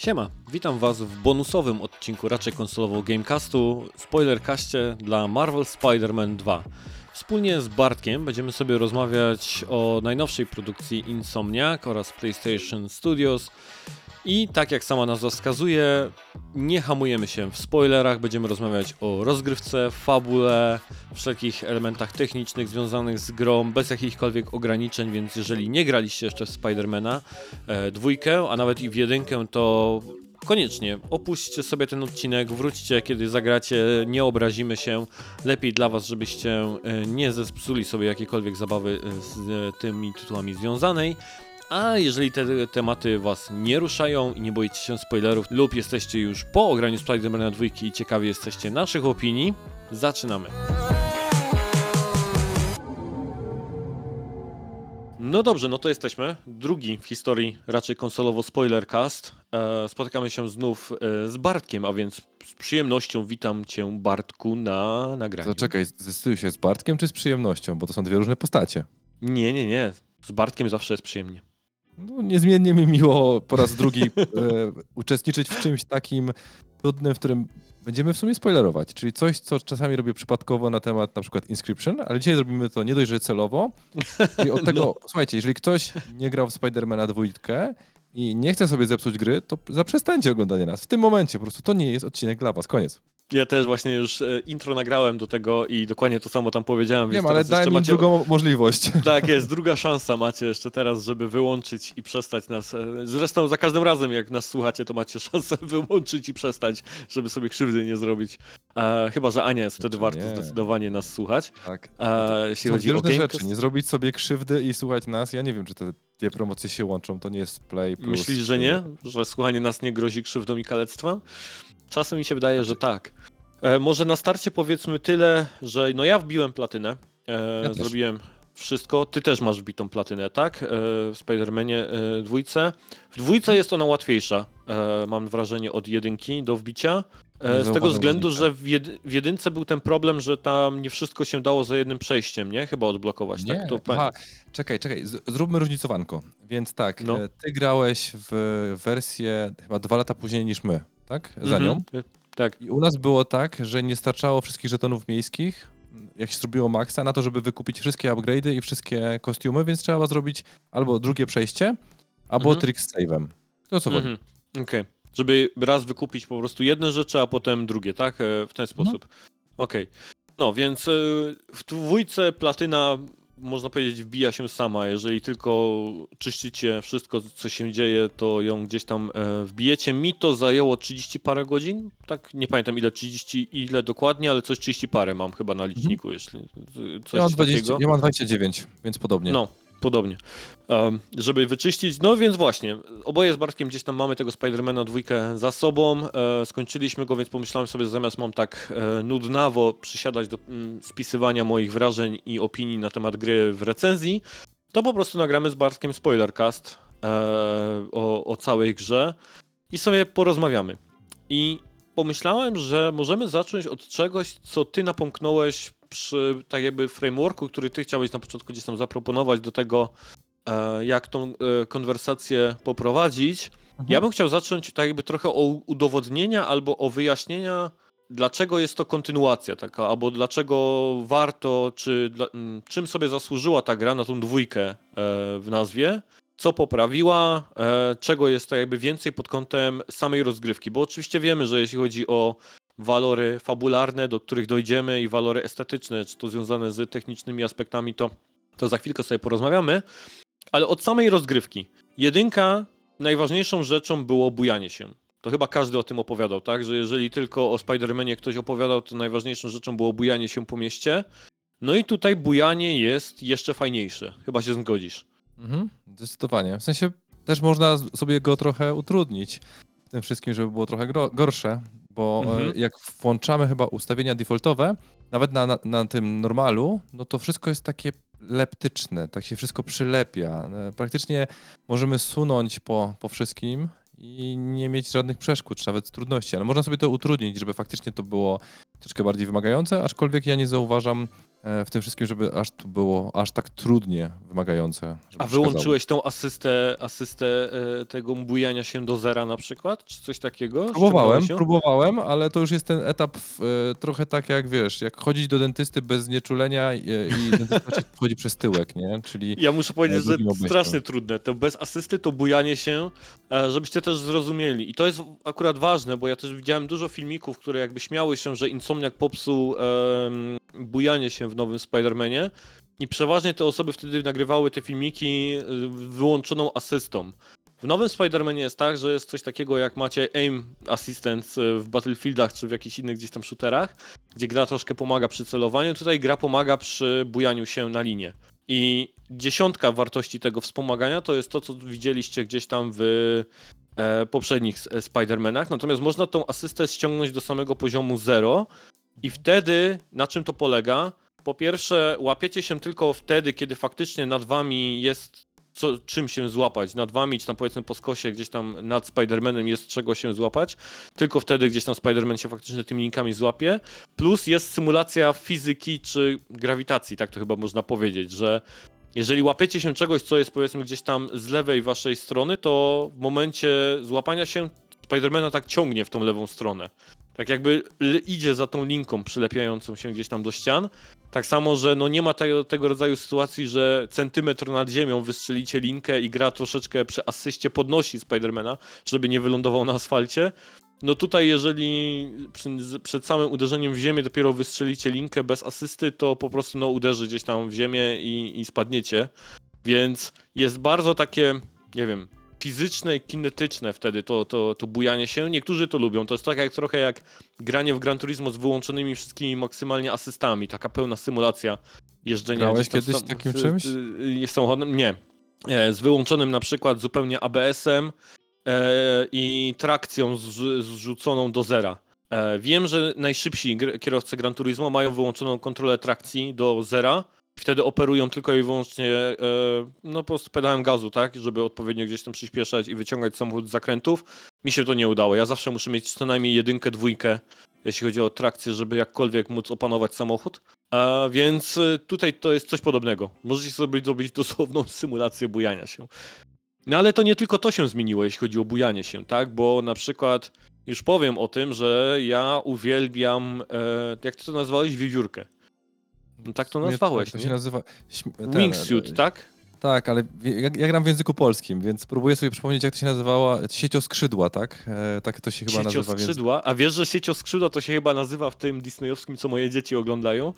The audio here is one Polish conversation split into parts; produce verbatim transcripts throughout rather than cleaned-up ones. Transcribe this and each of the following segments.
Siema, witam was w bonusowym odcinku raczej konsolowego Gamecastu, spoilercaście dla Marvel Spider-Man dwa. Wspólnie z Bartkiem będziemy sobie rozmawiać o najnowszej produkcji Insomniac oraz PlayStation Studios. I tak jak sama nazwa wskazuje, nie hamujemy się w spoilerach, będziemy rozmawiać o rozgrywce, fabule, wszelkich elementach technicznych związanych z grą, bez jakichkolwiek ograniczeń, więc jeżeli nie graliście jeszcze w Spidermana e, dwójkę, a nawet i w jedynkę, to koniecznie opuśćcie sobie ten odcinek, wróćcie kiedy zagracie, nie obrazimy się, lepiej dla was, żebyście e, nie zepsuli sobie jakiejkolwiek zabawy z e, tymi tytułami związanej. A jeżeli te tematy was nie ruszają i nie boicie się spoilerów lub jesteście już po ograniu Spider-Mana dwa i ciekawi jesteście naszych opinii, zaczynamy. No dobrze, no to jesteśmy. Drugi w historii raczej konsolowo spoilercast. E, spotykamy się znów e, z Bartkiem, a więc z przyjemnością witam cię, Bartku, na nagraniu. To czekaj, zdecyduj się z Bartkiem czy z przyjemnością, bo to są dwie różne postacie. Nie, nie, nie. Z Bartkiem zawsze jest przyjemnie. No, niezmiennie mi miło po raz drugi e, uczestniczyć w czymś takim trudnym, w którym będziemy w sumie spoilerować, czyli coś, co czasami robię przypadkowo na temat na przykład Inscription, ale dzisiaj zrobimy to nie dość, że celowo. I od tego, no. Słuchajcie, jeżeli ktoś nie grał w Spidermana dwójkę i nie chce sobie zepsuć gry, to zaprzestańcie oglądania nas. W tym momencie po prostu to nie jest odcinek dla was. Koniec. Ja też właśnie już intro nagrałem do tego i dokładnie to samo tam powiedziałem. Wiem, ale daj mi macie... drugą możliwość. Tak jest, druga szansa macie jeszcze teraz, żeby wyłączyć i przestać nas. Zresztą za każdym razem, jak nas słuchacie, to macie szansę wyłączyć i przestać, żeby sobie krzywdy nie zrobić. E, chyba, że Ania jest wtedy Znaczy, warto nie. zdecydowanie nas słuchać. Tak. E, jeśli są chodzi o różne Gamecast... rzeczy, nie zrobić sobie krzywdy i słuchać nas. Ja nie wiem, czy te dwie promocje się łączą, to nie jest Play Plus. Myślisz, że nie? Że słuchanie nas nie grozi krzywdą i kalectwem? Czasem mi się wydaje, że tak. E, może na starcie powiedzmy tyle, że no ja wbiłem platynę, e, Ja zrobiłem wszystko, ty też masz wbitą platynę, tak? E, w Spider-Manie e, dwójce. W dwójce jest ona łatwiejsza, e, mam wrażenie, od jedynki do wbicia. E, z tego względu, że w, jedy, w jedynce był ten problem, że tam nie wszystko się dało za jednym przejściem, nie? Chyba odblokować, nie. tak? To Aha, czekaj, czekaj, z- zróbmy różnicowanko. Więc tak, No. e, ty grałeś w wersję chyba dwa lata później niż my, tak? Za Mhm. nią. Tak. I u nas było tak, że nie starczało wszystkich żetonów miejskich, jak się zrobiło maksa, na to, żeby wykupić wszystkie upgrade'y i wszystkie kostiumy, więc trzeba zrobić albo drugie przejście, albo Mhm. trik z save'em. To co chodzi? Mhm. Okej. Żeby raz wykupić po prostu jedne rzeczy, a potem drugie, tak? E, W ten sposób. Okej. No więc e, w dwójce platyna, można powiedzieć, wbija się sama. Jeżeli tylko czyścicie wszystko, co się dzieje, to ją gdzieś tam e, wbijecie. Mi to zajęło trzydzieści parę godzin. Tak, nie pamiętam ile trzydzieści, ile dokładnie, ale coś trzydzieści parę mam chyba na liczniku, jeśli coś Ja mam, dwadzieścia, takiego. ja mam dwadzieścia dziewięć, więc podobnie. No, podobnie. Um, żeby wyczyścić, no więc właśnie, oboje z Bartkiem gdzieś tam mamy tego Spidermana dwójkę za sobą, e, skończyliśmy go, więc pomyślałem sobie, że zamiast mam tak e, nudnawo przysiadać do mm, spisywania moich wrażeń i opinii na temat gry w recenzji, to po prostu nagramy z Bartkiem spoilercast e, o, o całej grze i sobie porozmawiamy. I pomyślałem, że możemy zacząć od czegoś, co ty napomknąłeś przy tak jakby frameworku, który ty chciałeś na początku gdzieś tam zaproponować do tego, e, jak tą e, konwersację poprowadzić. Mhm. Ja bym chciał zacząć tak jakby trochę o udowodnienia albo o wyjaśnienia, dlaczego jest to kontynuacja taka, albo dlaczego warto, czy dla, m, czym sobie zasłużyła ta gra na tą dwójkę e, w nazwie, co poprawiła, e, czego jest tak jakby więcej pod kątem samej rozgrywki, bo oczywiście wiemy, że jeśli chodzi o walory fabularne, do których dojdziemy i walory estetyczne, czy to związane z technicznymi aspektami, to, to za chwilkę sobie porozmawiamy, ale od samej rozgrywki. Jedynka, najważniejszą rzeczą było bujanie się. To chyba każdy o tym opowiadał, tak? Że jeżeli tylko o Spider-Manie ktoś opowiadał, to najważniejszą rzeczą było bujanie się po mieście. No i tutaj bujanie jest jeszcze fajniejsze. Chyba się zgodzisz. Mhm, zdecydowanie. W sensie też można sobie go trochę utrudnić w tym wszystkim, żeby było trochę gro- gorsze, bo Mhm. e, jak włączamy chyba ustawienia defaultowe, nawet na, na, na tym normalu, no to wszystko jest takie leptyczne, tak się wszystko przylepia. E, Praktycznie możemy sunąć po, po wszystkim i nie mieć żadnych przeszkód, czy nawet trudności, ale można sobie to utrudnić, żeby faktycznie to było troszkę bardziej wymagające, aczkolwiek ja nie zauważam e, w tym wszystkim, żeby aż tu było aż tak trudnie wymagające. żeby A przeszkadzało. wyłączyłeś tą asystę, asystę e, tego bujania się do zera na przykład? Czy coś takiego? Próbowałem, Ściągnąłeś ją? próbowałem, ale to już jest ten etap e, trochę tak jak wiesz, jak chodzić do dentysty bez znieczulenia i, i dentysta ci wchodzi przez tyłek, nie? Czyli Ja muszę e, powiedzieć, że drugim obejściem. strasznie trudne. To bez asysty, to bujanie się, e, żebyście też zrozumieli. I to jest akurat ważne, bo ja też widziałem dużo filmików, które jakby śmiały się, że Insomniac popsuł em, bujanie się w nowym Spider-Manie. I przeważnie te osoby wtedy nagrywały te filmiki y, wyłączoną asystą. W nowym Spider-Manie jest tak, że jest coś takiego jak macie aim assistant y, w Battlefieldach czy w jakichś innych gdzieś tam shooterach, gdzie gra troszkę pomaga przy celowaniu, tutaj gra pomaga przy bujaniu się na linię. I dziesiątka wartości tego wspomagania to jest to, co widzieliście gdzieś tam w e, poprzednich s- Spider-Manach, natomiast można tą asystę ściągnąć do samego poziomu zero i wtedy, na czym to polega? Po pierwsze, łapiecie się tylko wtedy, kiedy faktycznie nad wami jest co, czym się złapać. Nad wami, czy tam powiedzmy po skosie, gdzieś tam nad Spider-Manem jest czego się złapać. Tylko wtedy gdzieś tam Spider-Man się faktycznie tymi linkami złapie. Plus jest symulacja fizyki czy grawitacji, tak to chyba można powiedzieć, że jeżeli łapiecie się czegoś, co jest powiedzmy gdzieś tam z lewej waszej strony, to w momencie złapania się Spidermana tak ciągnie w tą lewą stronę. Tak jakby l- idzie za tą linką przylepiającą się gdzieś tam do ścian. Tak samo, że no nie ma tego, tego rodzaju sytuacji, że centymetr nad ziemią wystrzelicie linkę i gra troszeczkę przy asyście podnosi Spidermana, żeby nie wylądował na asfalcie. No tutaj jeżeli przy, z- przed samym uderzeniem w ziemię dopiero wystrzelicie linkę bez asysty, to po prostu no uderzy gdzieś tam w ziemię i, i spadniecie. Więc jest bardzo takie, nie wiem, fizyczne i kinetyczne wtedy to, to, to bujanie się. Niektórzy to lubią. To jest tak jak trochę jak granie w Gran Turismo z wyłączonymi wszystkimi maksymalnie asystami. Taka pełna symulacja jeżdżenia. Grałeś gdzieś tam kiedyś sam- z takim z- czymś? y- y- samochodem. Nie. E, Z wyłączonym na przykład zupełnie A B S-em e, i trakcją zrzu- zrzuconą do zera. E, Wiem, że najszybsi gr- kierowcy Gran Turismo mają wyłączoną kontrolę trakcji do zera. Wtedy operują tylko i wyłącznie e, no po prostu pedałem gazu, tak, żeby odpowiednio gdzieś tam przyspieszać i wyciągać samochód z zakrętów. Mi się to nie udało. Ja zawsze muszę mieć co najmniej jedynkę, dwójkę, jeśli chodzi o trakcję, żeby jakkolwiek móc opanować samochód. A więc e, tutaj to jest coś podobnego. Możecie sobie zrobić dosłowną symulację bujania się. No ale to nie tylko to się zmieniło, jeśli chodzi o bujanie się, tak? Bo na przykład już powiem o tym, że ja uwielbiam, e, jak ty to nazwałeś, wiewiórkę. No tak to Nie, nazwałeś, to się nie? nazywa... śm- ten, Wingsuit, e, tak? Tak, ale wie- ja, ja gram w języku polskim, więc próbuję sobie przypomnieć, jak to się nazywała. Siecioskrzydła, tak? E, tak to się chyba nazywa. Więc... Siecioskrzydła. A wiesz, że siecioskrzydła to się chyba nazywa w tym disneyowskim, co moje dzieci oglądają?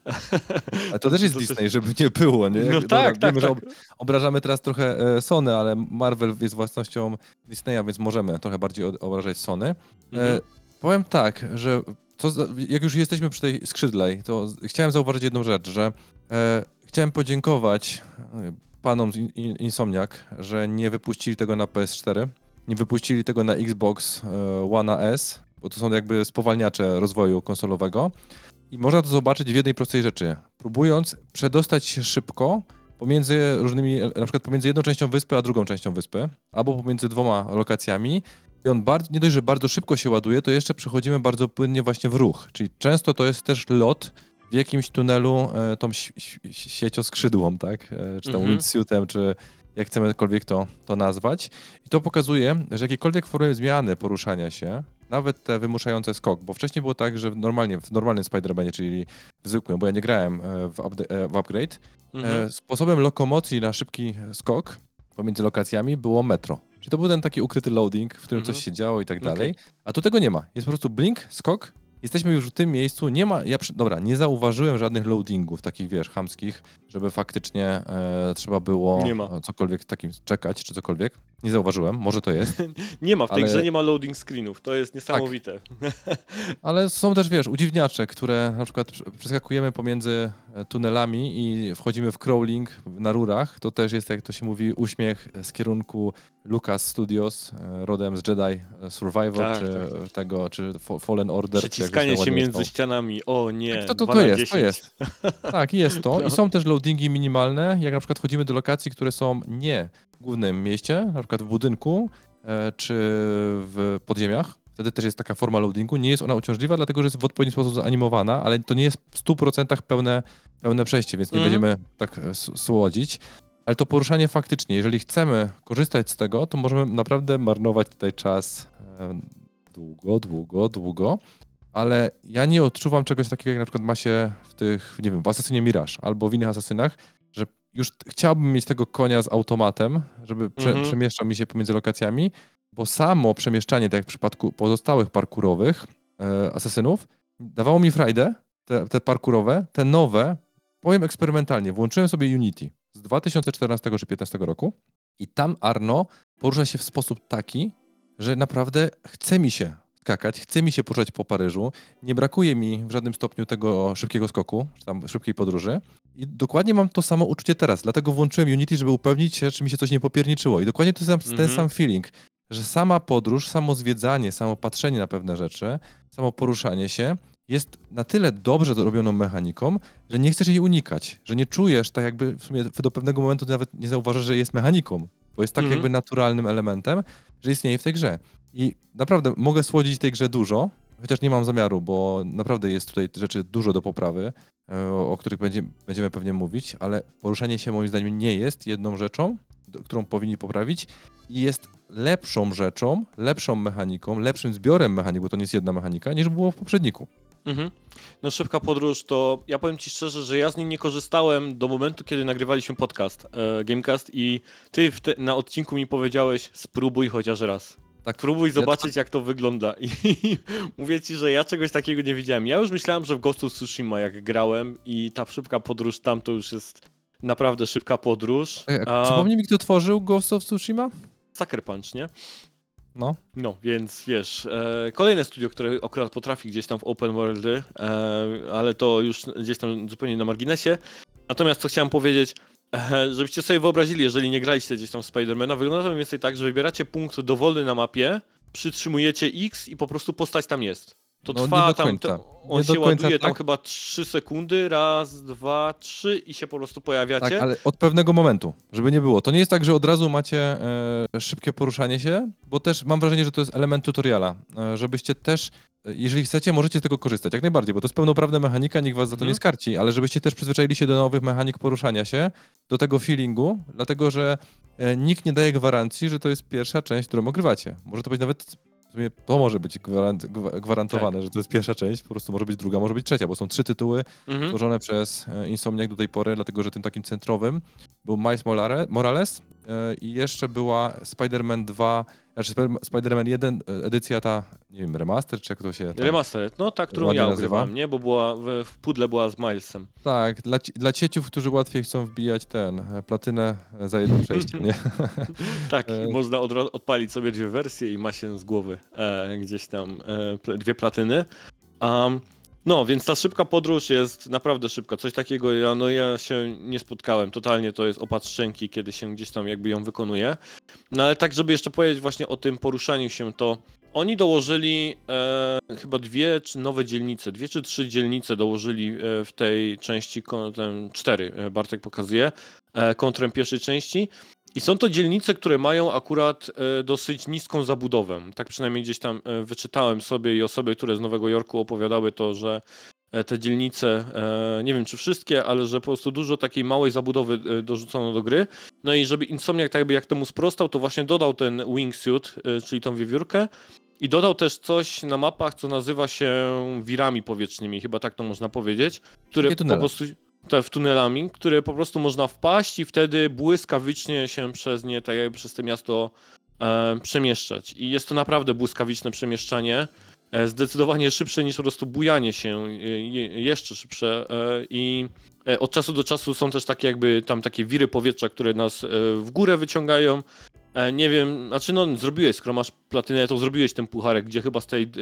Ale to też jest Disney, żeby nie było, nie? No Dobra, tak, tak, wiemy, że tak. ob- obrażamy teraz trochę e, Sony, ale Marvel jest własnością Disneya, więc możemy trochę bardziej od- obrażać Sony. E, Mhm. Powiem tak, że to, za- jak już jesteśmy przy tej skrzydlej, to z- chciałem zauważyć jedną rzecz, że e, chciałem podziękować e, panom z In- In- Insomniac, że nie wypuścili tego na P S cztery, nie wypuścili tego na Xbox e, One S, bo to są jakby spowalniacze rozwoju konsolowego. I można to zobaczyć w jednej prostej rzeczy. Próbując przedostać się szybko pomiędzy różnymi, na przykład pomiędzy jedną częścią wyspy a drugą częścią wyspy, albo pomiędzy dwoma lokacjami. I on bardzo, nie dość, że bardzo szybko się ładuje, to jeszcze przechodzimy bardzo płynnie właśnie w ruch. Czyli często to jest też lot w jakimś tunelu e, tą ś- ś- siecioskrzydłą, tak? E, czy tam Mhm. windsuitem, czy jak chcemykolwiek to, to nazwać. I to pokazuje, że jakiekolwiek formy zmiany poruszania się, nawet te wymuszające skok, bo wcześniej było tak, że w normalnie, w normalnym Spider-Manie, czyli w zwykłym, bo ja nie grałem e, w, upda- e, w upgrade, Mhm. e, sposobem lokomocji na szybki skok pomiędzy lokacjami było metro. Czyli to był ten taki ukryty loading, w którym Mhm. coś się działo i tak Okej. dalej. A tu tego nie ma. Jest po prostu blink, skok. Jesteśmy już w tym miejscu, nie ma, ja przy, dobra, nie zauważyłem żadnych loadingów takich, wiesz, chamskich, żeby faktycznie e, trzeba było Nie ma. e, cokolwiek takim czekać, czy cokolwiek. Nie zauważyłem, może to jest. Nie ma, w tej Ale- grze nie ma loading screenów, to jest niesamowite. Ale są też, wiesz, udziwniacze, które na przykład prze- przeskakujemy pomiędzy e, tunelami i wchodzimy w crawling na rurach. To też jest, jak to się mówi, uśmiech z kierunku Lucas Studios, e, rodem z Jedi Survivor, Tak, czy tak, tego, czy Fa- Fallen Order. czy jak Przyciskanie to się ładnie między jest. ścianami, o nie, Tak, to, to, dwa to na jest, to dziesięć. jest. Tak, jest to. No. I są też loadingi minimalne, jak na przykład wchodzimy do lokacji, które są nie w głównym mieście, na przykład w budynku, e, czy w podziemiach. wtedy też jest taka forma loadingu. Nie jest ona uciążliwa, dlatego że jest w odpowiedni sposób zanimowana, ale to nie jest w stu procentach pełne, pełne przejście, więc nie Mhm. będziemy tak e, s- słodzić. Ale to poruszanie faktycznie, jeżeli chcemy korzystać z tego, to możemy naprawdę marnować tutaj czas e, długo, długo, długo. Ale ja nie odczuwam czegoś takiego, jak na przykład ma się w tych, nie wiem, w Assassinie Mirage albo w innych Assassinach, że już chciałbym mieć tego konia z automatem, żeby prze, Mhm. przemieszczał mi się pomiędzy lokacjami, bo samo przemieszczanie, tak jak w przypadku pozostałych parkurowych e, Assassinów, dawało mi frajdę, te, te parkurowe, te nowe, powiem eksperymentalnie, włączyłem sobie Unity z dwa tysiące czternastego czy piętnastego roku i tam Arno porusza się w sposób taki, że naprawdę chce mi się skakać, chce mi się poruszać po Paryżu, nie brakuje mi w żadnym stopniu tego szybkiego skoku, czy tam szybkiej podróży i dokładnie mam to samo uczucie teraz, dlatego włączyłem Unity, żeby upewnić się, czy mi się coś nie popierniczyło i dokładnie to jest ten Mhm. sam feeling, że sama podróż, samo zwiedzanie, samo patrzenie na pewne rzeczy, samo poruszanie się jest na tyle dobrze zrobioną mechaniką, że nie chcesz jej unikać, że nie czujesz tak jakby w sumie do pewnego momentu nawet nie zauważasz, że jest mechaniką, bo jest tak Mhm. jakby naturalnym elementem, że istnieje w tej grze. I naprawdę mogę słodzić tej grze dużo, chociaż nie mam zamiaru, bo naprawdę jest tutaj rzeczy dużo do poprawy, e, o, o których będzie, będziemy pewnie mówić, ale poruszanie się moim zdaniem nie jest jedną rzeczą, do, którą powinni poprawić i jest lepszą rzeczą, lepszą mechaniką, lepszym zbiorem mechanik, bo to nie jest jedna mechanika, niż było w poprzedniku. Mhm. No szybka podróż to, ja powiem ci szczerze, że ja z niej nie korzystałem do momentu, kiedy nagrywaliśmy podcast, e, Gamecast i ty w te, na odcinku mi powiedziałeś, spróbuj chociaż raz. Tak, Spróbuj ja zobaczyć, jak to wygląda. I mówię ci, że ja czegoś takiego nie widziałem. Ja już myślałem, że w Ghost of Tsushima jak grałem i ta szybka podróż tam to już jest naprawdę szybka podróż. E, A Przypomnij mi, kto tworzył Ghost of Tsushima? Sucker Punch, nie? No. No, więc wiesz, e, kolejne studio, które akurat potrafi gdzieś tam w open worldy, e, ale to już gdzieś tam zupełnie na marginesie. Natomiast co chciałem powiedzieć, e, żebyście sobie wyobrazili, jeżeli nie graliście gdzieś tam w Spidermana, wygląda to mniej więcej tak, że wybieracie punkt dowolny na mapie, przytrzymujecie X i po prostu postać tam jest. To No, nie trwa do tam, końca. to, on Nie do się końca ładuje tam tak. chyba trzy sekundy, raz, dwa, trzy i się po prostu pojawiacie. Tak, ale od pewnego momentu, żeby nie było. To nie jest tak, że od razu macie e, szybkie poruszanie się, bo też mam wrażenie, że to jest element tutoriala, e, żebyście też, e, jeżeli chcecie, możecie z tego korzystać, jak najbardziej, bo to jest pełnoprawna mechanika, nikt was za to Mhm. nie skarci, ale żebyście też przyzwyczaili się do nowych mechanik poruszania się, do tego feelingu, dlatego że e, nikt nie daje gwarancji, że to jest pierwsza część, którą ogrywacie. Może to być nawet, w sumie to może być gwarant, gwa- gwarantowane, że to jest pierwsza część, po prostu może być druga, może być trzecia, bo są trzy tytuły, Mhm. stworzone przez e, Insomniac do tej pory, dlatego że tym takim centrowym był Miles Morale- Morales e, i jeszcze była Spider-Man dwa, znaczy Spider- Spider-Man jeden, e, edycja ta, nie wiem, remaster, czy jak to się tam Remastered, no ta, którą ładnie ja nazywa. ogrywałem, nie? Bo była w, w pudle była z Milesem. Tak, dla, ci- dla cieciów, którzy łatwiej chcą wbijać ten, e, platynę e, za jednym przejściem, nie? Tak, E, i można odro- odpalić sobie dwie wersje i ma się z głowy e, gdzieś tam e, pl- dwie platyny. Um, no, więc ta szybka podróż jest naprawdę szybka. Coś takiego ja, no, ja się nie spotkałem. Totalnie to jest opad szczęki, kiedy się gdzieś tam jakby ją wykonuje. No ale tak, żeby jeszcze powiedzieć właśnie o tym poruszaniu się, to oni dołożyli e, chyba dwie czy nowe dzielnice, dwie czy trzy dzielnice dołożyli e, w tej części, kon- ten, cztery, e, Bartek pokazuje, e, kontrem pierwszej części. I są to dzielnice, które mają akurat e, dosyć niską zabudowę. Tak przynajmniej gdzieś tam e, wyczytałem sobie i osoby, które z Nowego Jorku opowiadały to, że e, te dzielnice, e, nie wiem czy wszystkie, ale że po prostu dużo takiej małej zabudowy e, dorzucono do gry. No i żeby Insomniac tak jakby jak temu sprostał, to właśnie dodał ten wingsuit, e, czyli tą wiewiórkę. I dodał też coś na mapach, co nazywa się wirami powietrznymi, chyba tak to można powiedzieć, które Takie po tunele. prostu te w tunelami, które po prostu można wpaść i wtedy błyskawicznie się przez nie, tak jakby przez to miasto e, przemieszczać. I jest to naprawdę błyskawiczne przemieszczanie, e, zdecydowanie szybsze niż po prostu bujanie się, e, je, jeszcze szybsze e, i e, od czasu do czasu są też takie jakby tam takie wiry powietrza, które nas e, w górę wyciągają. E, nie wiem, znaczy no zrobiłeś, skoro masz platynę, to zrobiłeś ten pucharek, gdzie chyba z tej e,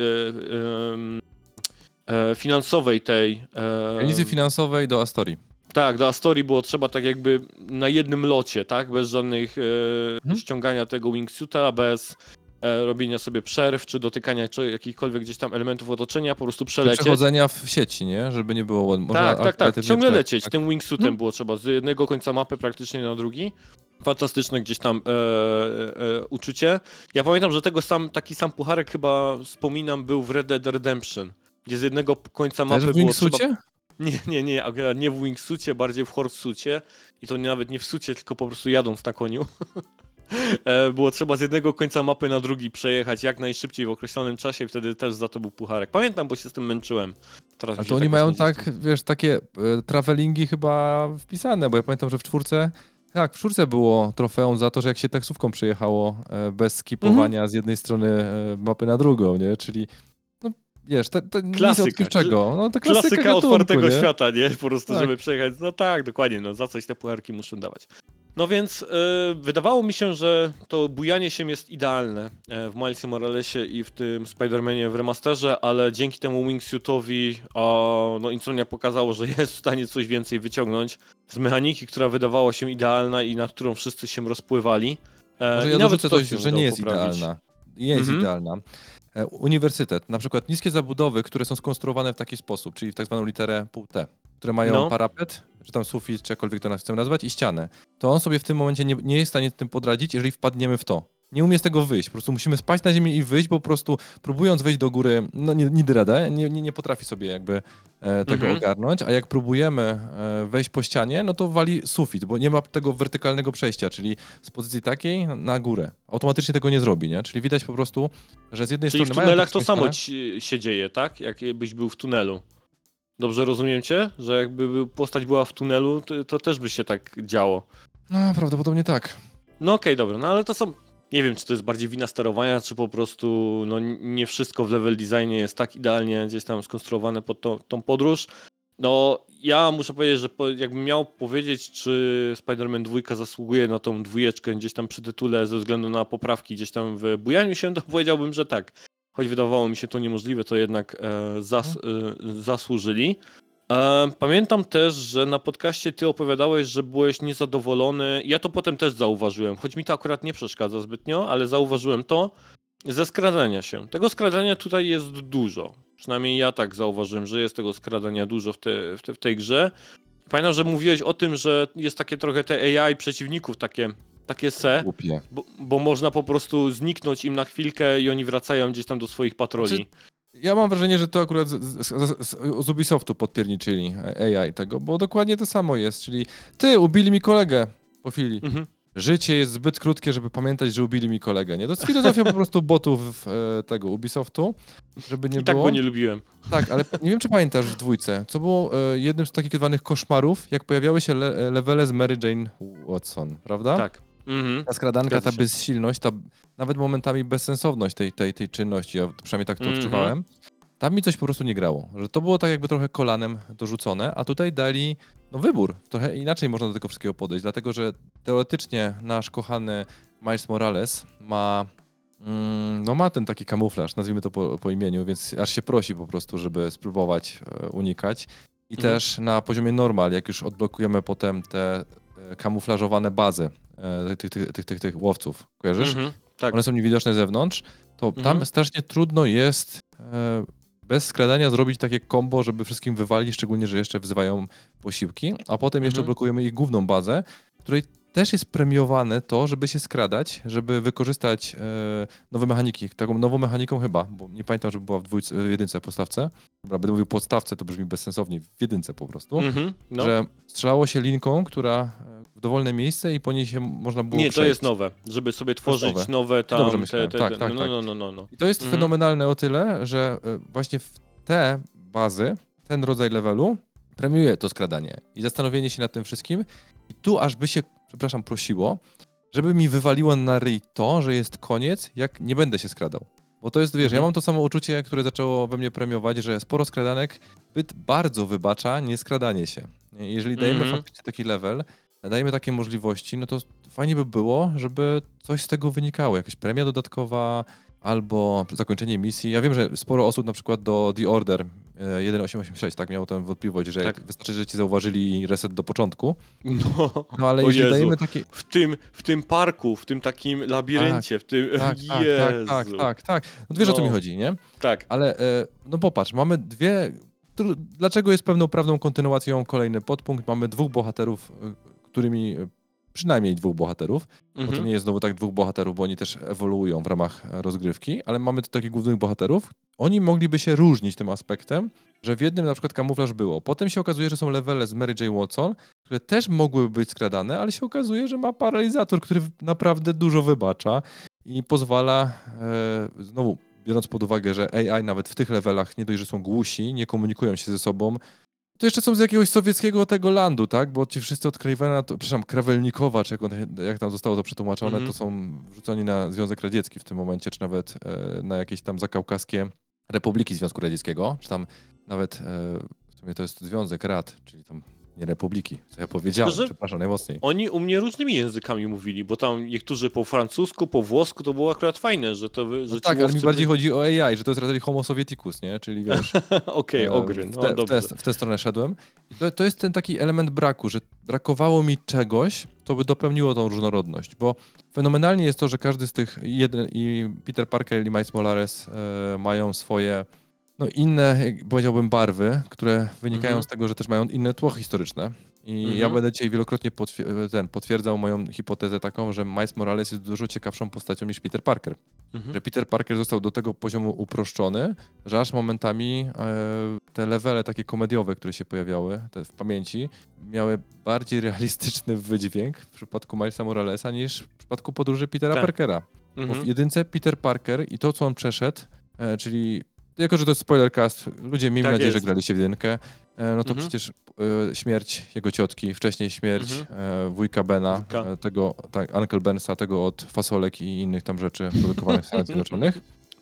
e, e, finansowej tej... E, Dzielnicy finansowej do Astorii. tak, do Astorii było trzeba tak jakby na jednym locie, tak? Bez żadnych e, Mhm. ściągania tego wingsuita, bez e, robienia sobie przerw, czy dotykania czy jakichkolwiek gdzieś tam elementów otoczenia, po prostu Czy przelecieć. przechodzenia w sieci, nie? Żeby nie było... Można Tak, tak, tak. alternatywnie Ciągle przejść, lecieć. tak. Tym wingsuitem Mhm. było trzeba z jednego końca mapy praktycznie na drugi. Fantastyczne gdzieś tam e, e, uczucie. Ja pamiętam, że tego sam, taki sam pucharek chyba wspominam był w Red Dead Redemption, gdzie z jednego końca Też mapy w było trzeba... Wingsucie? Nie, nie, nie, akurat nie w Wingsucie, bardziej w Horsesucie i to nawet nie w sucie, tylko po prostu jadąc na koniu. E, Było trzeba z jednego końca mapy na drugi przejechać jak najszybciej w określonym czasie i wtedy też za to był pucharek. Pamiętam, bo się z tym męczyłem. Teraz Ale mi się to oni tak mają właśnie tak, wiesz, takie e, travelingi chyba wpisane, bo ja pamiętam, że w czwórce, tak, w czwórce było trofeum za to, że jak się taksówką przejechało e, bez skipowania z jednej strony e, mapy na drugą, nie? Czyli, no wiesz, to, to nic Klasyka. odkrywczego. No to klasyka, Klasyka gatunku, otwartego nie? świata, nie? Po prostu, Tak. żeby przejechać. No tak, dokładnie, no za coś te pucharki muszą dawać. No więc y, wydawało mi się, że to bujanie się jest idealne e, w Milesie Moralesie i w tym Spider-Manie w remasterze, ale dzięki temu Wingsuitowi o, no Insomnia pokazało, że jest w stanie coś więcej wyciągnąć z mechaniki, która wydawała się idealna i nad którą wszyscy się rozpływali. E, Może i ja nawet dorzucę to coś, się że udało nie jest poprawić. idealna. Jest Mhm. idealna. E, Uniwersytet, na przykład niskie zabudowy, które są skonstruowane w taki sposób, czyli w tak zwaną literę pół T, które mają No. parapet, czy tam sufit, czy jakkolwiek to chcemy nazwać, i ścianę. To on sobie w tym momencie nie, nie jest w stanie tym podradzić, jeżeli wpadniemy w to. Nie umie z tego wyjść. Po prostu musimy spaść na ziemię i wyjść, bo po prostu próbując wejść do góry, no nie, nie radę, nie, nie, nie potrafi sobie jakby e, tego Mhm. ogarnąć, a jak próbujemy e, wejść po ścianie, no to wali sufit, bo nie ma tego wertykalnego przejścia, czyli z pozycji takiej na górę. Automatycznie tego nie zrobi, nie? Czyli widać po prostu, że z jednej Czyli w strony mają tunelach to taką samo ścianę. ci się dzieje, tak? Jakbyś był w tunelu. Dobrze rozumiem cię? Że jakby był- postać była w tunelu, to, to też by się tak działo. No, prawdopodobnie tak. No okej, dobra, no ale to są... Nie wiem, czy to jest bardziej wina sterowania, czy po prostu no, nie wszystko w level designie jest tak idealnie gdzieś tam skonstruowane pod tą, tą podróż. No, ja muszę powiedzieć, że po, jakbym miał powiedzieć, czy Spider-Man dwa zasługuje na tą dwójeczkę gdzieś tam przy tytule ze względu na poprawki gdzieś tam w bujaniu się, to powiedziałbym, że tak. Choć wydawało mi się to niemożliwe, to jednak e, zas, e, zasłużyli. E, pamiętam też, że na podcaście ty opowiadałeś, że byłeś niezadowolony. Ja to potem też zauważyłem, choć mi to akurat nie przeszkadza zbytnio, ale zauważyłem to ze skradania się. Tego skradania tutaj jest dużo. Przynajmniej ja tak zauważyłem, że jest tego skradania dużo w, te, w, te, w tej grze. Pamiętam, że mówiłeś o tym, że jest takie trochę te A I przeciwników, takie, takie se, Głupie. bo, bo można po prostu zniknąć im na chwilkę i oni wracają gdzieś tam do swoich patroli. Znaczy, ja mam wrażenie, że to akurat z, z, z, z Ubisoftu podpierniczyli A I tego, bo dokładnie to samo jest, czyli ty, ubili mi kolegę po chwili. Mhm. Życie jest zbyt krótkie, żeby pamiętać, że ubili mi kolegę, nie? To jest filozofia po prostu botów e, tego Ubisoftu, żeby nie I tak było. go nie lubiłem. Tak, ale nie wiem, czy pamiętasz w dwójce, co było e, jednym z takich zwanych koszmarów, jak pojawiały się le, levele z Mary Jane Watson, prawda? Tak. Mhm. Ta skradanka, Zgadza ta się. bezsilność, ta nawet momentami bezsensowność tej, tej, tej czynności, ja przynajmniej tak to Mhm. odczuwałem, tam mi coś po prostu nie grało. Że to było tak jakby trochę kolanem dorzucone, a tutaj dali no, wybór. Trochę inaczej można do tego wszystkiego podejść, dlatego że teoretycznie nasz kochany Miles Morales ma mm, no ma ten taki kamuflaż, nazwijmy to po, po imieniu, więc aż się prosi po prostu, żeby spróbować e, unikać. I Mhm. też na poziomie normal, jak już odblokujemy potem te e, kamuflażowane bazy e, tych, tych, tych, tych, tych łowców, kojarzysz? Mhm. Tak. One są niewidoczne z zewnątrz, to Mhm. tam strasznie trudno jest e, bez skradania zrobić takie combo, żeby wszystkim wywalić, szczególnie, że jeszcze wzywają posiłki, a potem jeszcze Mhm. blokujemy ich główną bazę, której też jest premiowane to, żeby się skradać, żeby wykorzystać e, nowe mechaniki. Taką nową mechaniką chyba, bo nie pamiętam, żeby była w, dwójce, w jedynce podstawce. Dobra, będę mówił podstawce, to brzmi bezsensownie, w jedynce po prostu. Mhm. No. Że strzelało się linką, która e, w dowolne miejsce i po niej się można było Nie, to przejść. jest nowe, żeby sobie tworzyć nowe. nowe tam Dobrze te, myślałem. te, Tak, te tak, no, tak. no, no, no, no. I to jest Mhm. fenomenalne o tyle, że e, właśnie w te bazy, ten rodzaj levelu premiuje to skradanie i zastanowienie się nad tym wszystkim. I tu aż by się, przepraszam, prosiło, żeby mi wywaliło na ryj to, że jest koniec, jak nie będę się skradał. Bo to jest, wiesz, Mhm. ja mam to samo uczucie, które zaczęło we mnie premiować, że sporo skradanek zbyt bardzo wybacza nieskradanie się. Jeżeli dajemy Mhm. faktycznie taki level, dajemy takie możliwości, no to fajnie by było, żeby coś z tego wynikało. Jakaś premia dodatkowa, albo zakończenie misji. Ja wiem, że sporo osób na przykład do The Order e, tysiąc osiemset osiemdziesiąt sześć tak miało tę wątpliwość, że Tak. jak wystarczy, że ci zauważyli reset do początku. No, No ale o jeżeli Jezu. dajemy takie... w tym, w tym parku, w tym takim labiryncie, w tym... Tak, tak, tak, Jezu. tak, tak, tak. No wiesz, o co mi No. chodzi, nie? Tak. Ale e, no popatrz, mamy dwie... tru- Dlaczego jest pełnoprawną kontynuacją kolejny podpunkt? Mamy dwóch bohaterów, e, którymi przynajmniej dwóch bohaterów, bo to Mhm. nie jest znowu tak dwóch bohaterów, bo oni też ewoluują w ramach rozgrywki, ale mamy tu takich głównych bohaterów. Oni mogliby się różnić tym aspektem, że w jednym na przykład kamuflaż było. Potem się okazuje, że są levele z Mary J. Watson, które też mogłyby być skradane, ale się okazuje, że ma paralizator, który naprawdę dużo wybacza i pozwala, e, znowu biorąc pod uwagę, że A I nawet w tych levelach nie dość, że są głusi, nie komunikują się ze sobą, to jeszcze są z jakiegoś sowieckiego tego landu, tak? Bo ci wszyscy od Kravena, to, przepraszam, Krawelnikowa, czy jak, on, jak tam zostało to przetłumaczone, Mhm. to są wrzuconi na Związek Radziecki w tym momencie, czy nawet e, na jakieś tam zakaukaskie republiki Związku Radzieckiego, czy tam nawet, e, w sumie to jest Związek Rad, czyli tam nie republiki, co ja powiedziałem, Tylko, że przepraszam najmocniej. Oni u mnie różnymi językami mówili, bo tam niektórzy po francusku, po włosku, to było akurat fajne, że to wy, że No ci tak, ale mi łowcy bardziej by... chodzi o A I, że to jest raczej homo sovieticus, nie? Czyli wiesz, Okej, e, ogry, w, no te, w, dobrze. te, w tę stronę szedłem. I To, to jest ten taki element braku, że brakowało mi czegoś, co by dopełniło tą różnorodność, bo fenomenalnie jest to, że każdy z tych, jeden, i Peter Parker i Miles Morales e, mają swoje no inne, jak powiedziałbym, barwy, które wynikają Mhm. z tego, że też mają inne tło historyczne. I ja Mhm. będę dzisiaj wielokrotnie potwier- ten, potwierdzał moją hipotezę taką, że Miles Morales jest dużo ciekawszą postacią niż Peter Parker. Mhm. Że Peter Parker został do tego poziomu uproszczony, że aż momentami e, te levele takie komediowe, które się pojawiały te w pamięci, miały bardziej realistyczny wydźwięk w przypadku Milesa Moralesa niż w przypadku podróży Petera Tak. Parkera. Bo w Mhm. jedynce Peter Parker i to, co on przeszedł, e, czyli jako, że to jest spoiler cast, ludzie, miejmy Tak nadzieję, że jest. graliście w jedynkę, e, no to Mhm. przecież e, śmierć jego ciotki, wcześniej śmierć Mhm. e, wujka Bena, Wujka. e, tego, tak, Uncle Bensa, tego od fasolek i innych tam rzeczy produkowanych w Stanach Zjednoczonych,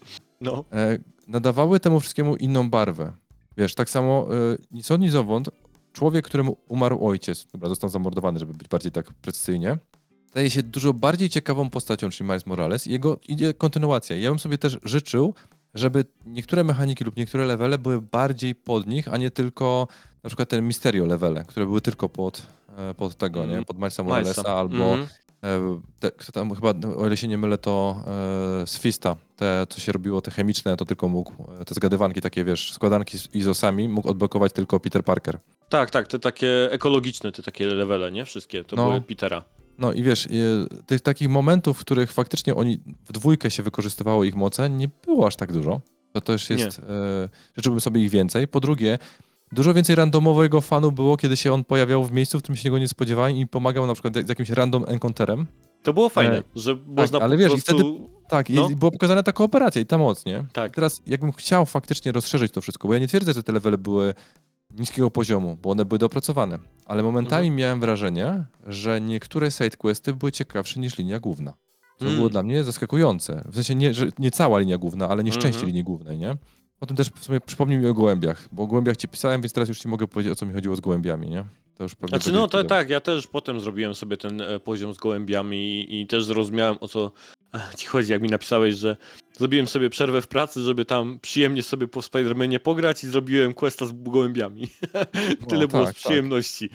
No. e, nadawały temu wszystkiemu inną barwę. Wiesz, tak samo e, nic od nic zowąd, człowiek, któremu umarł ojciec, dobra, został zamordowany, żeby być bardziej tak precyzyjnie, staje się dużo bardziej ciekawą postacią, czyli Miles Morales i jego idzie kontynuacja. Ja bym sobie też życzył, żeby niektóre mechaniki lub niektóre levele były bardziej pod nich, a nie tylko na przykład ten Mysterio levele, które były tylko pod, e, pod tego, nie? Mm, Pod Milesa Milesa. Moralesa albo Mhm. e, te, kto tam chyba, no, o ile się nie mylę, to e, z Fista, te, co się robiło, te chemiczne, to tylko mógł, e, te zgadywanki takie, wiesz, składanki z izosami mógł odblokować tylko Peter Parker. Tak, tak, te takie ekologiczne, te takie levele, nie? Wszystkie, to No. były Petera. No i wiesz, y, tych takich momentów, w których faktycznie oni w dwójkę się wykorzystywało ich moce, nie było aż tak dużo. To też jest, e, życzyłbym sobie ich więcej. Po drugie, dużo więcej randomowego fanu było, kiedy się on pojawiał w miejscu, w którym się go nie spodziewałem i pomagał na przykład z jakimś random encounterem. To było fajne, E, że można ale po wiesz, i prostu... Tak, No. i była pokazana ta kooperacja i ta moc, nie? Tak. I teraz jakbym chciał faktycznie rozszerzyć to wszystko, bo ja nie twierdzę, że te levele były niskiego poziomu, bo one były dopracowane, ale momentami Mhm. miałem wrażenie, że niektóre sidequesty były ciekawsze niż linia główna. To Mm. było dla mnie zaskakujące. W sensie nie, że nie cała linia główna, ale nie z części Mhm. linii głównej, nie? O tym też w sumie przypomnij mi o gołębiach, bo o gołębiach ci pisałem, więc teraz już ci mogę powiedzieć, o co mi chodziło z gołębiami, nie? To już pewnie Znaczy będzie no to chwilę. tak, ja też potem zrobiłem sobie ten e, poziom z gołębiami i, i też zrozumiałem, o co e, ci chodzi, jak mi napisałeś, że zrobiłem sobie przerwę w pracy, żeby tam przyjemnie sobie po Spider-Manie pograć i zrobiłem questa z gołębiami. No, Tyle było z tak, tak. przyjemności.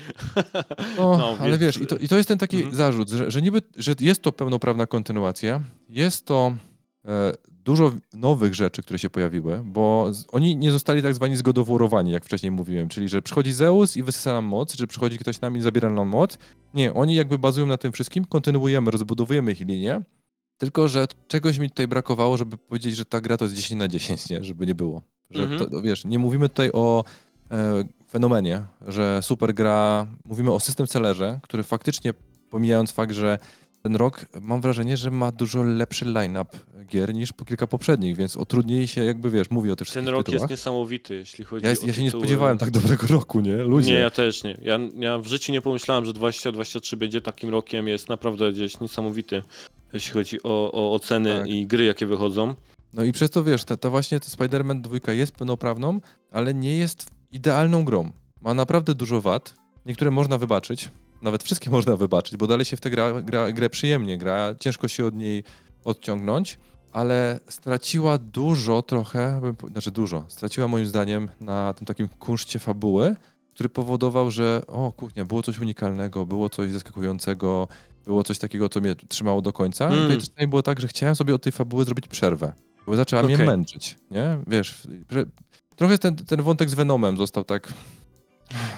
No, No, ale więc- wiesz, i to, i to jest ten taki Mhm. zarzut, że, że niby, że jest to pełnoprawna kontynuacja, jest to e, dużo nowych rzeczy, które się pojawiły, bo z, oni nie zostali tak zwani zgodowórowani, jak wcześniej mówiłem, czyli że przychodzi Zeus i wysysa nam moc, czy przychodzi ktoś nam i zabiera nam moc. Nie, oni jakby bazują na tym wszystkim, kontynuujemy, rozbudowujemy ich linię, tylko że czegoś mi tutaj brakowało, żeby powiedzieć, że ta gra to jest dziesięć na dziesięć, nie? Żeby nie było. Że Mhm. to, wiesz, nie mówimy tutaj o e, fenomenie, że super gra, mówimy o system sellerze, który faktycznie, pomijając fakt, że ten rok mam wrażenie, że ma dużo lepszy line-up gier niż po kilka poprzednich, więc o trudniej się jakby, wiesz, mówi o tych Ten wszystkich rok tytułach. jest niesamowity, jeśli chodzi Ja, o jest, ja się nie tytuły. spodziewałem tak dobrego roku, nie? Ludzie. Nie, ja też nie. Ja, ja w życiu nie pomyślałem, że dwadzieścia dwadzieścia trzy będzie takim rokiem. Jest naprawdę gdzieś niesamowity, jeśli chodzi o, o oceny Tak. i gry, jakie wychodzą. No i przez to, wiesz, ta, ta właśnie ta Spider-Man dwa jest pełnoprawną, ale nie jest idealną grą. Ma naprawdę dużo wad. Niektóre można wybaczyć, nawet wszystkie można wybaczyć, bo dalej się w tę gra, gra, grę przyjemnie gra, ciężko się od niej odciągnąć, ale straciła dużo trochę, bym po- znaczy dużo, straciła moim zdaniem na tym takim kunszcie fabuły, który powodował, że o kuchnia, było coś unikalnego, było coś zaskakującego, było coś takiego, co mnie trzymało do końca. I Mm. tutaj czasami było tak, że chciałem sobie od tej fabuły zrobić przerwę, bo zaczęła mnie Okej. męczyć, nie? Wiesz, że trochę ten, ten wątek z Venomem został tak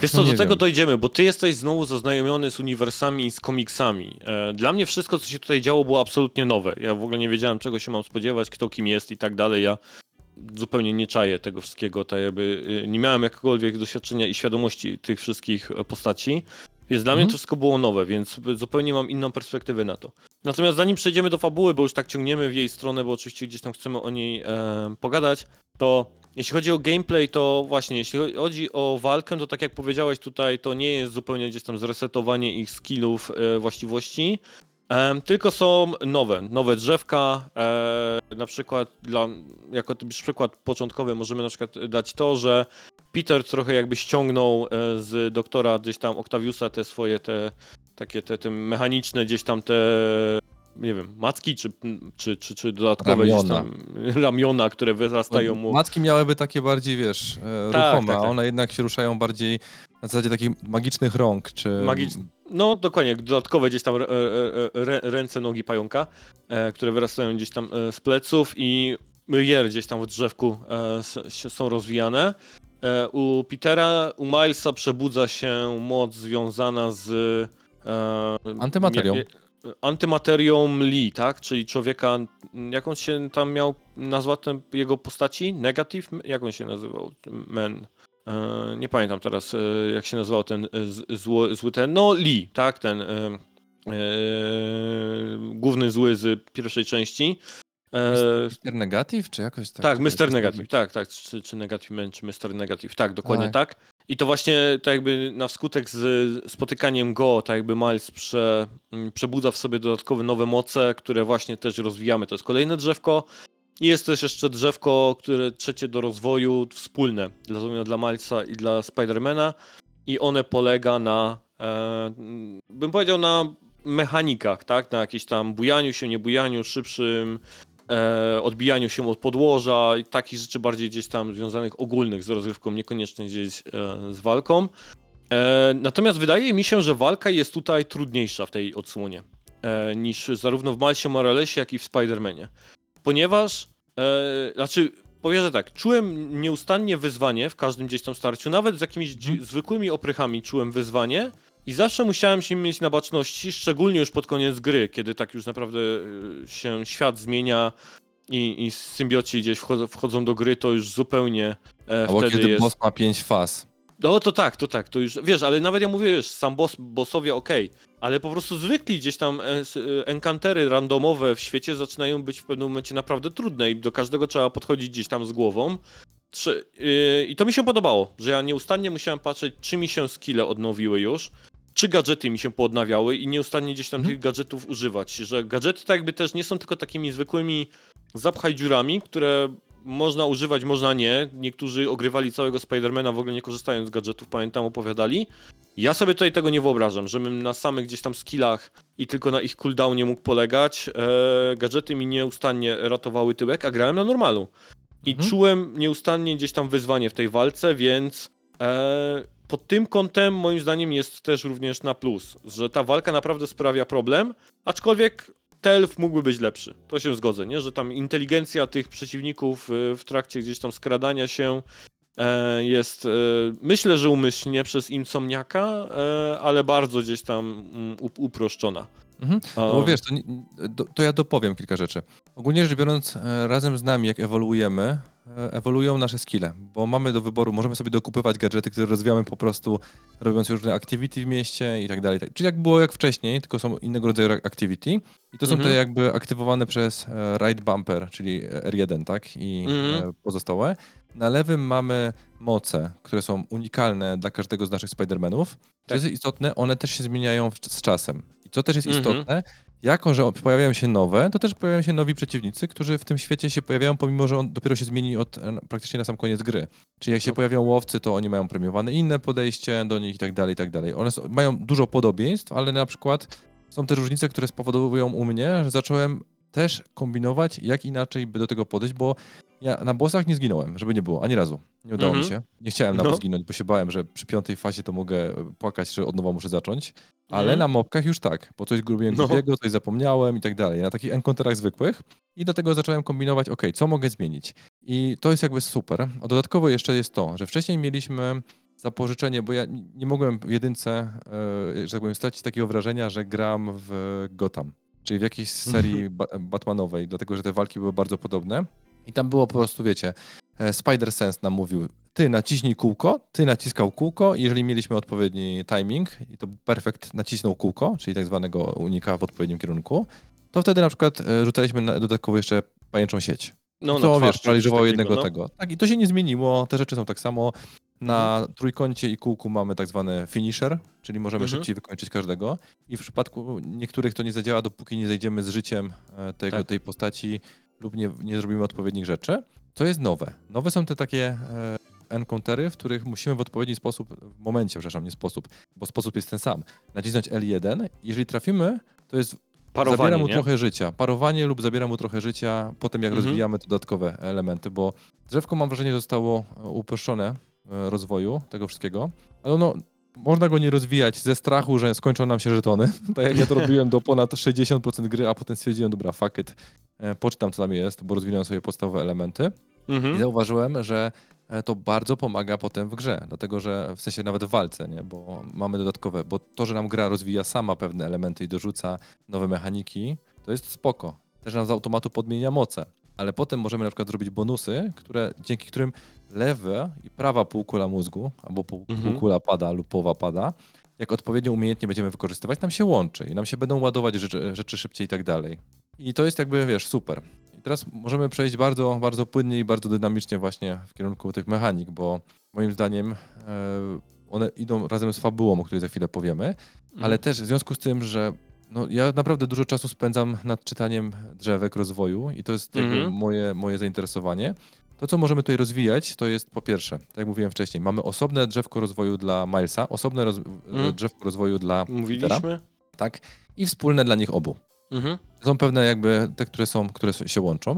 Wiesz co, No do nie tego wiem. dojdziemy, bo ty jesteś znowu zaznajomiony z uniwersami i z komiksami. E, Dla mnie wszystko, co się tutaj działo, było absolutnie nowe. Ja w ogóle nie wiedziałem, czego się mam spodziewać, kto kim jest i tak dalej. Ja zupełnie nie czaję tego wszystkiego, tak jakby y, nie miałem jakiegokolwiek doświadczenia i świadomości tych wszystkich e, postaci, więc dla mnie to Mhm. wszystko było nowe, więc zupełnie mam inną perspektywę na to. Natomiast zanim przejdziemy do fabuły, bo już tak ciągniemy w jej stronę, bo oczywiście gdzieś tam chcemy o niej e, pogadać, to jeśli chodzi o gameplay, to właśnie, jeśli chodzi o walkę, to tak jak powiedziałeś tutaj, to nie jest zupełnie gdzieś tam zresetowanie ich skillów, e, właściwości, Em, tylko są nowe, nowe drzewka, e, na przykład dla, jako ten przykład początkowy możemy na przykład dać to, że Peter trochę jakby ściągnął e, z doktora gdzieś tam Octaviusa te swoje te takie te, te mechaniczne gdzieś tam te, nie wiem, macki czy, czy, czy, czy dodatkowe gdzieś Ramiona. tam ramiona, które wyrastają mu. Macki miałyby takie bardziej, wiesz, e, Tak, ruchome, tak, a tak. one jednak się ruszają bardziej na zasadzie takich magicznych rąk, czy... Magiczne. No dokładnie, dodatkowe gdzieś tam e, e, e, ręce, nogi pająka, e, które wyrastają gdzieś tam e, z pleców i myjer gdzieś tam w drzewku e, s- są rozwijane. E, u Petera, u Milesa przebudza się moc związana z e, Antymaterią. mia- e, antymaterią Lee, tak? Czyli człowieka, jak on się tam miał nazwać ten jego postaci? Negative? Jak on się nazywał? Man. E, Nie pamiętam teraz, e, jak się nazywał ten e, z- zły, zły ten, no Lee, tak, ten e, e, główny zły z pierwszej części. E, mister Negative, czy jakoś tak? tak, Czekaj, mister to Negative, sobie- tak, tak, czy, czy Negative Man, czy mister Negative, tak, dokładnie Tak. tak. I to właśnie tak jakby na skutek z spotykaniem go, tak jakby Miles prze, m, przebudza w sobie dodatkowe nowe moce, które właśnie też rozwijamy. To jest kolejne drzewko. I jest też jeszcze drzewko, które trzecie do rozwoju, wspólne dla, dla Milesa i dla Spidermana. I one polega na, e, bym powiedział, na mechanikach, tak? Na jakimś tam bujaniu się, niebujaniu, szybszym, e, odbijaniu się od podłoża i takich rzeczy bardziej gdzieś tam związanych ogólnych z rozrywką, niekoniecznie gdzieś e, z walką. E, natomiast wydaje mi się, że walka jest tutaj trudniejsza w tej odsłonie e, niż zarówno w Milesie Moralesie, jak i w Spidermanie. Ponieważ, e, znaczy, powiem, że tak, czułem nieustannie wyzwanie w każdym gdzieś tam starciu, nawet z jakimiś dzi- Mhm. zwykłymi oprychami czułem wyzwanie i zawsze musiałem się mieć na baczności, szczególnie już pod koniec gry, kiedy tak już naprawdę e, się świat zmienia i, i symbioci gdzieś wchodzą, wchodzą do gry, to już zupełnie e, Albo wtedy kiedy jest... boss ma pięć faz. No to tak, to tak, to już, wiesz, ale nawet ja mówię, wiesz, sam boss, bossowie okej, ale po prostu zwykli gdzieś tam e, s- e, enkantery randomowe w świecie zaczynają być w pewnym momencie naprawdę trudne i do każdego trzeba podchodzić gdzieś tam z głową. Trzy, yy, I to mi się podobało, że ja nieustannie musiałem patrzeć, czy mi się skille odnowiły już, czy gadżety mi się poodnawiały i nieustannie gdzieś tam Mhm. tych gadżetów używać, że gadżety tak jakby też nie są tylko takimi zwykłymi zapchaj dziurami, które można używać, można nie. Niektórzy ogrywali całego Spidermana w ogóle nie korzystając z gadżetów, pamiętam, opowiadali. Ja sobie tutaj tego nie wyobrażam, żebym na samych gdzieś tam skillach i tylko na ich cooldownie mógł polegać. E, gadżety mi nieustannie ratowały tyłek, a grałem na normalu. I Mhm. czułem nieustannie gdzieś tam wyzwanie w tej walce, więc e, pod tym kątem moim zdaniem jest też również na plus, że ta walka naprawdę sprawia problem, aczkolwiek Telf mógłby być lepszy. To się zgodzę, nie? Że tam inteligencja tych przeciwników y, w trakcie gdzieś tam skradania się e, jest, e, myślę, że umyślnie przez Insomniaka, e, ale bardzo gdzieś tam mm, up- uproszczona. Mhm. No A, bo wiesz, to, nie- do- to ja dopowiem kilka rzeczy. Ogólnie rzecz biorąc, e, razem z nami, jak ewoluujemy, e, ewoluują nasze skille, bo mamy do wyboru, możemy sobie dokupywać gadżety, które rozwijamy po prostu robiąc różne activity w mieście i tak dalej. tak- Czyli jak było jak wcześniej, tylko są innego rodzaju activity i to są Mhm. te jakby aktywowane przez e, right bumper, czyli R jeden, tak? I Mhm. e, pozostałe. Na lewym mamy moce, które są unikalne dla każdego z naszych Spider-Manów. Co Tak. jest istotne, one też się zmieniają w, z czasem. I co też jest Mhm. istotne, jako że pojawiają się nowe, to też pojawiają się nowi przeciwnicy, którzy w tym świecie się pojawiają, pomimo że on dopiero się zmieni od e, praktycznie na sam koniec gry. Czyli jak się No. pojawią łowcy, to oni mają premiowane inne podejście do nich i tak dalej, i tak dalej. One są, mają dużo podobieństw, ale na przykład są też różnice, które spowodowują u mnie, że zacząłem też kombinować, jak inaczej by do tego podejść, bo ja na bossach nie zginąłem, żeby nie było, ani razu. Nie udało Mhm. mi się. Nie chciałem No. nawet zginąć, bo się bałem, że przy piątej fazie to mogę płakać, że od nowa muszę zacząć. Ale Mhm. na mobkach już tak, bo coś robiłem No. głupiego, coś zapomniałem i tak dalej. Na takich encounterach zwykłych i do tego zacząłem kombinować, ok, co mogę zmienić. I to jest jakby super. A dodatkowo jeszcze jest to, że wcześniej mieliśmy za pożyczenie, bo ja nie mogłem w jedynce, e, że tak powiem, stracić takiego wrażenia, że gram w Gotham, czyli w jakiejś serii ba Batmanowej, dlatego że te walki były bardzo podobne. I tam było po prostu, wiecie, e, Spider-Sense nam mówił, ty naciśnij kółko, ty naciskał kółko i jeżeli mieliśmy odpowiedni timing i to perfekt nacisnął kółko, czyli tak zwanego unika w odpowiednim kierunku, to wtedy na przykład e, rzucaliśmy na, dodatkowo jeszcze pajęczą sieć. No, To, na wiesz, twarz, paraliżowało takiego, jednego no. tego. Tak, i to się nie zmieniło, te rzeczy są tak samo. Na Mhm. trójkącie i kółku mamy tak zwany finisher, czyli możemy Mhm. szybciej wykończyć każdego. I w przypadku niektórych to nie zadziała, dopóki nie zejdziemy z życiem e, tego, Tak. tej postaci lub nie, nie zrobimy odpowiednich rzeczy. To jest nowe. Nowe są te takie e, encountery, w których musimy w odpowiedni sposób, w momencie, przepraszam, nie sposób, bo sposób jest ten sam, nacisnąć L jeden. Jeżeli trafimy, to jest zabiera Parowanie, mu nie? trochę życia. Parowanie lub zabiera mu trochę życia potem, jak Mhm. rozwijamy te dodatkowe elementy, bo drzewko, mam wrażenie, zostało e, uproszczone e, rozwoju tego wszystkiego, ale ono, można go nie rozwijać ze strachu, że skończą nam się żetony. Tak jak ja to robiłem do ponad sześćdziesiąt procent gry, a potem stwierdziłem, dobra, fuck it, e, poczytam co tam jest, bo rozwinąłem sobie podstawowe elementy i Mhm. zauważyłem, że e, to bardzo pomaga potem w grze, dlatego że w sensie nawet w walce, nie? Bo mamy dodatkowe, bo to, że nam gra rozwija sama pewne elementy i dorzuca nowe mechaniki, to jest spoko. Też nam z automatu podmienia moce, ale potem możemy na przykład zrobić bonusy, które, dzięki którym lewa i prawa półkula mózgu, albo pół, Mhm. półkula pada lub połowa pada, jak odpowiednio umiejętnie będziemy wykorzystywać, nam się łączy i nam się będą ładować rzeczy, rzeczy szybciej i tak dalej. I to jest jakby, wiesz, super. I teraz możemy przejść bardzo, bardzo płynnie i bardzo dynamicznie właśnie w kierunku tych mechanik, bo moim zdaniem e, one idą razem z fabułą, o której za chwilę powiemy, Mhm. ale też w związku z tym, że no, ja naprawdę dużo czasu spędzam nad czytaniem drzewek rozwoju i to jest jakby Mhm. moje, moje zainteresowanie. To, co możemy tutaj rozwijać, to jest po pierwsze, tak jak mówiłem wcześniej, mamy osobne drzewko rozwoju dla Milesa, osobne roz, Mhm. drzewko rozwoju dla Petera, Mówiliśmy? tak, i wspólne dla nich obu. Mhm. Są pewne jakby te, które są, które się łączą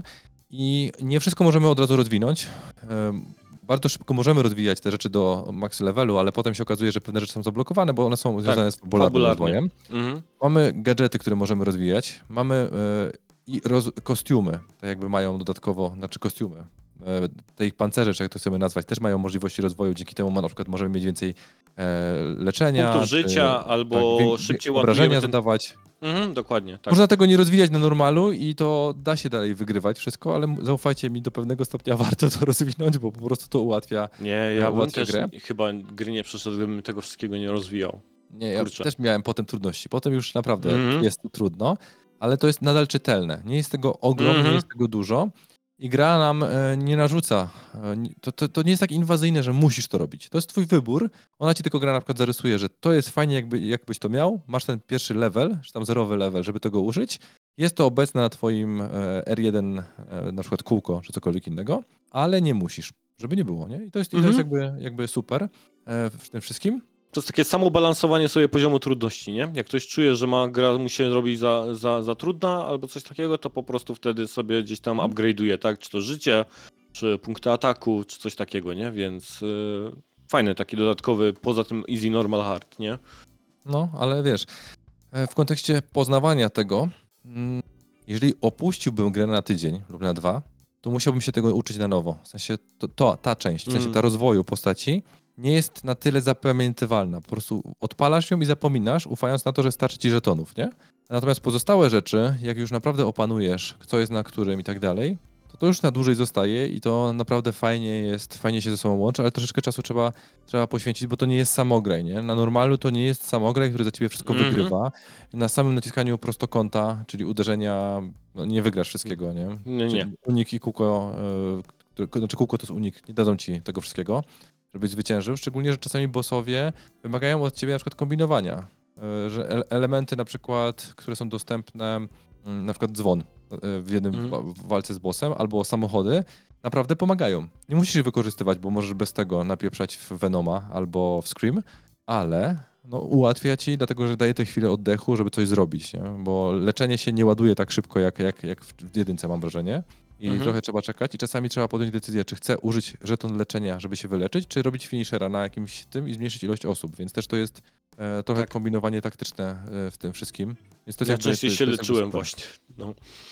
i nie wszystko możemy od razu rozwinąć. Em, Bardzo szybko możemy rozwijać te rzeczy do max levelu, ale potem się okazuje, że pewne rzeczy są zablokowane, bo one są związane z fabularnym fabularnie. rozwojem. Mhm. Mamy gadżety, które możemy rozwijać. Mamy e, i roz, kostiumy, tak jakby mają dodatkowo, znaczy kostiumy. E, te ich pancerze, czy jak to chcemy nazwać, też mają możliwości rozwoju. Dzięki temu ma, na przykład możemy mieć więcej e, leczenia. Punktów czy, życia, albo wie- wie- szybciej obrażenia ładujemy ten... zadawać. Mhm, dokładnie, tak. Można tego nie rozwijać na normalu i to da się dalej wygrywać wszystko, ale m- zaufajcie mi, do pewnego stopnia warto to rozwinąć, bo po prostu to ułatwia. Nie, ja bym ułatwia też grę. chyba gry nie przeszedł, gdybym tego wszystkiego nie rozwijał. Nie, ja Kurczę. też miałem potem trudności. Potem już naprawdę Mhm. jest tu trudno, ale to jest nadal czytelne. Nie jest tego ogrom, Mhm. nie jest tego dużo i gra nam e, nie narzuca. E, nie- to, to, to nie jest tak inwazyjne, że musisz to robić. To jest twój wybór. Ona ci tylko gra na przykład zarysuje, że to jest fajnie, jakby, jakbyś to miał. Masz ten pierwszy level, czy tam zerowy level, żeby tego użyć. Jest to obecne na twoim e, R jeden, e, na przykład kółko, czy cokolwiek innego, ale nie musisz, żeby nie było, nie? I to jest, i to jest Mhm. jakby, jakby super e, w tym wszystkim. To jest takie samo balansowanie sobie poziomu trudności, nie? Jak ktoś czuje, że ma gra mu się robi za, za, za trudna albo coś takiego, to po prostu wtedy sobie gdzieś tam upgrade'uje, tak? Czy to życie, czy punkty ataku, czy coś takiego, nie? Więc yy, fajny taki dodatkowy, poza tym easy, normal, hard, nie? No, ale wiesz, e, w kontekście poznawania tego, mm, jeżeli opuściłbym grę na tydzień lub na dwa, to musiałbym się tego uczyć na nowo. W sensie to, to ta część, w sensie Mm. ta rozwoju postaci nie jest na tyle zapamiętywalna. Po prostu odpalasz ją i zapominasz, ufając na to, że starczy ci żetonów, nie? Natomiast pozostałe rzeczy, jak już naprawdę opanujesz, co jest na którym i tak dalej, to to już na dłużej zostaje i to naprawdę fajnie jest, fajnie się ze sobą łączy, ale troszeczkę czasu trzeba, trzeba poświęcić, bo to nie jest samograj, nie? Na normalu to nie jest samograj, który za ciebie wszystko Mhm. wygrywa. Na samym naciskaniu prostokąta, czyli uderzenia, no nie wygrasz wszystkiego, nie? Nie, Czyli nie. unik i kółko, yy, które- znaczy kółko to jest unik, nie dadzą ci tego wszystkiego, żebyś zwyciężył, szczególnie, że czasami bossowie wymagają od ciebie na przykład kombinowania, yy, że ele- elementy na przykład, które są dostępne, yy, na przykład dzwon yy, w jednym Mhm. wa- w walce z bossem, albo samochody, naprawdę pomagają. Nie musisz ich wykorzystywać, bo możesz bez tego napieprzać w Venoma albo w Scream, ale no, ułatwia ci, dlatego że daje tę chwilę oddechu, żeby coś zrobić, nie? Bo leczenie się nie ładuje tak szybko, jak, jak, jak w jedynce, mam wrażenie. I Mhm. trochę trzeba czekać i czasami trzeba podjąć decyzję, czy chcę użyć żeton leczenia, żeby się wyleczyć, czy robić finishera na jakimś tym i zmniejszyć ilość osób, więc też to jest e, trochę Tak. kombinowanie taktyczne e, w tym wszystkim. Więc to jest Ja jakby- częściej to- się to jest jakby leczyłem super. właśnie. No.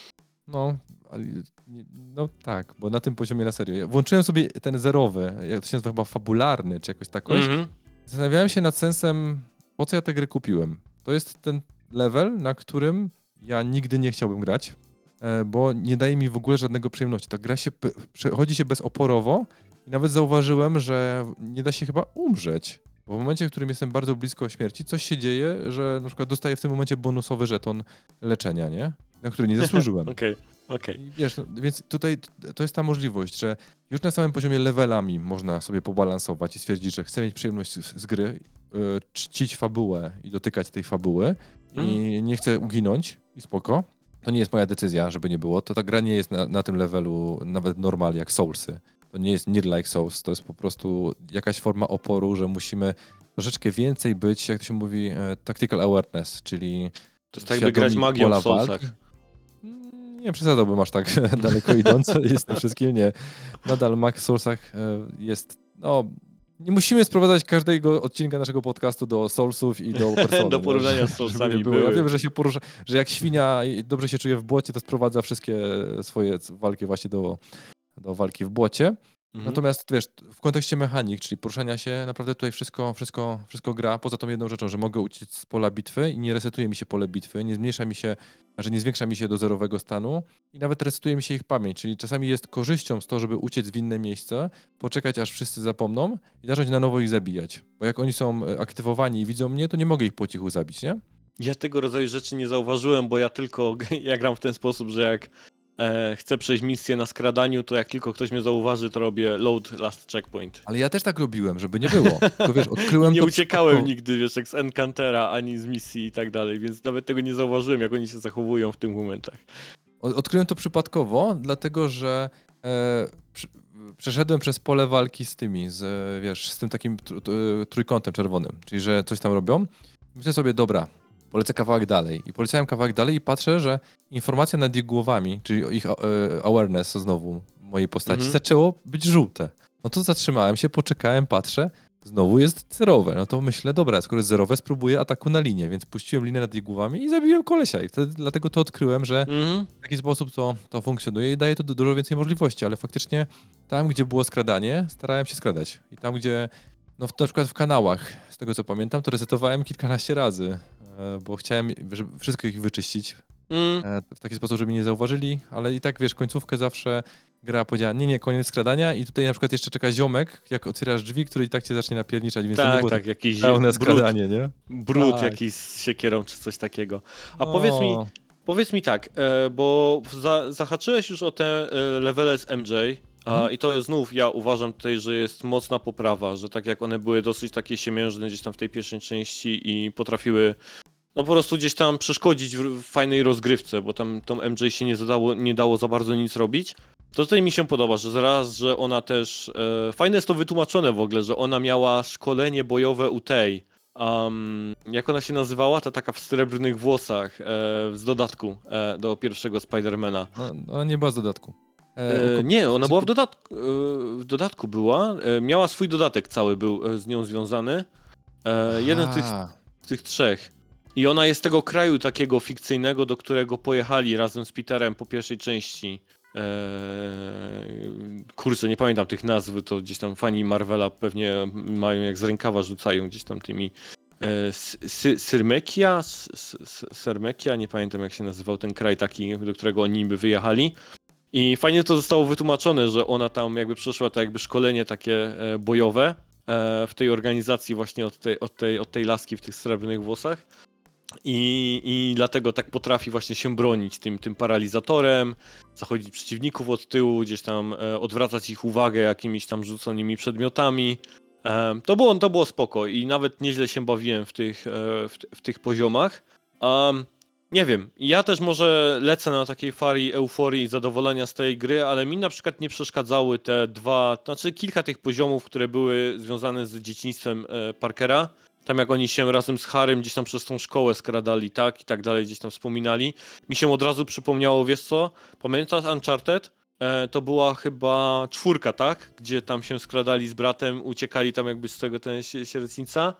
No, ale nie- no tak, bo na tym poziomie na serio. Ja włączyłem sobie ten zerowy, jak to się nazywa, chyba fabularny, czy jakoś takoś. Mhm. Zastanawiałem się nad sensem, po co ja tę grę kupiłem. To jest ten level, na którym ja nigdy nie chciałbym grać, e, bo nie daje mi w ogóle żadnego przyjemności. Ta gra się, pe- przechodzi się bezoporowo i nawet zauważyłem, że nie da się chyba umrzeć. Bo w momencie, w którym jestem bardzo blisko śmierci, coś się dzieje, że na przykład dostaję w tym momencie bonusowy żeton leczenia, nie? Na który nie zasłużyłem. Okej, okej. I wiesz, no, więc tutaj t- to jest ta możliwość, że już na samym poziomie levelami można sobie pobalansować i stwierdzić, że chcę mieć przyjemność z, z gry, y, czcić fabułę i dotykać tej fabuły i nie chcę uginąć i spoko. To nie jest moja decyzja, żeby nie było. To ta gra nie jest na, na tym levelu nawet normal jak Soulsy. To nie jest Nier like Souls, to jest po prostu jakaś forma oporu, że musimy troszeczkę więcej być, jak to się mówi, e, tactical awareness, czyli To jest tak jakby grać świadomi magią pola w Soulsach. walki. Mm, Nie przesadzałbym aż tak daleko idąco jest tym wszystkim, nie. Nadal Mac w Soulsach e, jest, no, nie musimy sprowadzać każdego odcinka naszego podcastu do Soulsów i do Persony. Do no, porównania żeby- z Soulsami żeby nie było. Ja były. wiem, że się porusza, że jak świnia i dobrze się czuje w błocie, to sprowadza wszystkie swoje walki właśnie do, do walki w błocie. Mhm. Natomiast wiesz, w kontekście mechanik, czyli poruszania się, naprawdę tutaj wszystko, wszystko, wszystko gra, poza tą jedną rzeczą, że mogę uciec z pola bitwy i nie resetuje mi się pole bitwy, nie zmniejsza mi się, że nie zwiększa mi się do zerowego stanu i nawet resetuje mi się ich pamięć, czyli czasami jest korzyścią z to, żeby uciec w inne miejsce, poczekać aż wszyscy zapomną i zacząć na nowo ich zabijać. Bo jak oni są e, aktywowani i widzą mnie, to nie mogę ich po cichu zabić, nie? Ja tego rodzaju rzeczy nie zauważyłem, bo ja tylko ja gram w ten sposób, że jak e, chcę przejść misję na skradaniu, to jak tylko ktoś mnie zauważy, to robię load last checkpoint. Ale ja też tak robiłem, żeby nie było. Tylko wiesz, odkryłem Nie to uciekałem przypadkowo. nigdy, wiesz, jak z Encantera, ani z misji i tak dalej, więc nawet tego nie zauważyłem, jak oni się zachowują w tych momentach. Od- Odkryłem to przypadkowo, dlatego że e, przy, przeszedłem przez pole walki z tymi, z, e, wiesz, z tym takim tr, tr, trójkątem czerwonym, czyli że coś tam robią. Myślę sobie, dobra, polecę kawałek dalej. I poleciałem kawałek dalej i patrzę, że informacja nad ich głowami, czyli ich e, awareness znowu mojej postaci, Mhm. zaczęło być żółte. No to zatrzymałem się, poczekałem, patrzę, znowu jest zerowe. No to myślę, dobra, skoro jest zerowe, spróbuję ataku na linię, więc puściłem linię nad ich głowami i zabiłem kolesia. I wtedy, dlatego to odkryłem, że Mhm. w taki sposób to, to funkcjonuje i daje to du- dużo więcej możliwości, ale faktycznie tam, gdzie było skradanie, starałem się skradać. I tam, gdzie, no w, na przykład w kanałach, z tego co pamiętam, to resetowałem kilkanaście razy, e, bo chciałem żeby wszystkich ich wyczyścić Mm. e, w taki sposób, żeby mnie nie zauważyli, ale i tak, wiesz, końcówkę zawsze gra powiedziała, nie, nie, koniec skradania i tutaj na przykład jeszcze czeka ziomek, jak otwierasz drzwi, który i tak cię zacznie napierniczać, więc to nie Tak, było tak, tak jakiś pełne brud, skradanie, nie? brud Tak. jakiś z siekierą czy coś takiego. A No. powiedz mi, Powiedz mi tak, e, bo za, zahaczyłeś już o te e, levele z M J, a, Mhm. i to jest znów, ja uważam tutaj, że jest mocna poprawa, że tak jak one były dosyć takie siemiężne gdzieś tam w tej pierwszej części i potrafiły no po prostu gdzieś tam przeszkodzić w, w fajnej rozgrywce, bo tam tą M J się nie, zadało, nie dało za bardzo nic robić. To tutaj mi się podoba, że zaraz, że ona też, e, fajne jest to wytłumaczone w ogóle, że ona miała szkolenie bojowe u tej, um, jak ona się nazywała? Ta taka w srebrnych włosach, e, z dodatku e, do pierwszego Spidermana. No, no nie była z dodatku. E, uko- nie, ona była w dodatku, e, w dodatku była, e, miała swój dodatek cały był e, z nią związany. E, jeden z tych, Aha. z tych trzech. I ona jest z tego kraju takiego fikcyjnego, do którego pojechali razem z Peterem po pierwszej części. Eee, kurczę, nie pamiętam tych nazw, to gdzieś tam fani Marvela pewnie mają jak z rękawa rzucają gdzieś tam tymi e, Sy- Syrmekia? S- S- Syrmekia? Nie pamiętam jak się nazywał ten kraj taki, do którego oni by wyjechali. I fajnie to zostało wytłumaczone, że ona tam jakby przeszła to jakby szkolenie takie e, bojowe e, w tej organizacji właśnie od tej, od tej, od tej laski w tych srebrnych włosach. I, I dlatego tak potrafi właśnie się bronić tym, tym paralizatorem, zachodzić przeciwników od tyłu, gdzieś tam e, odwracać ich uwagę jakimiś tam rzuconymi przedmiotami. E, to, było, to było spoko i nawet nieźle się bawiłem w tych, e, w, w tych poziomach. Um, nie wiem, ja też może lecę na takiej fali euforii i zadowolenia z tej gry, ale mi na przykład nie przeszkadzały te dwa, znaczy kilka tych poziomów, które były związane z dzieciństwem e, Parkera. Tam jak oni się razem z Harrym gdzieś tam przez tą szkołę skradali, tak, i tak dalej, gdzieś tam wspominali. Mi się od razu przypomniało, wiesz co, pamiętasz Uncharted? E, to była chyba czwórka, tak? Gdzie tam się skradali z bratem, uciekali tam jakby z tego ten sie- sierocińca.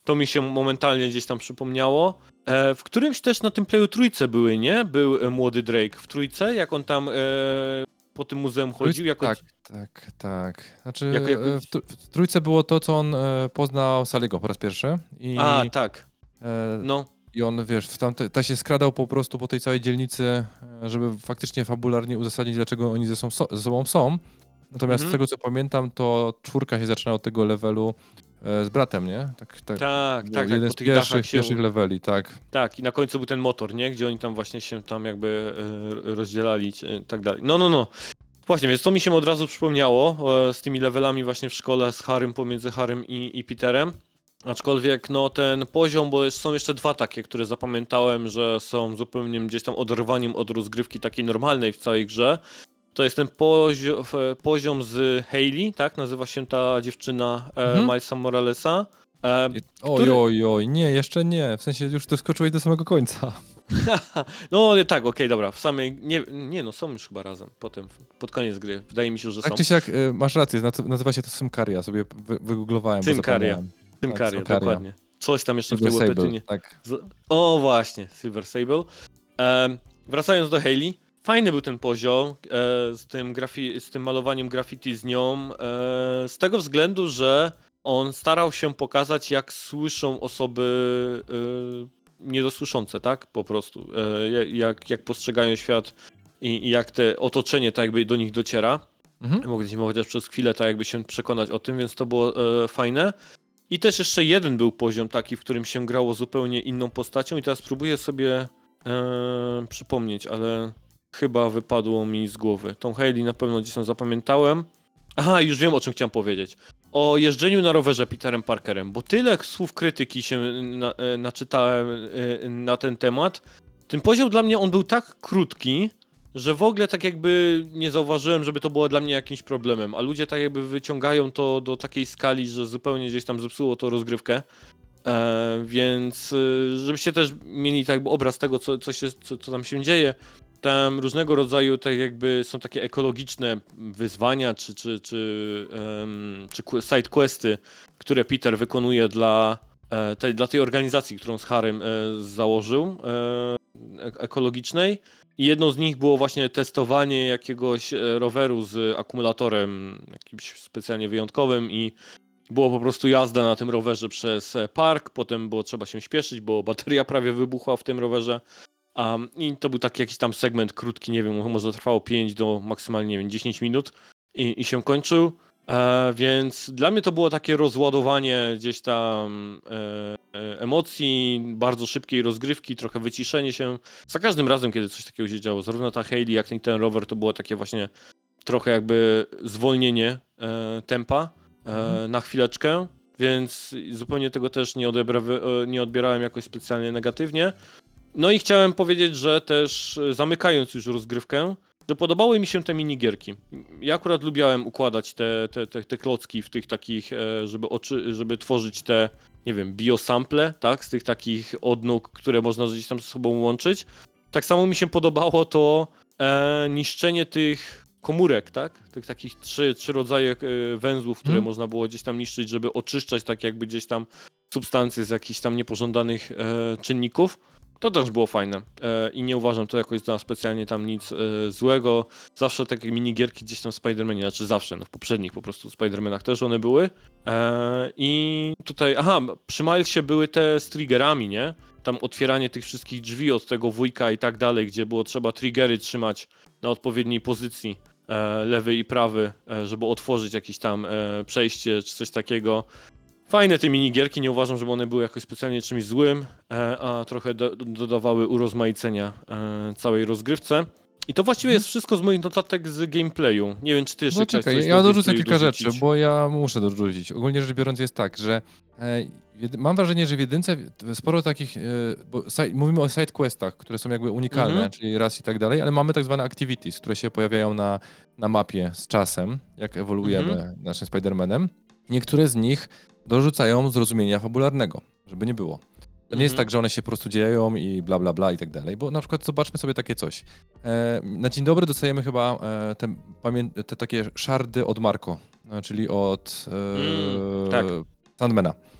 To mi się momentalnie gdzieś tam przypomniało. E, w którymś też na tym playu trójce były, nie? Był e, młody Drake w trójce, jak on tam e, po tym muzeum chodził. Jako, Tak, tak, tak. Znaczy jako, jako... e, w, tr- w trójce było to, co on e, poznał Sally'ego po raz pierwszy i, A, tak. e, No. i on, wiesz, w tamte, ta się skradał po prostu po tej całej dzielnicy, e, żeby faktycznie fabularnie uzasadnić, dlaczego oni ze, są, so, ze sobą są. Natomiast Mhm. z tego, co pamiętam, to czwórka się zaczyna od tego levelu e, z bratem, nie? Tak, tak. Tak, Był tak, tak, jeden po z tych pierwszych, dachach się... pierwszych leveli, tak. Tak, i na końcu był ten motor, nie? Gdzie oni tam właśnie się tam jakby e, rozdzielali i tak dalej. No, no, no. Właśnie, więc to mi się od razu przypomniało e, z tymi levelami właśnie w szkole z Harrym, pomiędzy Harrym i, i Peterem. Aczkolwiek no ten poziom, bo są jeszcze dwa takie, które zapamiętałem, że są zupełnie gdzieś tam oderwaniem od rozgrywki takiej normalnej w całej grze. To jest ten poziom, poziom z Hayley, tak? Nazywa się ta dziewczyna e, Mhm. Milesa Moralesa. E, Oj, który- oj, oj, nie, jeszcze nie. W sensie już doskoczyłeś do samego końca. No tak, okej, dobra. W samej. Nie, nie no, są już chyba razem. Potem, pod koniec gry. Wydaje mi się, że Tak są. czy siak, y, masz rację, nazy- nazywa się to Symkaria, sobie wy- wygooglowałem, bo Symkaria. zapomniałem. Symkaria, Symkaria. dokładnie. Coś tam jeszcze Silver w tej Sable, łepetynie. tak. Z... O właśnie, Silver Sable. Em, wracając do Hayley. Fajny był ten poziom e, z, tym grafi- z tym malowaniem graffiti z nią. E, z tego względu, że on starał się pokazać, jak słyszą osoby e, niedosłyszące, tak? Po prostu. E, jak, jak postrzegają świat i, i jak te otoczenie tak jakby do nich dociera. Mhm. Mogliśmy chociaż przez chwilę tak jakby się przekonać o tym, więc to było e, fajne. I też jeszcze jeden był poziom taki, w którym się grało zupełnie inną postacią i teraz próbuję sobie e, przypomnieć, ale chyba wypadło mi z głowy. Tą Hayley na pewno gdzieś tam zapamiętałem. Aha, już wiem, o czym chciałem powiedzieć. O jeżdżeniu na rowerze Peterem Parkerem, bo tyle słów krytyki się na, e, naczytałem e, na ten temat. Ten poziom dla mnie, on był tak krótki, że w ogóle tak jakby nie zauważyłem, żeby to było dla mnie jakimś problemem, a ludzie tak jakby wyciągają to do takiej skali, że zupełnie gdzieś tam zepsuło to rozgrywkę. E, więc e, żebyście też mieli tak jakby obraz tego, co, co, się, co, co tam się dzieje. Tam różnego rodzaju tak jakby są takie ekologiczne wyzwania, czy, czy, czy, em, czy que- side questy, które Peter wykonuje dla, e, tej, dla tej organizacji, którą z Harrym e, założył, e, ek- ekologicznej. I jedną z nich było właśnie testowanie jakiegoś e, roweru z akumulatorem jakimś specjalnie wyjątkowym i było po prostu jazda na tym rowerze przez e, park, potem było trzeba się śpieszyć, bo bateria prawie wybuchła w tym rowerze. Um, I to był taki jakiś tam segment krótki, nie wiem, może trwało pięć do maksymalnie, nie wiem, dziesięć minut i, i się kończył. E, więc dla mnie to było takie rozładowanie gdzieś tam e, e, emocji, bardzo szybkiej rozgrywki, trochę wyciszenie się. Za każdym razem, kiedy coś takiego się działo, zarówno ta Hayley, jak i ten rower, to było takie właśnie trochę jakby zwolnienie e, tempa e, Mhm. na chwileczkę, więc zupełnie tego też nie, odebra, e, nie odbierałem jakoś specjalnie negatywnie. No i chciałem powiedzieć, że też e, zamykając już rozgrywkę, że podobały mi się te minigierki. Ja akurat lubiałem układać te, te, te, te klocki w tych takich, e, żeby, oczy, żeby tworzyć te, nie wiem, biosample, tak, z tych takich odnóg, które można gdzieś tam ze sobą łączyć. Tak samo mi się podobało to e, niszczenie tych komórek, tak, tych takich trzy, trzy rodzaje e, węzłów, które Mhm. można było gdzieś tam niszczyć, żeby oczyszczać tak jakby gdzieś tam substancje z jakichś tam niepożądanych e, czynników. To też było fajne e, i nie uważam to jakoś za specjalnie tam nic e, złego. Zawsze takie minigierki gdzieś tam w Spider-Manie, znaczy zawsze, no w poprzednich po prostu Spider-Manach też one były. E, I tutaj, aha, przy Milesie były te z triggerami, nie? Tam otwieranie tych wszystkich drzwi od tego wujka i tak dalej, gdzie było trzeba triggery trzymać na odpowiedniej pozycji, e, lewy i prawy, e, żeby otworzyć jakieś tam e, przejście czy coś takiego. Fajne te minigierki, nie uważam, żeby one były jakoś specjalnie czymś złym, e, a trochę do, dodawały urozmaicenia e, całej rozgrywce. I to właściwie jest wszystko z moich notatek z gameplayu. Nie wiem, czy ty jeszcze No chciałeś czekaj, coś ja do dorzucę gameplayu kilka dorzucić. rzeczy, bo ja muszę dorzucić. Ogólnie rzecz biorąc jest tak, że e, jedy- mam wrażenie, że w jedynce sporo takich, e, bo si- mówimy o side questach, które są jakby unikalne, Mhm. czyli raz i tak dalej, ale mamy tak zwane activities, które się pojawiają na, na mapie z czasem, jak ewoluujemy Mhm. naszym Spider-Manem. Niektóre z nich dorzucają zrozumienia fabularnego, żeby nie było. To nie jest Mhm. tak, że one się po prostu dzieją i bla, bla, bla i tak dalej, bo na przykład zobaczmy sobie takie coś. E, na dzień dobry dostajemy chyba e, te, pamię- te takie szardy od Marco, e, czyli od e, Mm, tak. Sandmana.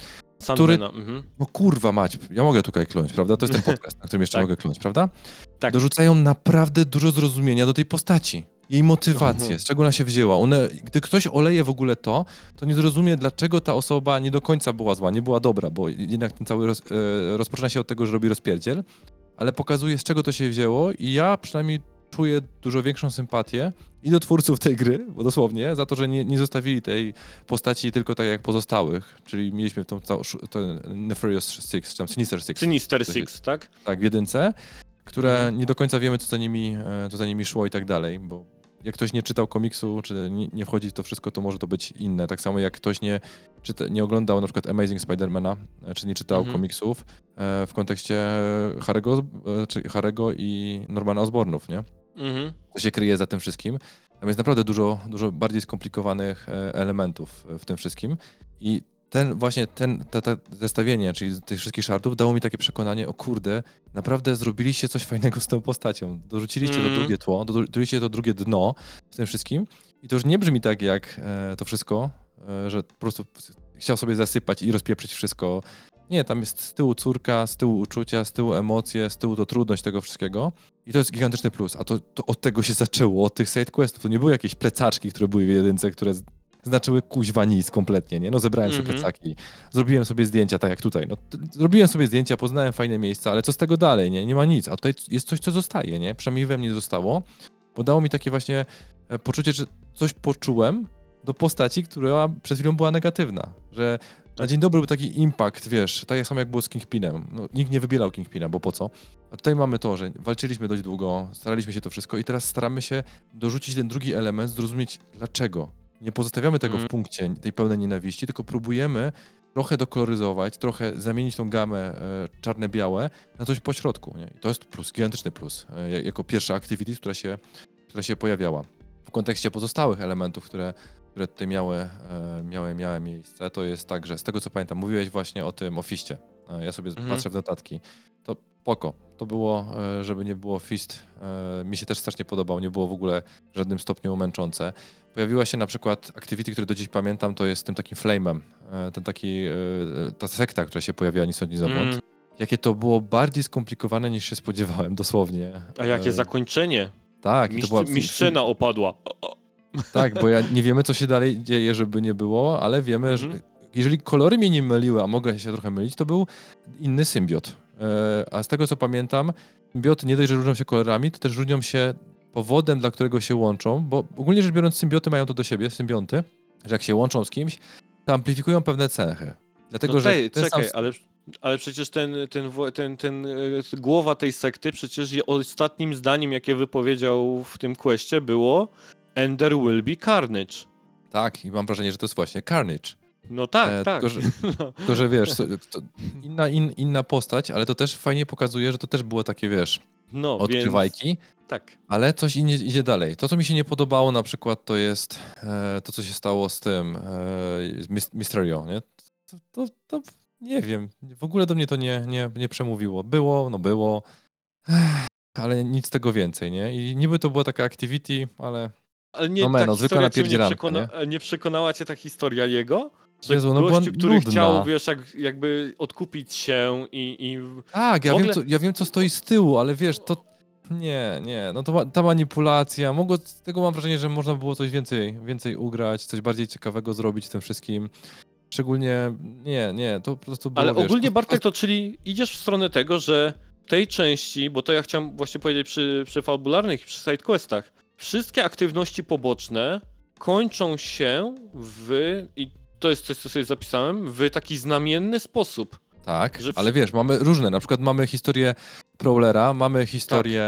Sandmana. Mhm. No kurwa mać, ja mogę tutaj kląć, prawda? To jest ten podcast, na którym jeszcze Tak. mogę kląć, prawda? Tak. Dorzucają naprawdę dużo zrozumienia do tej postaci. Jej motywację, Mhm. z czego ona się wzięła. One, gdy ktoś oleje w ogóle to, to nie zrozumie, dlaczego ta osoba nie do końca była zła, nie była dobra, bo jednak ten cały roz, e, rozpoczyna się od tego, że robi rozpierdziel, ale pokazuje, z czego to się wzięło i ja przynajmniej czuję dużo większą sympatię i do twórców tej gry, bo dosłownie, za to, że nie, nie zostawili tej postaci tylko tak jak pozostałych, czyli mieliśmy tą całą, ten Nefarious Six, czy tam Sinister Six. Sinister To się- Six, tak? Tak, w jedynce, które Mhm. nie do końca wiemy, co za nimi, e, co za nimi szło i tak dalej, bo jak ktoś nie czytał komiksu, czy nie, nie wchodzi w to wszystko, to może to być inne. Tak samo jak ktoś nie, czyta, nie oglądał na przykład Amazing Spidermana, e, czy nie czytał Mhm. komiksów e, w kontekście Harry'ego, e, czy Harry'ego i Normana Osbornów, nie? Mhm. Co się kryje za tym wszystkim. Tam jest naprawdę dużo, dużo bardziej skomplikowanych e, elementów w tym wszystkim i ten właśnie, ten, ta, ta zestawienie, czyli tych wszystkich szartów dało mi takie przekonanie, o kurde, naprawdę zrobiliście coś fajnego z tą postacią. Dorzuciliście Mhm. to drugie tło, dorzuciliście to drugie dno w tym wszystkim i to już nie brzmi tak jak e, to wszystko, e, że po prostu chciał sobie zasypać i rozpieprzyć wszystko. Nie, tam jest z tyłu córka, z tyłu uczucia, z tyłu emocje, z tyłu to trudność tego wszystkiego. I to jest gigantyczny plus. A to, to od tego się zaczęło, od tych sidequestów. To nie były jakieś plecaczki, które były w jedynce, które z- znaczyły kuźwa nic kompletnie, nie? No zebrałem sobie Mhm. plecaki, zrobiłem sobie zdjęcia, tak jak tutaj. No, t- zrobiłem sobie zdjęcia, poznałem fajne miejsca, ale co z tego dalej, nie? Nie ma nic. A tutaj jest coś, co zostaje, nie? Przynajmniej we mnie zostało. Bo dało mi takie właśnie e, poczucie, że coś poczułem do postaci, która przed chwilą była negatywna. Że na dzień dobry był taki impact, wiesz, tak samo jak było z Kingpinem. No, nikt nie wybierał Kingpina, bo po co? A tutaj mamy to, że walczyliśmy dość długo, staraliśmy się to wszystko i teraz staramy się dorzucić ten drugi element, zrozumieć dlaczego. Nie pozostawiamy tego Mhm. w punkcie tej pełnej nienawiści, tylko próbujemy trochę dokoloryzować, trochę zamienić tą gamę e, czarne-białe na coś pośrodku. Nie? I to jest plus, gigantyczny plus, e, ja- jako pierwsza activity, która się, która się pojawiała. W kontekście pozostałych elementów, które, które tutaj miały, e, miały, miały miejsce, to jest tak, że z tego co pamiętam, mówiłeś właśnie o tym, o Fiście. E, ja sobie Mhm. patrzę w notatki. To poko. To było, e, żeby nie było Fist. e, Mi się też strasznie podobał, nie było w ogóle w żadnym stopniu męczące. Pojawiła się na przykład activity, który do dziś pamiętam, to jest tym takim flame'em. e, Ten taki, e, ta sekta, która się pojawiła ni stąd, ni zowąd. Mm. Jakie to było bardziej skomplikowane niż się spodziewałem, dosłownie. A jakie E, zakończenie? Tak, i to Mistrz, była... mistrzyna opadła. O, o. Tak, bo ja nie wiemy, co się dalej dzieje, żeby nie było, ale wiemy, Mhm. że jeżeli kolory mnie nie myliły, a mogę się trochę mylić, to był inny symbiot. E, A z tego, co pamiętam, symbioty nie dość, że różnią się kolorami, to też różnią się powodem, dla którego się łączą, bo ogólnie rzecz biorąc, symbioty mają to do siebie, symbionty, że jak się łączą z kimś, to amplifikują pewne cechy. Dlatego, No że tej, ten czekaj, sam... ale, ale przecież ten, ten, wo- ten, ten, e, głowa tej sekty, przecież je- ostatnim zdaniem, jakie wypowiedział w tym questie było "And there will be carnage". Tak, i mam wrażenie, że to jest właśnie Carnage. No tak, E, tak. tylko, że- No. Tylko, że wiesz, to, to inna, in, inna postać, ale to też fajnie pokazuje, że to też było takie, wiesz, No, odkrywajki. więc tak. Ale coś idzie, idzie dalej. To, co mi się nie podobało na przykład, to jest e, to, co się stało z tym e, Mys- Mysterio, nie? To, to, to nie wiem, w ogóle do mnie to nie, nie, nie przemówiło. Było, no było, Ech, ale nic tego więcej, nie? I niby to była taka activity, ale Ale nie, no ta meno, zwykła historia cię nie, napierdzielanka, przekona, nie? nie przekonała cię ta historia jego? Że Jezu, no była gościu, który nudna. chciał, wiesz, jak, jakby odkupić się i... i... Tak, ja, w wiem, ogóle- co, ja wiem, co stoi z tyłu, ale wiesz, to nie, nie, no to ma- ta manipulacja, mogło, z tego mam wrażenie, że można było coś więcej, więcej ugrać, coś bardziej ciekawego zrobić w tym wszystkim. Szczególnie, nie, nie, to po prostu było, Ale wiesz, ogólnie, to- Bartek, to czyli idziesz w stronę tego, że w tej części, bo to ja chciałem właśnie powiedzieć przy, przy fabularnych i przy sidequestach, wszystkie aktywności poboczne kończą się w, i to jest coś, co sobie zapisałem, w taki znamienny sposób. Tak, że ale przy- wiesz, mamy różne, na przykład mamy historię Prowlera, mamy historię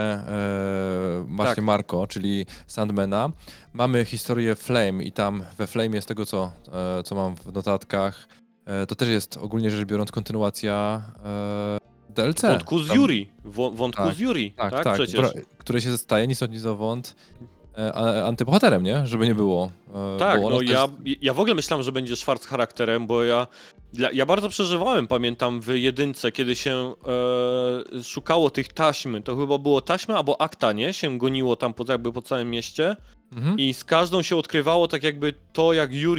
e, właśnie Tak. Marco, czyli Sandmana, mamy historię Flame i tam we Flame z tego, co, e, co mam w notatkach, e, to też jest ogólnie rzecz biorąc kontynuacja e, D L C. Wątku z Tam- Yuri, wo- wątku Tak, z Yuri, tak, Tak, tak, przecież. bra- które się staje ni stąd, ni zowąd e, a- antybohaterem, nie? Żeby nie było. e, Tak, bo ona no też- ja, ja w ogóle myślałem, że będzie Schwarz charakterem, bo ja, ja, ja bardzo przeżywałem, pamiętam w jedynce, kiedy się e, szukało tych taśm, to chyba było taśmy albo akta, nie? Się goniło tam po, jakby po całym mieście Mhm. i z każdą się odkrywało tak jakby to, jak Yuri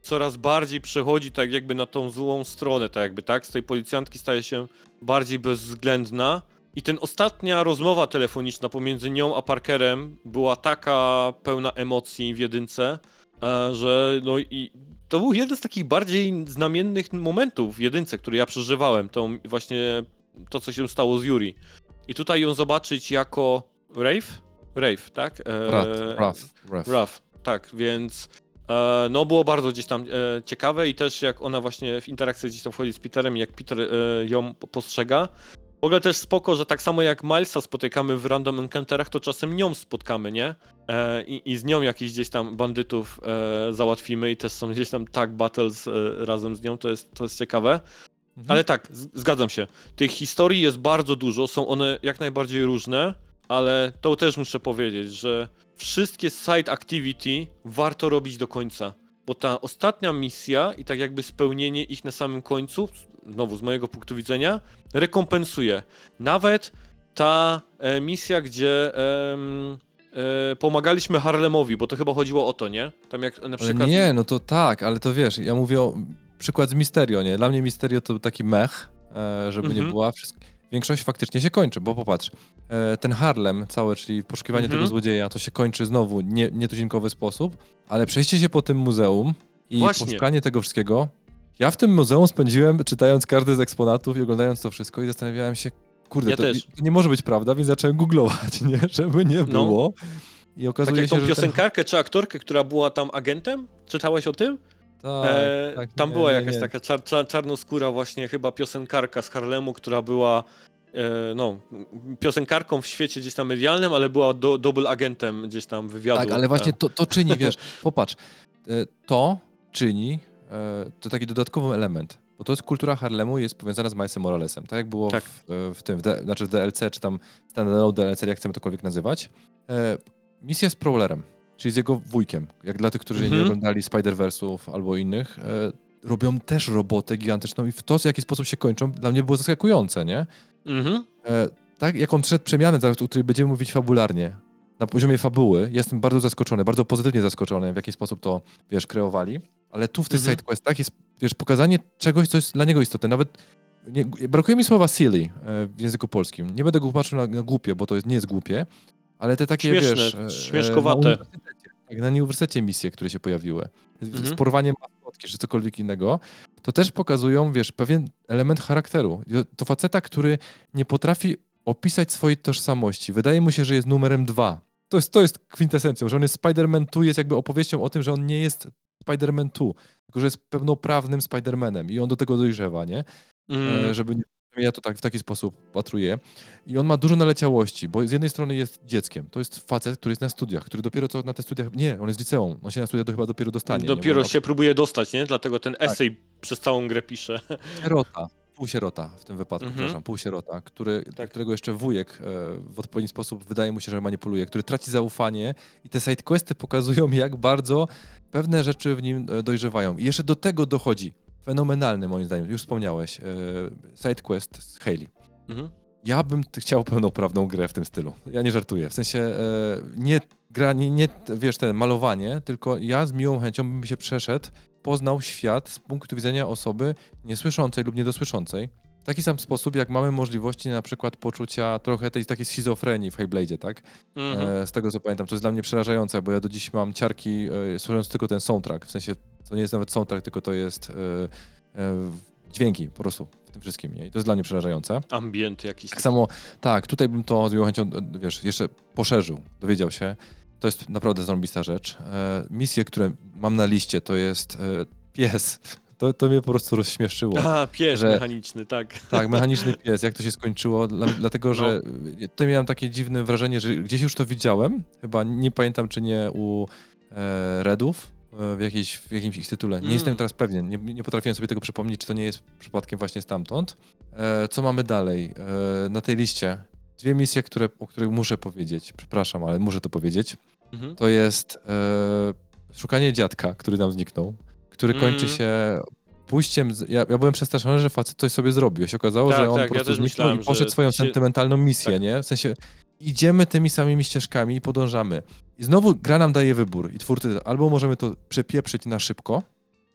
coraz bardziej przechodzi tak jakby na tą złą stronę, tak jakby, tak? Z tej policjantki staje się bardziej bezwzględna. I ten ostatnia rozmowa telefoniczna pomiędzy nią a Parkerem była taka pełna emocji w jedynce, e, że no i to był jeden z takich bardziej znamiennych momentów w jedynce, który ja przeżywałem, tą właśnie to, co się stało z Yuri. I tutaj ją zobaczyć jako Wraith? Wraith, tak? E, Wrath, Wrath, Wrath. Wrath, tak, więc e, no było bardzo gdzieś tam e, ciekawe i też jak ona właśnie w interakcję gdzieś tam wchodzi z Peterem i jak Peter e, ją postrzega. W ogóle też spoko, że tak samo jak Milesa spotykamy w random encounterach, to czasem nią spotkamy, nie? E, i, I z nią jakichś gdzieś tam bandytów e, załatwimy i też są gdzieś tam tag battles e, razem z nią, to jest, to jest ciekawe. Mhm. Ale tak, z- zgadzam się. Tych historii jest bardzo dużo, są one jak najbardziej różne, ale to też muszę powiedzieć, że wszystkie side activity warto robić do końca, bo ta ostatnia misja i tak jakby spełnienie ich na samym końcu, znowu z mojego punktu widzenia, rekompensuje. Nawet ta e, misja, gdzie em, e, pomagaliśmy Harlemowi, bo to chyba chodziło o to, nie? Tam jak na Ale przykład... nie, no to tak, ale to wiesz, ja mówię o przykład z Mysterio, nie? Dla mnie Mysterio to taki mech, e, żeby Mhm. nie była. Wszystko, większość faktycznie się kończy, bo popatrz, e, ten Harlem całe, czyli poszukiwanie Mhm. tego złodzieja, to się kończy znowu nie, nietuzinkowy sposób, ale przejście się po tym muzeum i Właśnie. poszukanie tego wszystkiego. Ja w tym muzeum spędziłem, czytając każdy z eksponatów i oglądając to wszystko i zastanawiałem się, kurde, Ja to, też. to nie może być prawda, więc zacząłem googlować, nie? Żeby nie No. było. I Tak okazuje jak się, tą że ten... piosenkarkę czy aktorkę, która była tam agentem? Czytałeś o tym? Tak, E, tak, tam nie, była nie, jakaś nie. taka czar, czar, czarnoskóra właśnie chyba piosenkarka z Harlemu, która była e, no, piosenkarką w świecie gdzieś tam medialnym, ale była do, double agentem gdzieś tam wywiadu. Tak, ale właśnie E, to, to czyni, wiesz, popatrz, e, to czyni, e, to taki dodatkowy element, bo to jest kultura Harlemu jest powiązana z Milesem Moralesem, tak jak było Tak. w, e, w tym, w D, znaczy w D L C, czy tam standalone D L C, jak chcemy tokolwiek nazywać. E, misja z Prowlerem, czyli z jego wujkiem, jak dla tych, którzy Mhm. nie oglądali Spider-Verse'ów albo innych, e, robią też robotę gigantyczną i w to, w jaki sposób się kończą, dla mnie było zaskakujące, nie? Mhm. E, tak, jak on przeszedł przemianę, zaraz, o której będziemy mówić fabularnie, na poziomie fabuły, jestem bardzo zaskoczony, bardzo pozytywnie zaskoczony, w jaki sposób to, wiesz, kreowali, ale tu w tych Mhm. sidequestach jest, wiesz, pokazanie czegoś, co jest dla niego istotne. Nawet nie, brakuje mi słowa silly e, w języku polskim. Nie będę go patrzył na, na głupie, bo to jest, nie jest głupie, ale te takie, Śmieszne, wiesz... e, śmieszkowate. Na uniwersytecie, tak, na uniwersytecie misje, które się pojawiły, Mhm. z porwaniem maskotki, czy cokolwiek innego, to też pokazują, wiesz, pewien element charakteru. To faceta, który nie potrafi opisać swojej tożsamości. Wydaje mu się, że jest numerem dwa. To jest, to jest kwintesencją, że on jest Spider-Man two, jest jakby opowieścią o tym, że on nie jest Spider-Man two, tylko że jest pełnoprawnym Spider-Manem i on do tego dojrzewa, nie? Mm. E, żeby nie... Ja to tak w taki sposób patruję. I on ma dużo naleciałości, bo z jednej strony jest dzieckiem. To jest facet, który jest na studiach, który dopiero co na te studiach... Nie, on jest w liceum. On się na studiach to chyba dopiero dostanie. nie? Dopiero Bo się próbuje dostać, nie? Dlatego ten Tak. esej przez całą grę pisze. Sierota, półsierota w tym wypadku, Mhm. przepraszam, półsierota, który, Tak. którego jeszcze wujek e, w odpowiedni sposób wydaje mu się, że manipuluje, który traci zaufanie i te sidequesty pokazują, jak bardzo pewne rzeczy w nim e, dojrzewają. I jeszcze do tego dochodzi fenomenalny, moim zdaniem, już wspomniałeś, e, sidequest z Hayley. Mhm. Ja bym t- chciał pełnoprawną grę w tym stylu. Ja nie żartuję. W sensie e, nie gra, nie, nie wiesz, ten malowanie, tylko ja z miłą chęcią bym się przeszedł, poznał świat z punktu widzenia osoby niesłyszącej lub niedosłyszącej. W taki sam sposób, jak mamy możliwości na przykład poczucia trochę tej takiej schizofrenii w Heyblade'zie, tak? Mhm. E, z tego co pamiętam, to jest dla mnie przerażające, bo ja do dziś mam ciarki e, słuchając tylko ten soundtrack. W sensie to nie jest nawet soundtrack, tylko to jest e, e, dźwięki po prostu w tym wszystkim. Nie? I to jest dla mnie przerażające. Ambient jakiś. Tak samo, tak, tutaj bym to z miłą chęcią, wiesz, jeszcze poszerzył, dowiedział się. To jest naprawdę zarąbista rzecz. E, misje, które mam na liście, to jest e, pies. To, to mnie po prostu rozśmieszyło. A, pies że- mechaniczny, tak. Tak, mechaniczny pies, jak to się skończyło, dla, dlatego że tutaj miałem takie dziwne wrażenie, że gdzieś już to widziałem, chyba nie pamiętam czy nie u e, Redów, e, w, jakiejś, w jakimś ich tytule. Nie Mm. jestem teraz pewien, nie, nie potrafiłem sobie tego przypomnieć, czy to nie jest przypadkiem właśnie stamtąd. E, co mamy dalej e, na tej liście? Dwie misje, które, o których muszę powiedzieć, przepraszam, ale muszę to powiedzieć. Mhm. To jest e, szukanie dziadka, który nam zniknął, który kończy Mm. się pójściem... Z, ja, ja byłem przestraszony, że facet coś sobie zrobił. Się okazało, Tak, że on tak, po ja prostu też zniknął myślałem, i poszedł że swoją się- sentymentalną misję, tak. nie? W sensie idziemy tymi samymi ścieżkami i podążamy. I znowu gra nam daje wybór i twórcy albo możemy to przepieprzyć na szybko,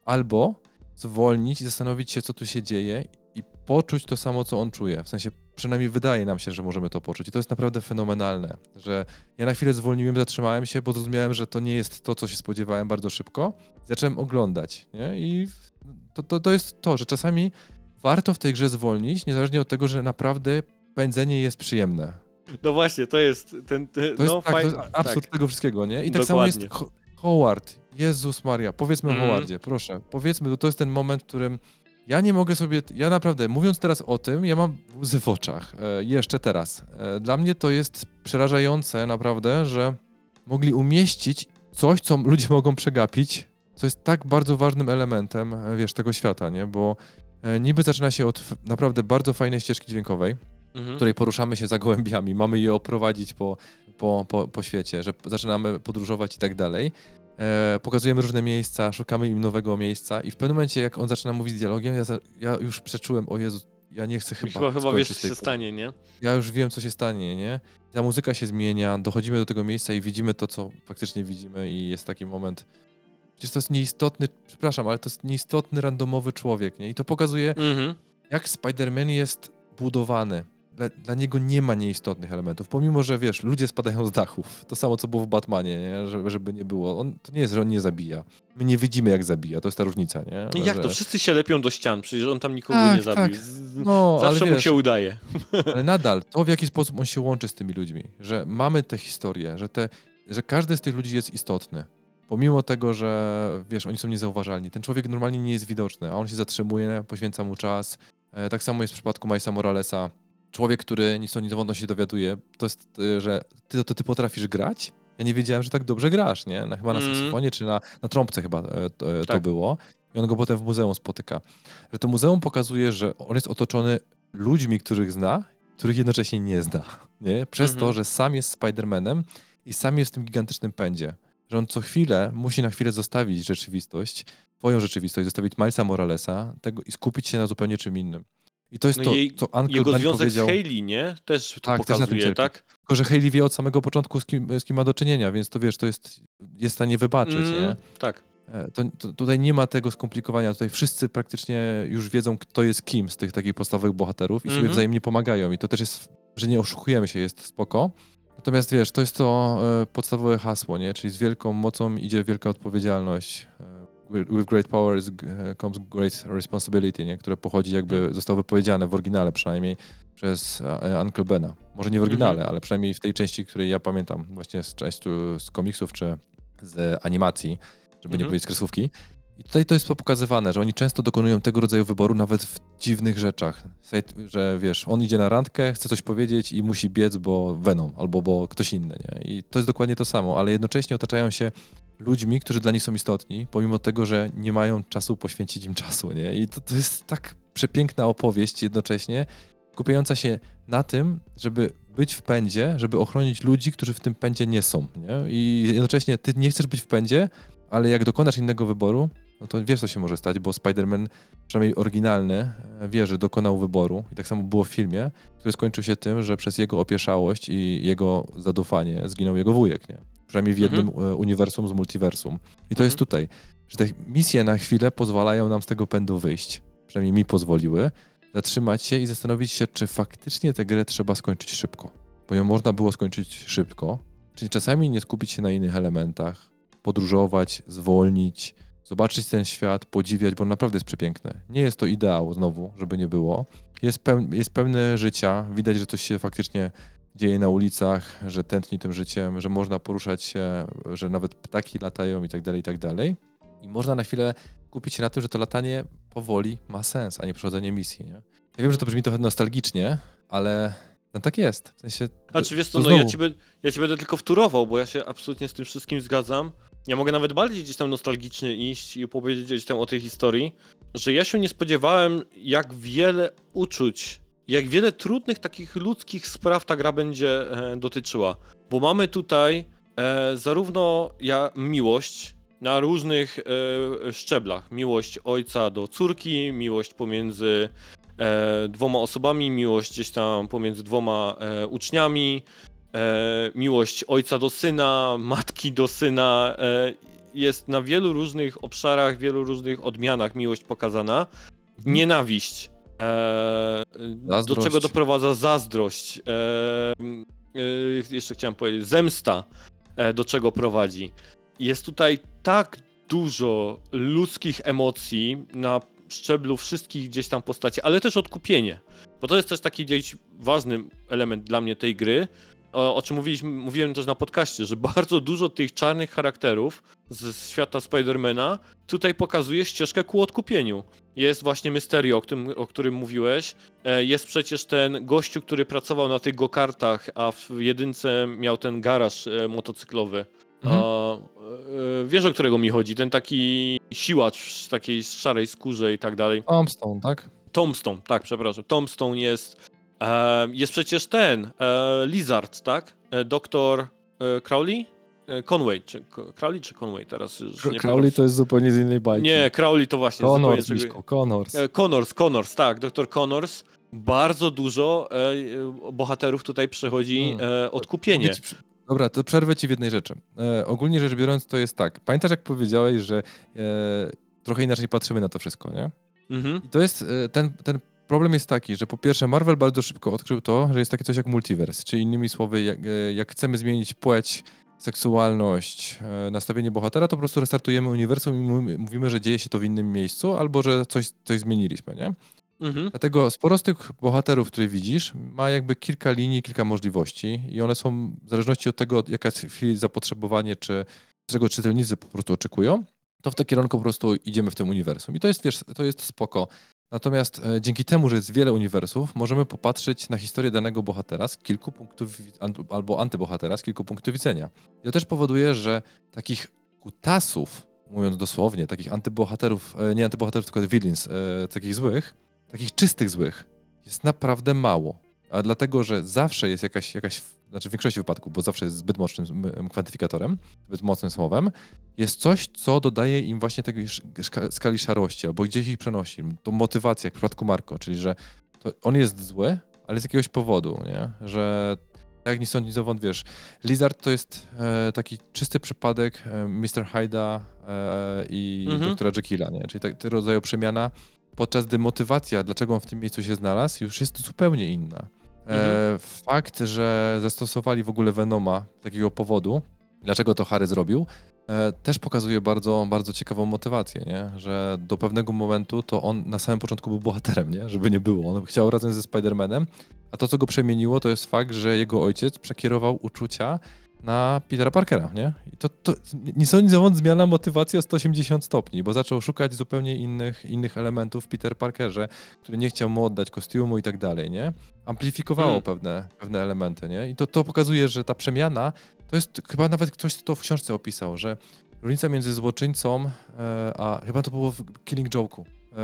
albo zwolnić i zastanowić się, co tu się dzieje i poczuć to samo, co on czuje. W sensie, przynajmniej wydaje nam się, że możemy to poczuć. I to jest naprawdę fenomenalne, że ja na chwilę zwolniłem, zatrzymałem się, bo zrozumiałem, że to nie jest to, co się spodziewałem bardzo szybko. Zacząłem oglądać, nie? I to, to, to jest to, że czasami warto w tej grze zwolnić, niezależnie od tego, że naprawdę pędzenie jest przyjemne. No właśnie, to jest ten... ten To jest, no, tak, faj... to jest absurd tak. tego wszystkiego, nie? I tak Dokładnie. samo jest Ho- Howard. Jezus Maria, powiedzmy Mm. o Howardzie, proszę. Powiedzmy, bo to jest ten moment, w którym ja nie mogę sobie, ja naprawdę, mówiąc teraz o tym, ja mam łzy w oczach. E, jeszcze teraz. E, dla mnie to jest przerażające naprawdę, że mogli umieścić coś, co ludzie mogą przegapić, co jest tak bardzo ważnym elementem, e, wiesz, tego świata, nie? Bo e, niby zaczyna się od f- naprawdę bardzo fajnej ścieżki dźwiękowej, Mhm. w której poruszamy się za gołębiami, mamy je oprowadzić po, po, po, po świecie, że zaczynamy podróżować i tak dalej. E, pokazujemy różne miejsca, szukamy im nowego miejsca i w pewnym momencie, jak on zaczyna mówić dialogiem, ja, za, ja już przeczułem, o Jezu, ja nie chcę chyba Chyba, chyba skończyć wiesz, co tej się stanie, nie? Ja już wiem, co się stanie, nie? Ta muzyka się zmienia, dochodzimy do tego miejsca i widzimy to, co faktycznie widzimy i jest taki moment. Przecież to jest nieistotny, przepraszam, ale to jest nieistotny, randomowy człowiek, nie? I to pokazuje, Mhm. jak Spider-Man jest budowany. Dla, dla niego nie ma nieistotnych elementów, pomimo, że wiesz, ludzie spadają z dachów. To samo, co było w Batmanie, nie? Żeby, żeby nie było. On, to nie jest, że on nie zabija. My nie widzimy, jak zabija, to jest ta różnica, nie? Ale Jak że... to? Wszyscy się lepią do ścian, przecież on tam nikogo Tak, nie zabił. tak. Z- No, Zawsze ale mu wiesz, się udaje. ale nadal, to w jaki sposób on się łączy z tymi ludźmi, że mamy tę historię, że, te, że każdy z tych ludzi jest istotny. Pomimo tego, że wiesz, oni są niezauważalni. Ten człowiek normalnie nie jest widoczny, a on się zatrzymuje, poświęca mu czas. E, tak samo jest w przypadku Milesa Moralesa. Człowiek, który nic o niedowodno się dowiaduje, to jest, e, że ty, to ty potrafisz grać? Ja nie wiedziałem, że tak dobrze grasz, nie? Na, chyba na Mm. saksofonie czy na, na trąbce chyba e, to, e, to Tak. było. I on go potem w muzeum spotyka. Że to muzeum pokazuje, że on jest otoczony ludźmi, których zna, których jednocześnie nie zna. Nie? Przez Mhm. to, że sam jest Spider-Manem i sam jest w tym gigantycznym pędzie. Że on co chwilę musi na chwilę zostawić rzeczywistość, twoją rzeczywistość, zostawić Milesa Moralesa tego, i skupić się na zupełnie czym innym. I to jest No to, jej, co Uncle jego Ben związek powiedział. z Hayley, nie? Też to Tak, też na tym pokazuje, cierpi. tak? Tylko, że Hayley wie od samego początku, z kim, z kim ma do czynienia, więc to wiesz, to jest, jest w stanie wybaczyć, Mm, nie? tak. E, To, to, tutaj nie ma tego skomplikowania. Tutaj wszyscy praktycznie już wiedzą, kto jest kim z tych takich podstawowych bohaterów i sobie Mhm. wzajemnie pomagają. I to też jest, że nie oszukujemy się, jest spoko. Natomiast wiesz, to jest to e, podstawowe hasło, nie? Czyli z wielką mocą idzie wielka odpowiedzialność. E, with with great power is, e, comes great responsibility, nie? Które pochodzi jakby, Mhm. zostało wypowiedziane w oryginale przynajmniej przez e, Uncle Bena. Może nie w oryginale, Mhm. ale przynajmniej w tej części, której ja pamiętam, właśnie z części z komiksów czy z animacji, żeby nie Mhm. powiedzieć kreskówki. I tutaj to jest to pokazywane, że oni często dokonują tego rodzaju wyboru nawet w dziwnych rzeczach. Że wiesz, on idzie na randkę, chce coś powiedzieć i musi biec, bo Venom albo bo ktoś inny, nie? I to jest dokładnie to samo, ale jednocześnie otaczają się ludźmi, którzy dla nich są istotni, pomimo tego, że nie mają czasu poświęcić im czasu, nie? I to, to jest tak przepiękna opowieść jednocześnie, skupiająca się na tym, żeby być w pędzie, żeby ochronić ludzi, którzy w tym pędzie nie są, nie? I jednocześnie ty nie chcesz być w pędzie, ale jak dokonasz innego wyboru, no to wiesz, co się może stać, bo Spider-Man, przynajmniej oryginalny, wie, że dokonał wyboru i tak samo było w filmie, który skończył się tym, że przez jego opieszałość i jego zadufanie zginął jego wujek, nie? Przynajmniej w jednym Mhm. e, uniwersum z multiversum. I to Mhm. jest tutaj, że te misje na chwilę pozwalają nam z tego pędu wyjść. Przynajmniej mi pozwoliły zatrzymać się i zastanowić się, czy faktycznie tę grę trzeba skończyć szybko. Bo ją można było skończyć szybko, czyli czasami nie skupić się na innych elementach, podróżować, zwolnić, zobaczyć ten świat, podziwiać, bo on naprawdę jest przepiękny. Nie jest to ideał znowu, żeby nie było. Jest, peł, jest pełne życia, widać, że coś się faktycznie dzieje na ulicach, że tętni tym życiem, że można poruszać się, że nawet ptaki latają i tak dalej, i tak dalej. I można na chwilę kupić się na tym, że to latanie powoli ma sens, a nie przechodzenie misji, nie? Ja wiem, że to brzmi trochę nostalgicznie, ale no tak jest. W sensie, Znaczy wiesz co, to no ja znowu- ci, be, ja ci będę tylko wtórował, bo ja się absolutnie z tym wszystkim zgadzam. Ja mogę nawet bardziej gdzieś tam nostalgicznie iść i opowiedzieć gdzieś tam o tej historii, że ja się nie spodziewałem, jak wiele uczuć, jak wiele trudnych takich ludzkich spraw ta gra będzie e, dotyczyła. Bo mamy tutaj e, zarówno ja, miłość na różnych e, szczeblach. Miłość ojca do córki, miłość pomiędzy e, dwoma osobami, miłość gdzieś tam pomiędzy dwoma e, uczniami, e, miłość ojca do syna, matki do syna. E, jest na wielu różnych obszarach, wielu różnych odmianach miłość pokazana. Mhm. Nienawiść. E, do Zazdrość. czego doprowadza zazdrość. E, e, jeszcze chciałem powiedzieć, zemsta, e, do czego prowadzi. Jest tutaj tak dużo ludzkich emocji na szczeblu wszystkich gdzieś tam postaci, ale też odkupienie. Bo to jest też taki gdzieś ważny element dla mnie tej gry, o, o czym mówiliśmy, mówiłem też na podcaście, że bardzo dużo tych czarnych charakterów z świata Spidermana tutaj pokazuje ścieżkę ku odkupieniu. Jest właśnie Mysterio, o którym, o którym mówiłeś. E, Jest przecież ten gościu, który pracował na tych go-kartach, a w jedynce miał ten garaż e, motocyklowy. Mhm. A, e, wiesz, o którego mi chodzi? Ten taki siłacz w takiej szarej skórze i tak dalej. Tombstone, tak? Tombstone, tak, przepraszam. Tombstone jest. E, jest przecież ten, e, Lizard, tak? E, doktor e, Crowley? E, Conway, czy Ko- Crowley czy Conway teraz już nie Crowley to jest zupełnie z innej bajki. Nie, Crowley to właśnie. Connors, zupełnie Miszko, Connors. czego- e, Connors, Connors, tak, doktor Connors. Bardzo dużo e, e, bohaterów tutaj przechodzi Hmm. e, odkupienie. Mogę ci przy- Dobra, to przerwę ci w jednej rzeczy. E, ogólnie rzecz biorąc to jest tak. Pamiętasz jak powiedziałeś, że e, trochę inaczej patrzymy na to wszystko, nie? Mhm. I to jest, e, ten, ten problem jest taki, że po pierwsze Marvel bardzo szybko odkrył to, że jest takie coś jak multiverse, czyli innymi słowy, jak, e, jak chcemy zmienić płeć, seksualność, e, nastawienie bohatera, to po prostu restartujemy uniwersum i mówimy, mówimy, że dzieje się to w innym miejscu, albo że coś, coś zmieniliśmy, nie? Mhm. Dlatego sporo z tych bohaterów, które widzisz, ma jakby kilka linii, kilka możliwości i one są w zależności od tego, jaka jest w chwili zapotrzebowanie, czy czego czytelnicy po prostu oczekują, to w tym kierunku po prostu idziemy w tym uniwersum. I to jest, wiesz, to jest spoko. Natomiast e, dzięki temu, że jest wiele uniwersów, możemy popatrzeć na historię danego bohatera z kilku punktów, wi- an- albo antybohatera z kilku punktów widzenia. I to też powoduje, że takich kutasów, mówiąc dosłownie, takich antybohaterów, e, nie antybohaterów, tylko villains, e, takich złych, takich czystych złych jest naprawdę mało. A dlatego, że zawsze jest jakaś, jakaś, znaczy w większości wypadków, bo zawsze jest zbyt mocnym m, kwantyfikatorem, zbyt mocnym słowem, jest coś, co dodaje im właśnie tej sz- szka- skali szarości, albo gdzieś ich przenosi. To motywacja, jak w przypadku Marco, czyli że to on jest zły, ale z jakiegoś powodu, nie? Że tak jak ni stąd, ni zowąd, wiesz, Lizard to jest e, taki czysty przypadek e, mister Hyda e, i Mhm. doktora Jekylla, nie? Czyli tak, tego rodzaju przemiana, podczas gdy motywacja, dlaczego on w tym miejscu się znalazł, już jest zupełnie inna. Mhm. E, fakt, że zastosowali w ogóle Venoma z takiego powodu, dlaczego to Harry zrobił, e, też pokazuje bardzo, bardzo ciekawą motywację, nie? Że do pewnego momentu to on na samym początku był bohaterem, nie? Żeby nie było. On chciał razem ze Spider-Manem, a to, co go przemieniło, to jest fakt, że jego ojciec przekierował uczucia na Petera Parkera, nie? I to, to nie są nic zowąd zmiana motywacji o sto osiemdziesiąt stopni, bo zaczął szukać zupełnie innych, innych elementów w Peter Parkerze, który nie chciał mu oddać kostiumu i tak dalej, nie? Amplifikowało Hmm. pewne, pewne elementy, nie? I to, to pokazuje, że ta przemiana, to jest chyba nawet ktoś to w książce opisał, że różnica między złoczyńcą, e, a chyba to było w Killing Joke'u.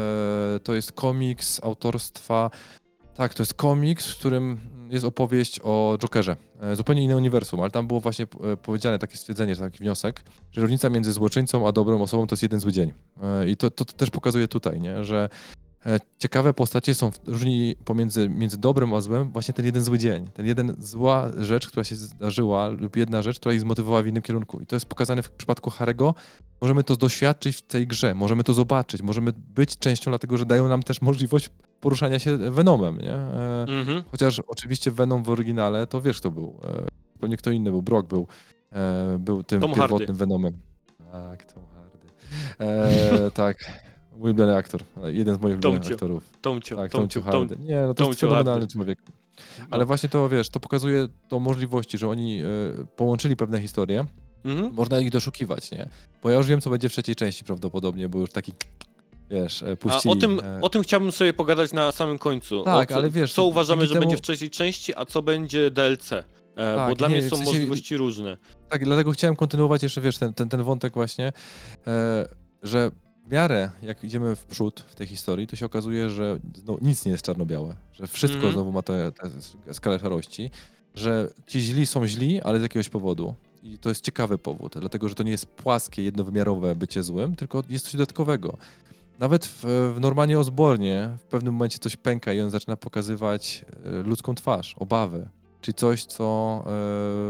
E, to jest komiks autorstwa. Tak, to jest komiks, w którym jest opowieść o Jokerze. E, Zupełnie inne uniwersum, ale tam było właśnie e, powiedziane takie stwierdzenie, taki wniosek, że różnica między złoczyńcą a dobrą osobą to jest jeden zły dzień. E, I to, to, to też pokazuje tutaj, nie? Że e, ciekawe postacie są w- różni pomiędzy między dobrym a złem, właśnie ten jeden zły dzień. Ten jeden zła rzecz, która się zdarzyła, lub jedna rzecz, która ich zmotywowała w innym kierunku. I to jest pokazane w przypadku Harego. Możemy to doświadczyć w tej grze, możemy to zobaczyć, możemy być częścią, dlatego że dają nam też możliwość poruszania się Venomem, nie? E, Mhm. Chociaż oczywiście Venom w oryginale, to wiesz kto był. E, Pewnie kto inny był, Brock był. E, Był tym Tom pierwotnym Hardy. Venomem. Tak, Tom Hardy. E, tak, mój ulubiony aktor. Jeden z moich ulubionych Tomcio. aktorów. Tomcio, Tak, Tomcio, Tomciu Tom, Hardy. Nie, no to Tomciu jest fenomenalny Hardy. człowiek. no. Ale właśnie to, wiesz, to pokazuje to możliwości, że oni e, połączyli pewne historie. Mhm. Można ich doszukiwać, nie? Bo ja już wiem, co będzie w trzeciej części prawdopodobnie, bo już taki, wiesz, e, A puścili. o tym, e, o tym chciałbym sobie pogadać na samym końcu. Tak, o co, ale wiesz, co uważamy, dzięki że będzie temu- w trzeciej części, a co będzie D L C. E, Tak, bo dla nie, mnie są w sensie- możliwości różne. Tak, dlatego chciałem kontynuować jeszcze, wiesz, ten, ten, ten wątek właśnie, e, że w miarę jak idziemy w przód w tej historii, to się okazuje, że no, nic nie jest czarno-białe, że wszystko Mhm. znowu ma tę te skalę szarości, że ci źli są źli, ale z jakiegoś powodu. I to jest ciekawy powód, dlatego że to nie jest płaskie, jednowymiarowe bycie złym, tylko jest coś dodatkowego. Nawet w, w Normanie Osbornie w pewnym momencie coś pęka i on zaczyna pokazywać e, ludzką twarz, obawę, czyli coś, co e,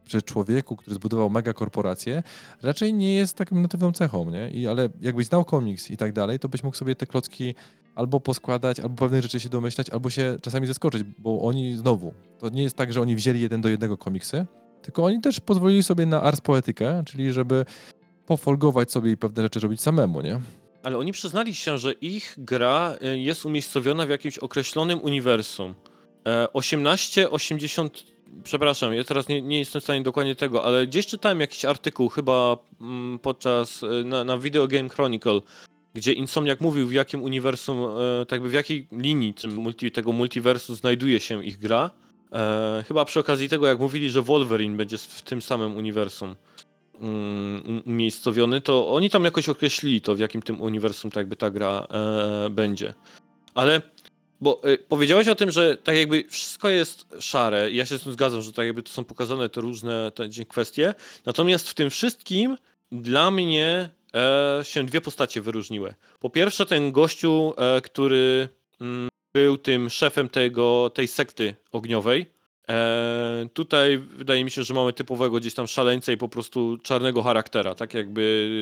przy człowieku, który zbudował mega korporację, raczej nie jest taką natywną cechą, nie? I, ale jakbyś znał komiks i tak dalej, to byś mógł sobie te klocki albo poskładać, albo pewnych rzeczy się domyślać, albo się czasami zaskoczyć, bo oni znowu, to nie jest tak, że oni wzięli jeden do jednego komiksy, tylko oni też pozwolili sobie na ars poetykę, czyli żeby pofolgować sobie i pewne rzeczy robić samemu, nie? Ale oni przyznali się, że ich gra y, jest umiejscowiona w jakimś określonym uniwersum. E, osiemnaście osiemdziesiąt, przepraszam, ja teraz nie, nie jestem w stanie dokładnie tego, ale gdzieś czytałem jakiś artykuł, chyba mm, podczas, y, na, na Video Game Chronicle, gdzie Insomniac mówił, w jakim uniwersum, e, tak jakby w jakiej linii tym multi, tego multiversu znajduje się ich gra. E, chyba przy okazji tego, jak mówili, że Wolverine będzie w tym samym uniwersum um, umiejscowiony, to oni tam jakoś określili to, w jakim tym uniwersum tak jakby ta gra e, będzie. Ale, bo e, powiedziałeś o tym, że tak jakby wszystko jest szare i ja się z tym zgadzam, że tak jakby to są pokazane te różne te kwestie, natomiast w tym wszystkim dla mnie e, się dwie postacie wyróżniły. Po pierwsze ten gościu, e, który mm, był tym szefem tego, tej sekty ogniowej. E, tutaj wydaje mi się, że mamy typowego gdzieś tam szaleńca i po prostu czarnego charaktera. Tak jakby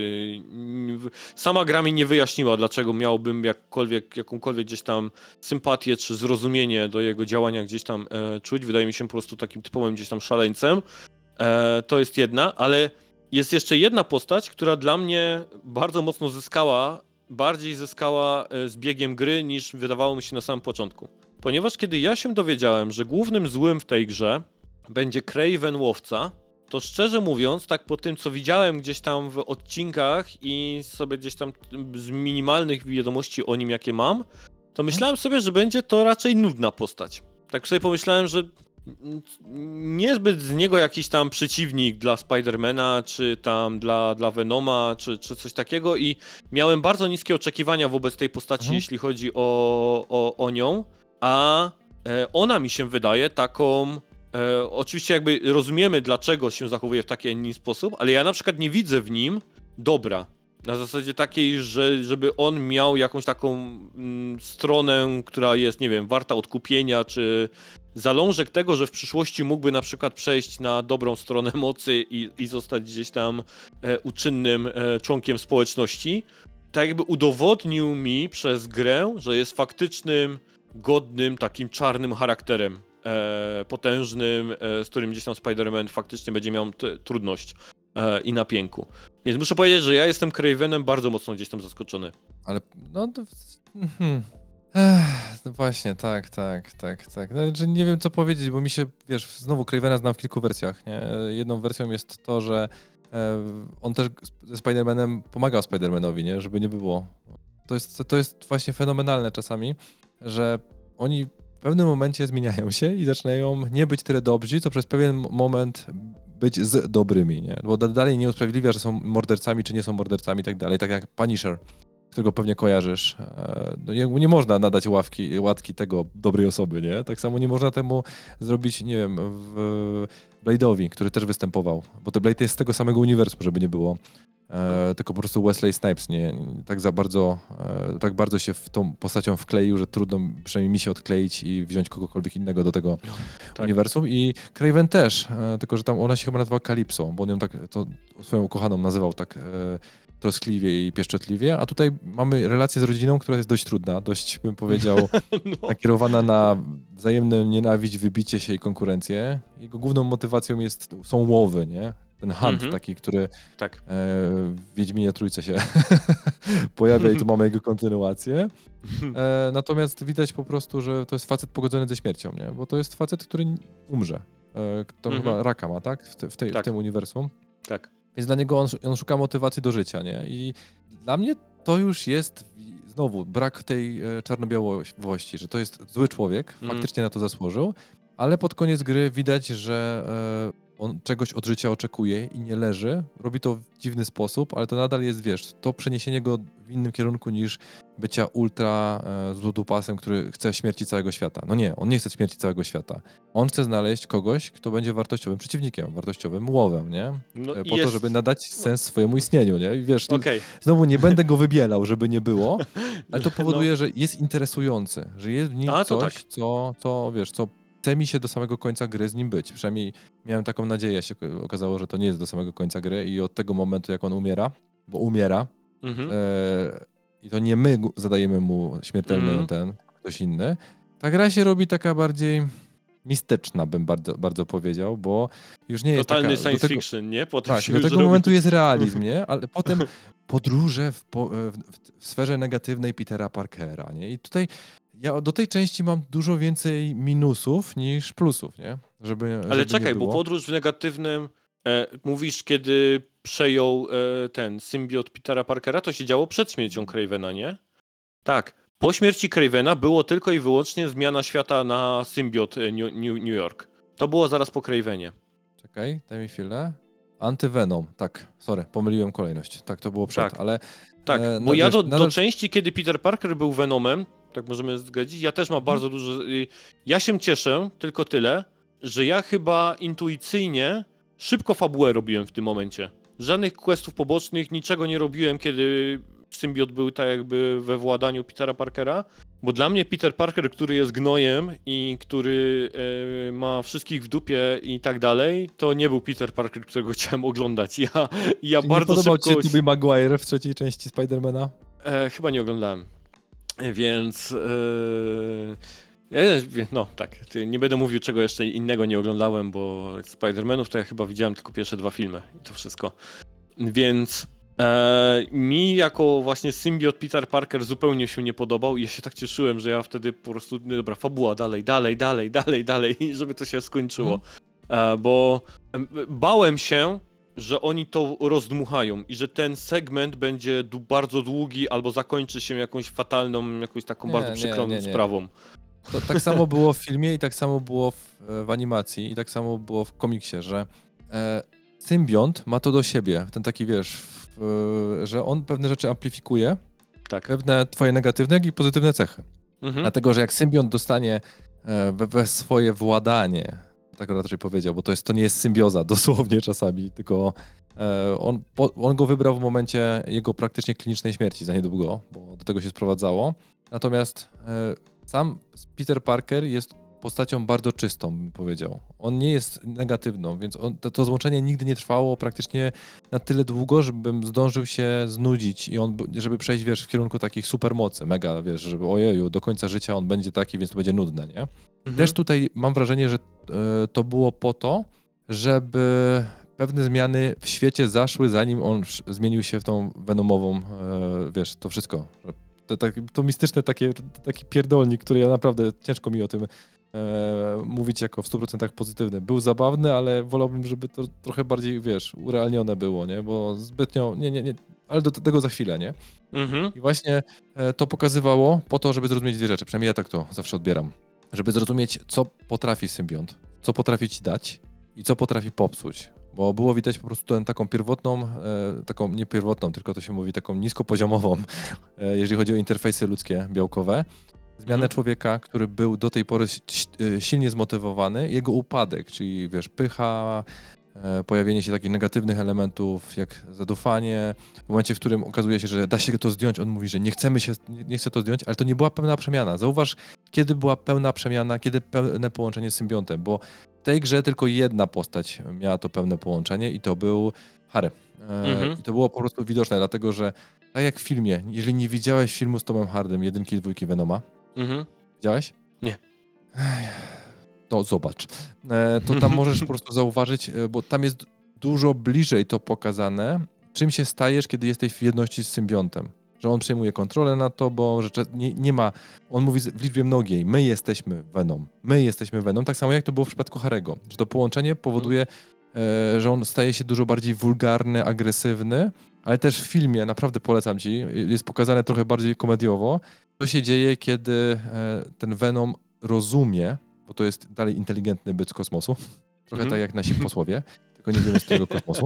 y, sama gra mi nie wyjaśniła, dlaczego miałbym jakkolwiek, jakąkolwiek gdzieś tam sympatię czy zrozumienie do jego działania gdzieś tam e, czuć. Wydaje mi się po prostu takim typowym gdzieś tam szaleńcem. E, to jest jedna, ale jest jeszcze jedna postać, która dla mnie bardzo mocno zyskała, bardziej zyskała e, z biegiem gry niż wydawało mi się na samym początku. Ponieważ kiedy ja się dowiedziałem, że głównym złym w tej grze będzie Kraven Łowca, to szczerze mówiąc, tak po tym co widziałem gdzieś tam w odcinkach i sobie gdzieś tam z minimalnych wiadomości o nim jakie mam, to myślałem sobie, że będzie to raczej nudna postać. Tak sobie pomyślałem, że niezbyt z niego jakiś tam przeciwnik dla Spidermana, czy tam dla, dla Venoma, czy, czy coś takiego i miałem bardzo niskie oczekiwania wobec tej postaci, Mhm. jeśli chodzi o, o, o nią, a e, ona mi się wydaje taką, e, oczywiście jakby rozumiemy dlaczego się zachowuje w taki, a inny sposób, ale ja na przykład nie widzę w nim dobra. Na zasadzie takiej, że żeby on miał jakąś taką mm, stronę, która jest, nie wiem, warta odkupienia, czy zalążek tego, że w przyszłości mógłby na przykład przejść na dobrą stronę mocy i, i zostać gdzieś tam e, uczynnym e, członkiem społeczności, tak jakby udowodnił mi przez grę, że jest faktycznym, godnym, takim czarnym charakterem, e, potężnym, e, z którym gdzieś tam Spider-Man faktycznie będzie miał t- trudność e, i na pięku. Więc muszę powiedzieć, że ja jestem Kravenem bardzo mocno gdzieś tam zaskoczony. Ale no to... Mhm. Ech, no właśnie, tak, tak, tak, tak. Znaczy, nie wiem co powiedzieć, bo mi się, wiesz, znowu Cravena znam w kilku wersjach, nie? Jedną wersją jest to, że e, on też ze Spider-Manem pomagał Spider-Manowi, nie? Żeby nie było. To jest, to jest właśnie fenomenalne czasami, że oni w pewnym momencie zmieniają się i zaczynają nie być tyle dobrzy, co przez pewien moment być z dobrymi, nie? Bo da- dalej nie usprawiedliwia, że są mordercami, czy nie są mordercami i tak dalej, tak jak Punisher, którego pewnie kojarzysz. E, No nie, nie można nadać ławki, łatki tego dobrej osoby, nie? Tak samo nie można temu zrobić, nie wiem, w Blade'owi, który też występował, bo to Blade jest z tego samego uniwersum, żeby nie było. E, tylko po prostu Wesley Snipes nie, tak za bardzo, e, tak bardzo się w tą postacią wkleił, że trudno przynajmniej mi się odkleić i wziąć kogokolwiek innego do tego Tak. uniwersum. I Kraven też, e, tylko że tam ona się chyba nazywa Calypso, bo on ją tak, to swoją ukochaną nazywał tak e, troskliwie i pieszczotliwie, a tutaj mamy relację z rodziną, która jest dość trudna, dość bym powiedział No. nakierowana na wzajemną nienawiść, wybicie się i konkurencję. Jego główną motywacją jest, są łowy, nie? Ten hunt Mhm. taki, który Tak. e, w Wiedźminie Trójce się pojawia i tu mamy jego kontynuację. E, natomiast widać po prostu, że to jest facet pogodzony ze śmiercią, nie? Bo to jest facet, który umrze. E, to Mhm. chyba raka ma, tak? W, te, w, tej, Tak. w tym uniwersum. Tak. Więc dla niego on, on szuka motywacji do życia, nie? I dla mnie to już jest znowu brak tej e, czarno-białości, że to jest zły człowiek, Mm. faktycznie na to zasłużył, ale pod koniec gry widać, że e, on czegoś od życia oczekuje i nie leży. Robi to w dziwny sposób, ale to nadal jest, wiesz, to przeniesienie go w innym kierunku niż bycia ultra e, złotopasem, który chce śmierci całego świata. No nie, on nie chce śmierci całego świata. On chce znaleźć kogoś, kto będzie wartościowym przeciwnikiem, wartościowym łowem, nie? No E, i po jest... to, żeby nadać sens swojemu istnieniu, nie? I wiesz, Okej. znowu nie będę go wybielał, żeby nie było, ale to No. powoduje, że jest interesujący, że jest w nim A, to coś, tak. co, co, wiesz, co chce mi się do samego końca gry z nim być. Przynajmniej miałem taką nadzieję, się okazało, że to nie jest do samego końca gry i od tego momentu, jak on umiera, bo umiera, Mhm. e, i to nie my zadajemy mu śmiertelny Mhm. ten, ktoś inny, ta gra się robi taka bardziej mistyczna, bym bardzo, bardzo powiedział, bo już nie jest Totalny taka... science do tego, fiction, nie? Potem tak, się do już tego robi... momentu jest realizm, nie? Ale potem podróże w, po, w, w sferze negatywnej Petera Parkera, nie? I tutaj ja do tej części mam dużo więcej minusów niż plusów, nie? Żeby, Ale żeby nie czekaj, bo było. podróż w negatywnym, e, mówisz, kiedy przejął e, ten symbiot Petera Parkera, to się działo przed śmiercią Cravena, nie? Tak. Po śmierci Cravena było tylko i wyłącznie zmiana świata na symbiot e, New, New, New York. To było zaraz po Cravenie. Czekaj, daj mi chwilę. Antyvenom, tak, sorry, pomyliłem kolejność. Tak, to było przed, Tak. ale... Tak, e, bo no, ja wiesz, do, do nadal... części, kiedy Peter Parker był Venomem, tak możemy zgodzić, ja też mam bardzo dużo... y, Ja się cieszę, tylko tyle, że ja chyba intuicyjnie szybko fabułę robiłem w tym momencie. Żadnych questów pobocznych, niczego nie robiłem, kiedy symbiot był tak jakby we władaniu Petera Parkera, bo dla mnie Peter Parker, który jest gnojem i który e, ma wszystkich w dupie i tak dalej, to nie był Peter Parker, którego chciałem oglądać. Ja, ja Czy nie bardzo podobał szybko... ci się Tobey Maguire w trzeciej części Spidermana? E, chyba nie oglądałem. Więc. E, e, no tak. Nie będę mówił, czego jeszcze innego nie oglądałem, bo Spider-Manów to ja chyba widziałem tylko pierwsze dwa filmy i to wszystko. Więc e, mi jako właśnie symbiot Peter Parker zupełnie się nie podobał i ja się tak cieszyłem, że ja wtedy po prostu, no dobra, fabuła dalej, dalej, dalej, dalej, dalej, żeby to się skończyło. E, bo e, bałem się, że oni to rozdmuchają i że ten segment będzie du- bardzo długi albo zakończy się jakąś fatalną, jakąś taką Nie, bardzo nie, przykrą nie, nie. sprawą. To tak samo było w filmie i tak samo było w, w animacji i tak samo było w komiksie, że e, symbiont ma to do siebie, ten taki wiesz, w, że on pewne rzeczy amplifikuje, Tak. pewne twoje negatywne, jak i pozytywne cechy. Mhm. Dlatego, że jak symbiont dostanie e, we, we swoje władanie, tak raczej powiedział, bo to, jest, to nie jest symbioza dosłownie czasami, tylko e, on, po, on go wybrał w momencie jego praktycznie klinicznej śmierci za niedługo, bo do tego się sprowadzało. Natomiast e, sam Peter Parker jest postacią bardzo czystą, bym powiedział. On nie jest negatywną, więc on, to, to złączenie nigdy nie trwało praktycznie na tyle długo, żebym zdążył się znudzić i on, żeby przejść, wiesz, w kierunku takich supermocy, mega, wiesz, żeby ojeju, do końca życia on będzie taki, więc to będzie nudne, nie? Mhm. Też tutaj mam wrażenie, że e, to było po to, żeby pewne zmiany w świecie zaszły, zanim on sz- zmienił się w tą venomową, e, wiesz, to wszystko. To, tak, to mistyczne takie, taki pierdolnik, który ja naprawdę ciężko mi o tym e, mówić jako w stu procentach pozytywny. Był zabawny, ale wolałbym, żeby to trochę bardziej, wiesz, urealnione było, nie? Bo zbytnio, nie, nie, nie, ale do tego za chwilę, nie? Mhm. I właśnie e, to pokazywało po to, żeby zrozumieć dwie rzeczy. Przynajmniej ja tak to zawsze odbieram. Żeby zrozumieć, co potrafi symbiont, co potrafi ci dać i co potrafi popsuć. Bo było widać po prostu tę taką pierwotną, e, taką nie pierwotną, tylko to się mówi taką niskopoziomową, e, jeżeli chodzi o interfejsy ludzkie, białkowe. Zmianę Mhm. człowieka, który był do tej pory si- e, silnie zmotywowany, jego upadek, czyli wiesz, pycha, e, pojawienie się takich negatywnych elementów jak zadufanie. W momencie, w którym okazuje się, że da się to zdjąć, on mówi, że nie chcemy się, nie, nie chce to zdjąć, ale to nie była pełna przemiana. Zauważ, kiedy była pełna przemiana, kiedy pełne połączenie z symbiontem, bo w tej grze tylko jedna postać miała to pełne połączenie i to był Harry. E, Mhm. I to było po prostu widoczne, dlatego że tak jak w filmie, jeżeli nie widziałeś filmu z Tomem Hardym, jedynki i dwójki Venoma, Mhm. widziałeś? Nie. Ech, to zobacz. E, to tam możesz po prostu zauważyć, e, bo tam jest dużo bliżej to pokazane, czym się stajesz, kiedy jesteś w jedności z symbiontem. Że on przejmuje kontrolę nad tobą, że cze- nie, nie ma... On mówi z- w liczbie mnogiej, my jesteśmy Venom, my jesteśmy Venom, tak samo jak to było w przypadku Harry'ego. Że to połączenie powoduje, e, że on staje się dużo bardziej wulgarny, agresywny, ale też w filmie, naprawdę polecam ci, jest pokazane trochę bardziej komediowo, co się dzieje, kiedy e, ten Venom rozumie, bo to jest dalej inteligentny byt z kosmosu, trochę Mhm. tak jak nasi posłowie, tylko nie wiemy z którego kosmosu.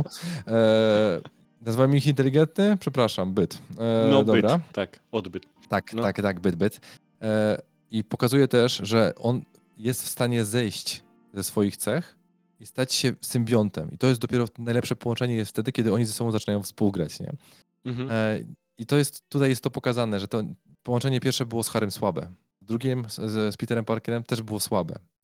E, nazywamy ich inteligentny? Przepraszam, byt. E, No dobra. byt, tak, odbyt. Tak, No. tak, tak, byt, byt. E, I pokazuje też, że on jest w stanie zejść ze swoich cech i stać się symbiontem. I to jest dopiero najlepsze połączenie jest wtedy, kiedy oni ze sobą zaczynają współgrać, nie? Mhm. E, I to jest, tutaj jest to pokazane, że to połączenie pierwsze było z Harrym słabe. Drugim z, z, z Peterem Parkerem też było słabe.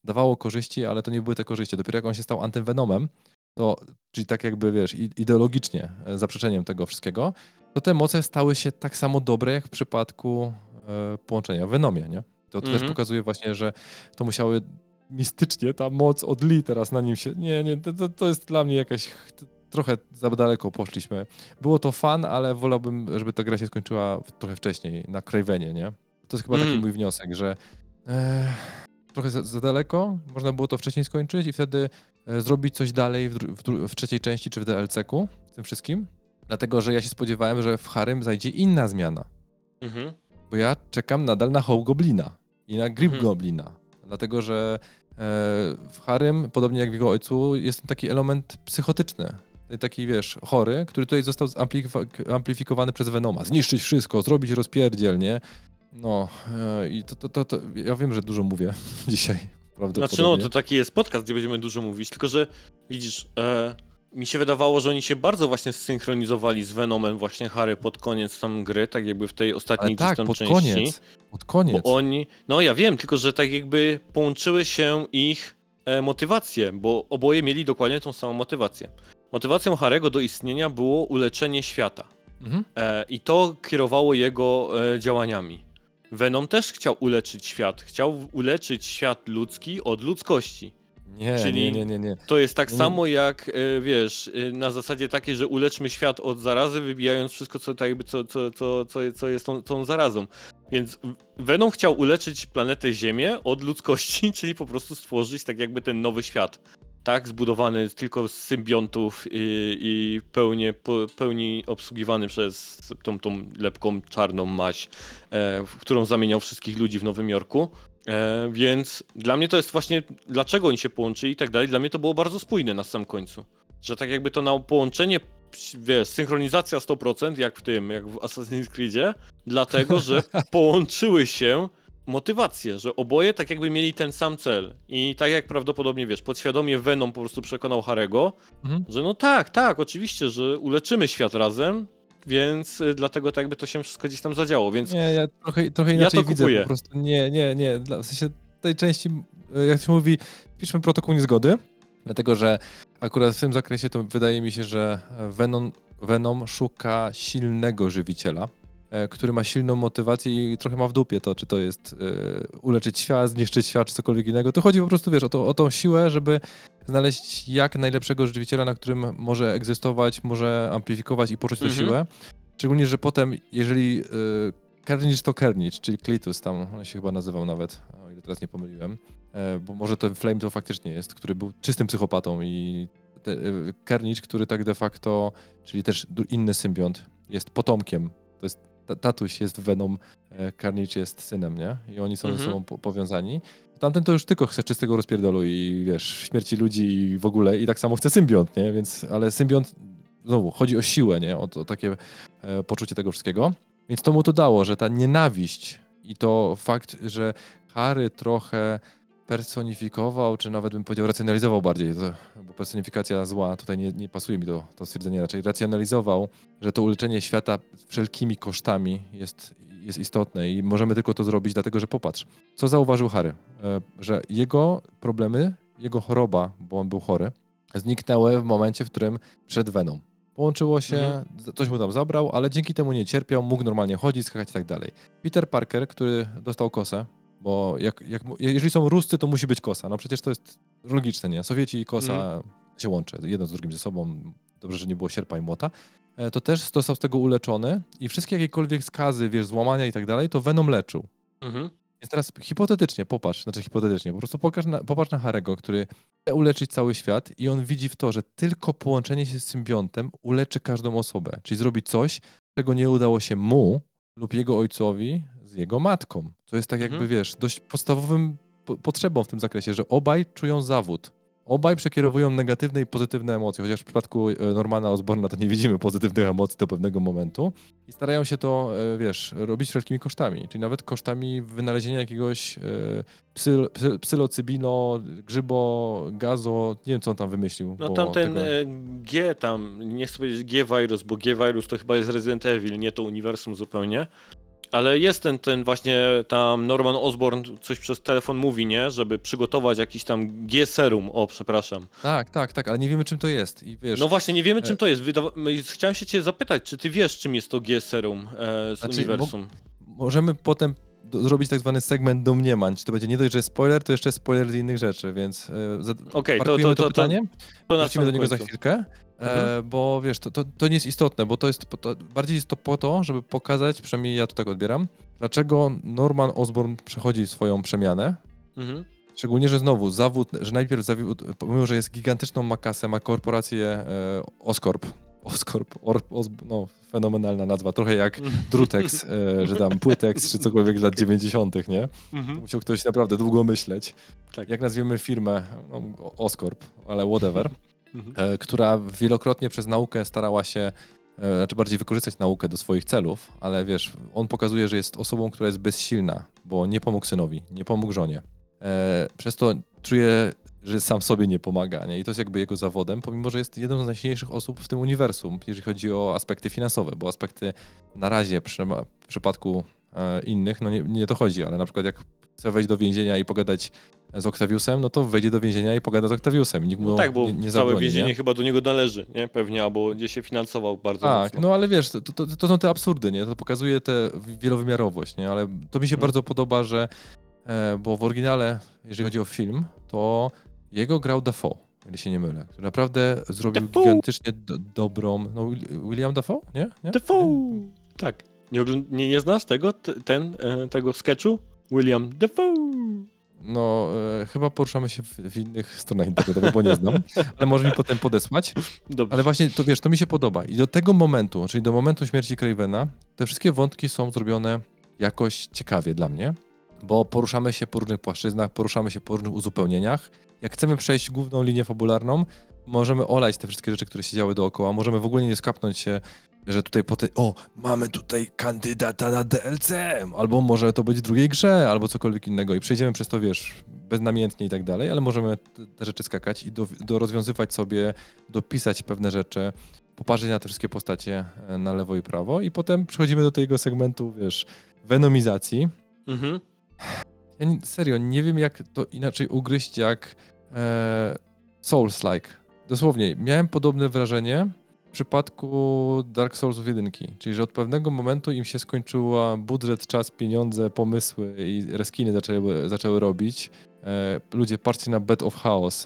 dawało korzyści, ale to nie były te korzyści. Dopiero jak on się stał antyvenomem, to, czyli tak jakby, wiesz, ideologicznie zaprzeczeniem tego wszystkiego, to te moce stały się tak samo dobre, jak w przypadku e, połączenia w Venomie, nie? To, to też Mhm. pokazuje właśnie, że to musiały mistycznie ta moc od Lee teraz na nim się... Nie, nie, to, to jest dla mnie jakaś... Trochę za daleko poszliśmy. Było to fan, ale wolałbym, żeby ta gra się skończyła trochę wcześniej, na Cravenie, nie? To jest chyba taki Mhm. mój wniosek, że e, trochę za, za daleko, można było to wcześniej skończyć i wtedy e, zrobić coś dalej w, dru- w, dru- w trzeciej części czy w D L C-ku, w tym wszystkim. Dlatego, że ja się spodziewałem, że w Harym zajdzie inna zmiana. Mhm. Bo ja czekam nadal na Hobgoblina i na Grip Mhm. Goblina. Dlatego, że e, w Harym, podobnie jak w jego ojcu, jest taki element psychotyczny. Taki, wiesz, chory, który tutaj został zamplif- amplifikowany przez Venoma. Zniszczyć wszystko, zrobić rozpierdziel, nie? No e, i to, to, to, to, ja wiem, że dużo mówię dzisiaj, prawdopodobnie. Znaczy no, to taki jest podcast, gdzie będziemy dużo mówić, tylko że widzisz, e, mi się wydawało, że oni się bardzo właśnie zsynchronizowali z Venomem właśnie Harry pod koniec tam gry, tak jakby w tej Ale ostatniej gdzieś tak, tam pod części. koniec, pod koniec. Bo oni, no ja wiem, tylko że tak jakby połączyły się ich e, motywacje, bo oboje mieli dokładnie tą samą motywację. Motywacją Harego do istnienia było uleczenie świata. Mhm. E, I to kierowało jego e, działaniami. Venom też chciał uleczyć świat. Chciał uleczyć świat ludzki od ludzkości. Nie, Czyli nie, nie, nie, nie. to jest tak Nie, nie. samo jak, e, wiesz, e, na zasadzie takiej, że uleczmy świat od zarazy, wybijając wszystko, co, tak jakby, co, co, co, co, co jest tą, tą zarazą. Więc Venom chciał uleczyć planetę Ziemię od ludzkości, czyli po prostu stworzyć tak jakby ten nowy świat. Tak, zbudowany tylko z symbiontów i, i pełnie, po, pełni obsługiwany przez tą, tą lepką czarną maź, e, w którą zamieniał wszystkich ludzi w Nowym Jorku. E, więc dla mnie to jest właśnie, dlaczego oni się połączyli i tak dalej, dla mnie to było bardzo spójne na samym końcu. Że tak jakby to na połączenie, wiesz, synchronizacja sto procent, jak w tym, jak w Assassin's Creedzie, dlatego, że połączyły się motywacje, że oboje tak jakby mieli ten sam cel. I tak jak prawdopodobnie, wiesz, podświadomie Venom po prostu przekonał Harego, Mhm. że no tak, tak, oczywiście, że uleczymy świat razem, więc y, dlatego tak jakby to się wszystko gdzieś tam zadziało, więc Nie, ja trochę, trochę Ja inaczej to widzę kupuję. po prostu. Nie, nie, nie. Dla, w sensie tej części, e, jak się mówi, piszmy protokół niezgody, dlatego że akurat w tym zakresie to wydaje mi się, że Venom, Venom szuka silnego żywiciela, e, który ma silną motywację i trochę ma w dupie to, czy to jest e, uleczyć świat, zniszczyć świat, czy cokolwiek innego. To chodzi po prostu, wiesz, o, to, o tą siłę, żeby znaleźć jak najlepszego żywiciela, na którym może egzystować, może amplifikować i poczuć tę Mhm. siłę. Szczególnie, że potem, jeżeli y, Carnage to Carnage, czyli Klitus tam, on się chyba nazywał nawet, o ile teraz nie pomyliłem, e, bo może ten Flame to faktycznie jest, który był czystym psychopatą i te, y, Carnage, który tak de facto, czyli też du- inny symbiont, jest potomkiem, to jest ta- tatuś jest Venom, e, Carnage jest synem, nie? I oni są ze Mhm. sobą po- powiązani. Tamten to już tylko chce czystego rozpierdolu i wiesz, śmierci ludzi i w ogóle i tak samo chce symbiont, nie? Więc, ale symbiont, znowu, chodzi o siłę, nie? O, o takie e, poczucie tego wszystkiego. Więc to mu to dało, że ta nienawiść i to fakt, że Harry trochę personifikował, czy nawet bym powiedział racjonalizował bardziej, to, bo personifikacja zła, tutaj nie, nie pasuje mi to, to stwierdzenie, raczej racjonalizował, że to uleczenie świata wszelkimi kosztami jest, jest istotne i możemy tylko to zrobić dlatego, że popatrz, co zauważył Harry, e, że jego problemy, jego choroba, bo on był chory, zniknęły w momencie, w którym przed Venom. Połączyło się, Mhm. coś mu tam zabrał, ale dzięki temu nie cierpiał, mógł normalnie chodzić, skakać i tak dalej. Peter Parker, który dostał kosę, bo jak, jak, mu- jeżeli są Ruscy, to musi być kosa. No przecież to jest logiczne, nie? Sowieci i kosa Mhm. się łączy, jedno z drugim ze sobą. Dobrze, że nie było sierpa i młota. E, To też został z tego uleczony i wszystkie jakiekolwiek skazy, wiesz, złamania i tak dalej, to Venom leczył. Mhm. Więc teraz hipotetycznie, popatrz, znaczy hipotetycznie, po prostu pokaż na, popatrz na Harego, który chce uleczyć cały świat i on widzi w to, że tylko połączenie się z symbiontem uleczy każdą osobę. Czyli zrobi coś, czego nie udało się mu lub jego ojcowi z jego matką. Co jest tak jakby, Mhm. wiesz, dość podstawowym po- potrzebą w tym zakresie, że obaj czują zawód. Obaj przekierowują negatywne i pozytywne emocje, chociaż w przypadku e, Normana Osborna to nie widzimy pozytywnych emocji do pewnego momentu. I starają się to, e, wiesz, robić wszelkimi kosztami, czyli nawet kosztami wynalezienia jakiegoś e, psyl, psy, psylocybino, grzybo, gazo, nie wiem co on tam wymyślił. No bo tamten tego... e, G tam, nie chcę powiedzieć G-Virus, bo G-Virus to chyba jest Resident Evil, nie to uniwersum zupełnie, Ale jest ten, ten właśnie tam Norman Osborn coś przez telefon mówi, nie? Żeby przygotować jakiś tam G-serum, o przepraszam. Tak, tak, tak, ale nie wiemy czym to jest i wiesz... No właśnie, nie wiemy czym e, to jest. Wydawa- Chciałem się cię zapytać, czy ty wiesz czym jest to G-serum e, z Znaczy, uniwersum? możemy potem do, zrobić tak zwany segment domniemań. Czy to będzie nie dość, że jest spoiler, to jeszcze spoiler z innych rzeczy, więc e, za- Okej, to- parkujemy to- to- pytanie, To na wrócimy do samym niego za końcu. chwilkę, e, bo wiesz, to, to, to nie jest istotne, bo to jest, to, bardziej jest to po to, żeby pokazać, przynajmniej ja to tak odbieram, dlaczego Norman Osborn przechodzi swoją przemianę. Mhm. Szczególnie, że znowu zawód, że najpierw zawód, pomimo, że jest gigantyczną ma kasę, ma korporację e, Oscorp. Oscorp, or, os, no fenomenalna nazwa, trochę jak Drutex, e, że tam Płytex czy cokolwiek z lat dziewięćdziesiątych, nie? Mhm. Musiał ktoś naprawdę długo myśleć. Tak. Jak nazwiemy firmę, no, Oscorp, ale whatever, Mhm. e, która wielokrotnie przez naukę starała się, e, znaczy bardziej wykorzystać naukę do swoich celów, ale wiesz, on pokazuje, że jest osobą, która jest bezsilna, bo nie pomógł synowi, nie pomógł żonie. E, przez to czuje, że sam sobie nie pomaga, nie? I to jest jakby jego zawodem, pomimo, że jest jedną z najsilniejszych osób w tym uniwersum, jeżeli chodzi o aspekty finansowe, bo aspekty na razie przy, w przypadku e, innych, no nie, nie to chodzi, ale na przykład jak chce wejść do więzienia i pogadać z Octaviusem, no to wejdzie do więzienia i pogada z Octaviusem. Nikt mu No tak, bo nie, nie całe zabroni, więzienie nie? chyba do niego należy, nie? Pewnie, albo gdzieś się finansował bardzo Tak, mocno. no ale wiesz, to, to, to są te absurdy, nie? To pokazuje tę wielowymiarowość, nie? Ale to mi się Mhm. bardzo podoba, że e, bo w oryginale, jeżeli chodzi o film, to jego grał Dafoe, jeżeli się nie mylę, który naprawdę zrobił Dafoe! gigantycznie do, dobrą, no Will- William Dafoe, nie? nie? Defoe! Nie? Tak. Nie, ogląd- nie, nie znasz tego, T- ten, e, tego sketchu? William Defoe! No, e, chyba poruszamy się w, w innych stronach internetowych, bo nie znam, ale może mi potem podesłać. Dobrze. Ale właśnie, to wiesz, to mi się podoba. I do tego momentu, czyli do momentu śmierci Cravena, te wszystkie wątki są zrobione jakoś ciekawie dla mnie, bo poruszamy się po różnych płaszczyznach, poruszamy się po różnych uzupełnieniach. Jak chcemy przejść główną linię fabularną, możemy olać te wszystkie rzeczy, które się działy dookoła. Możemy w ogóle nie skapnąć się, że tutaj potem, o, mamy tutaj kandydata na D L C, albo może to być w drugiej grze, albo cokolwiek innego i przejdziemy przez to, wiesz, beznamiętnie i tak dalej, ale możemy te, te rzeczy skakać i do, do rozwiązywać sobie, dopisać pewne rzeczy, popatrzeć na te wszystkie postacie e, na lewo i prawo i potem przechodzimy do tego segmentu, wiesz, venomizacji. Mhm. Ja nie, serio, nie wiem jak to inaczej ugryźć jak e, Souls-like. Dosłownie, miałem podobne wrażenie w przypadku Dark Soulsów jeden, czyli że od pewnego momentu im się skończyła budżet, czas, pieniądze, pomysły i reskiny zaczęły, zaczęły robić. E, ludzie, patrzcie na Bed of Chaos. E,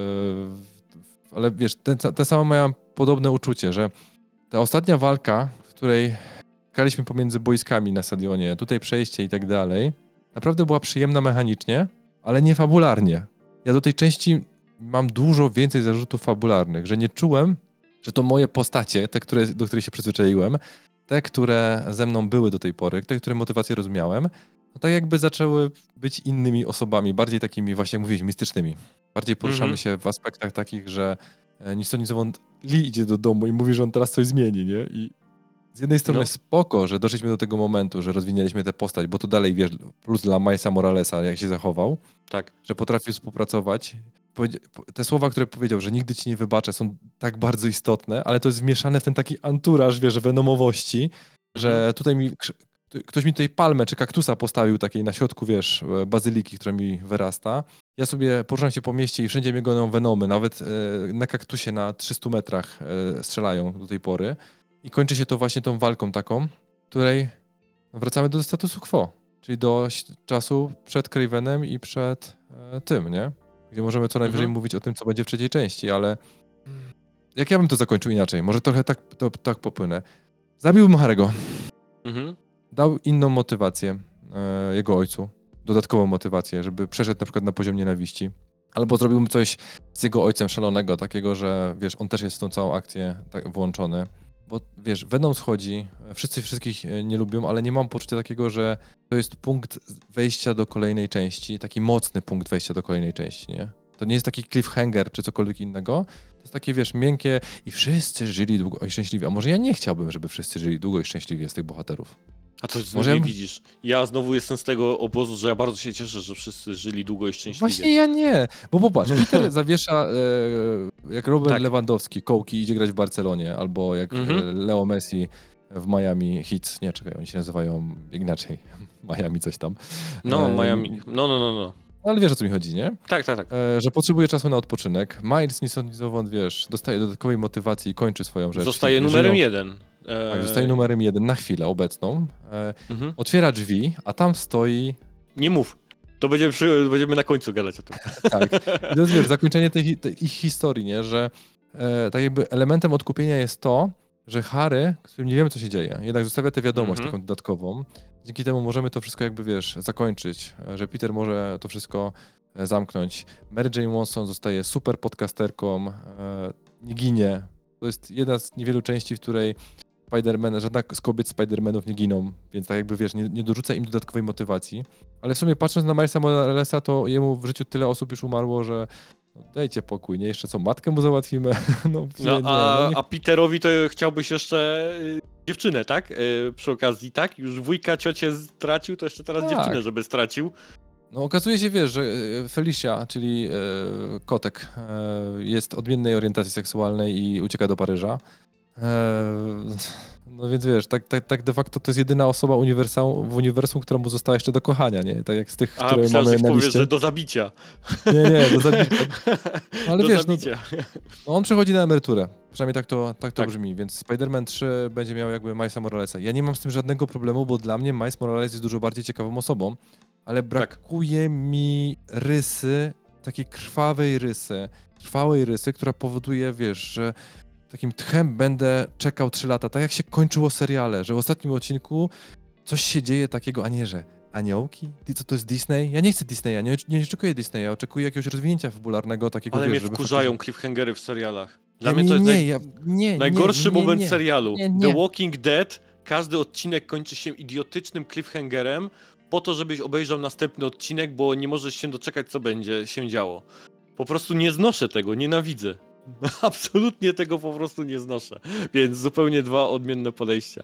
ale wiesz, ten, te same miałem podobne uczucie, że ta ostatnia walka, w której graliśmy pomiędzy boiskami na stadionie, tutaj przejście i tak dalej, naprawdę była przyjemna mechanicznie, ale nie fabularnie. Ja do tej części mam dużo więcej zarzutów fabularnych, że nie czułem, że to moje postacie, te, które, do których się przyzwyczaiłem, te, które ze mną były do tej pory, te, które motywacje rozumiałem, no tak jakby zaczęły być innymi osobami, bardziej takimi właśnie, jak mówiłeś, mistycznymi. Bardziej poruszamy Mhm. się w aspektach takich, że e, nic to nic Lee idzie do domu i mówi, że on teraz coś zmieni, nie? I z jednej strony No. spoko, że doszliśmy do tego momentu, że rozwinęliśmy tę postać, bo to dalej, wiesz, plus dla Milesa Moralesa, jak się zachował, Tak. że potrafił współpracować. Powiedz- Te słowa, które powiedział, że nigdy ci nie wybaczę, są tak bardzo istotne, ale to jest zmieszane w ten taki anturaż, wiesz, wenomowości, że tutaj mi krz- ktoś mi tutaj palmę czy kaktusa postawił takiej na środku, wiesz, e, bazyliki, która mi wyrasta. Ja sobie poruszam się po mieście i wszędzie mnie gonią venomy, nawet e, na kaktusie na trzystu metrach e, strzelają do tej pory. I kończy się to właśnie tą walką taką, której wracamy do statusu quo, czyli do ś- czasu przed Cravenem i przed e, tym, nie? Gdzie możemy co najwyżej Mhm. mówić o tym, co będzie w trzeciej części, ale jak ja bym to zakończył inaczej? Może trochę tak, to, tak popłynę. Zabiłbym Harego, Mhm. dał inną motywację e, jego ojcu, dodatkową motywację, żeby przeszedł na przykład na poziom nienawiści. Albo zrobiłbym coś z jego ojcem szalonego, takiego, że wiesz, on też jest w tą całą akcję tak włączony. Bo wiesz, Venom schodzi, wszyscy wszystkich e, nie lubią, ale nie mam poczucia takiego, że to jest punkt wejścia do kolejnej części, taki mocny punkt wejścia do kolejnej części, nie? To nie jest taki cliffhanger czy cokolwiek innego, to jest takie, wiesz, miękkie i wszyscy żyli długo i szczęśliwie. A może ja nie chciałbym, żeby wszyscy żyli długo i szczęśliwie z tych bohaterów. A to Może Może ja nie bym- widzisz. Ja znowu jestem z tego obozu, że ja bardzo się cieszę, że wszyscy żyli długo i szczęśliwie. Właśnie ja nie, bo popatrz, Peter zawiesza, e, jak Robert Tak. Lewandowski, kołki, idzie grać w Barcelonie, albo jak Mhm. e, Leo Messi w Miami Heat. Nie, czekaj, oni się nazywają inaczej. Miami coś tam. No, E, Miami. No, no, no, no. Ale wiesz, o co mi chodzi, nie? Tak, tak, tak. E, że potrzebuje czasu na odpoczynek. Miles niesądzowo, wiesz, dostaje dodatkowej motywacji i kończy swoją rzecz. Zostaje Żyją- numerem jeden. E, Tak, zostaje numerem jeden na chwilę obecną. E, Mhm. otwiera drzwi, a tam stoi... Nie mów. To będziemy, przy, będziemy na końcu gadać o tym. Tak. I to jest, wiesz, zakończenie tej, hi- tej ich historii, nie? Że e, tak jakby elementem odkupienia jest to, że Harry, z którym nie wiemy, co się dzieje, jednak zostawia tę wiadomość Mhm. taką dodatkową. Dzięki temu możemy to wszystko jakby, wiesz, zakończyć, e, że Peter może to wszystko e, zamknąć. Mary Jane Watson zostaje super podcasterką, e, nie ginie. To jest jedna z niewielu części, w której Spider-Man, żadna z kobiet Spider-Manów nie giną, więc tak jakby, wiesz, nie, nie dorzuca im dodatkowej motywacji. Ale w sumie patrząc na Milesa Moralesa, to jemu w życiu tyle osób już umarło, że no, dajcie pokój, nie? Jeszcze co, matkę mu załatwimy? No, nie, No, nie, a, no, nie. a Peterowi to chciałbyś jeszcze y, dziewczynę, tak? Y, przy okazji, tak? Już wujka, ciocię stracił, to jeszcze teraz Tak. dziewczynę, żeby stracił. No okazuje się, wiesz, że e, Felicia, czyli e, kotek, e, jest odmiennej orientacji seksualnej i ucieka do Paryża. E, no więc wiesz, tak, tak, tak de facto to jest jedyna osoba uniwersum, w uniwersum, która mu została jeszcze do kochania, nie? Tak jak z tych, A które myślałem, mamy że na powiesz, liście. że do zabicia. Nie, nie, do zabicia. Ale do wiesz, no, zabicia. no on przechodzi na emeryturę. Przynajmniej tak to, tak to Tak. brzmi, więc Spider-Man trzy będzie miał jakby Milesa Moralesa. Ja nie mam z tym żadnego problemu, bo dla mnie Miles Morales jest dużo bardziej ciekawą osobą, ale brakuje mi rysy, takiej krwawej rysy, trwałej rysy, która powoduje, wiesz, że takim tchem będę czekał trzy lata, tak jak się kończyło seriale, że w ostatnim odcinku coś się dzieje takiego, a nie, że aniołki? Ty, co to jest Disney? Ja nie chcę Disneya, nie, nie oczekuję Disneya, oczekuję jakiegoś rozwinięcia fabularnego, takiego, Ale wiesz, mnie żeby wkurzają faktycznie- cliffhangery w serialach. Dla Ja, mnie nie, to jest nie, naj... ja, nie, nie, najgorszy nie, moment nie, serialu. nie, nie. The Walking Dead, każdy odcinek kończy się idiotycznym cliffhangerem po to, żebyś obejrzał następny odcinek, bo nie możesz się doczekać, co będzie się działo. Po prostu nie znoszę tego, nienawidzę. Absolutnie tego po prostu nie znoszę. Więc zupełnie dwa odmienne podejścia.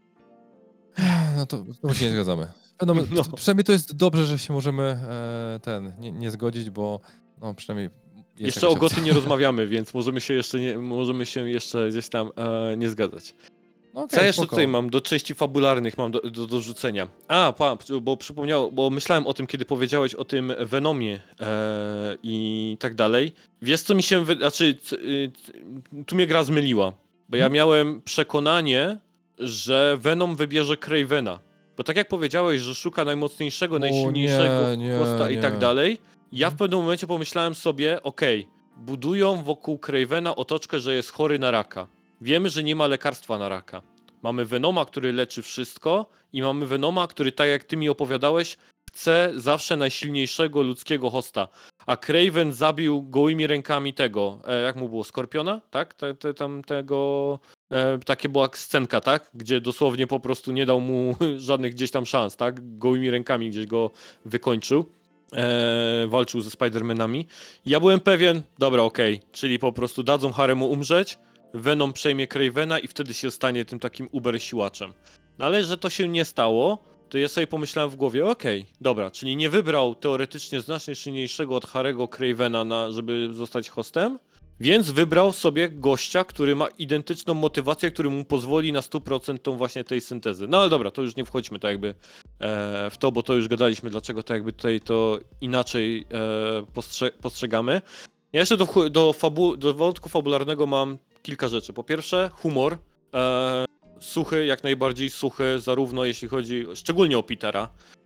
No to, to się nie zgadzamy. No, No. to, przynajmniej to jest dobrze, że się możemy e, ten, nie, nie zgodzić, bo no przynajmniej... jest Jeszcze jakaś o Goty opcja. nie rozmawiamy, więc możemy się jeszcze, nie, możemy się jeszcze gdzieś tam e, nie zgadzać. No, okej, Co ja jeszcze spoko. tutaj mam do części fabularnych mam do, do, do rzucenia. A, pa, bo przypomniało, bo myślałem o tym, kiedy powiedziałeś o tym Venomie e, i tak dalej. Wiesz, co mi się, wy... znaczy, c, y, c, tu mnie gra zmyliła, bo ja Hmm? miałem przekonanie, że Venom wybierze Cravena. Bo tak jak powiedziałeś, że szuka najmocniejszego, O, najsilniejszego nie, nie, hosta i nie. tak dalej, ja w Mhm. pewnym momencie pomyślałem sobie, okej, budują wokół Cravena otoczkę, że jest chory na raka. Wiemy, że nie ma lekarstwa na raka. Mamy Venoma, który leczy wszystko i mamy Venoma, który, tak jak ty mi opowiadałeś, chce zawsze najsilniejszego ludzkiego hosta. A Craven zabił gołymi rękami tego, e, jak mu było, Skorpiona? Tak? Te, te, tam tego... E, takie była scenka, tak? Gdzie dosłownie po prostu nie dał mu żadnych gdzieś tam szans, tak? Gołymi rękami gdzieś go wykończył. E, walczył ze Spider-Manami. Ja byłem pewien, dobra, okej, okay, czyli po prostu dadzą Haremu umrzeć, Venom przejmie Cravena i wtedy się stanie tym takim uber siłaczem. No ale że to się nie stało, to ja sobie pomyślałem w głowie, okej, okay, dobra, czyli nie wybrał teoretycznie znacznie silniejszego od Harego Cravena, na, żeby zostać hostem, więc wybrał sobie gościa, który ma identyczną motywację, który mu pozwoli na sto procent tą właśnie tej syntezy. No ale dobra, to już nie wchodźmy tak jakby e, w to, bo to już gadaliśmy, dlaczego tak jakby tutaj to inaczej e, postrze postrzegamy. Ja jeszcze do, do, fabu do wątku fabularnego mam kilka rzeczy. Po pierwsze, humor. E, suchy, jak najbardziej suchy, zarówno jeśli chodzi, szczególnie o Petera,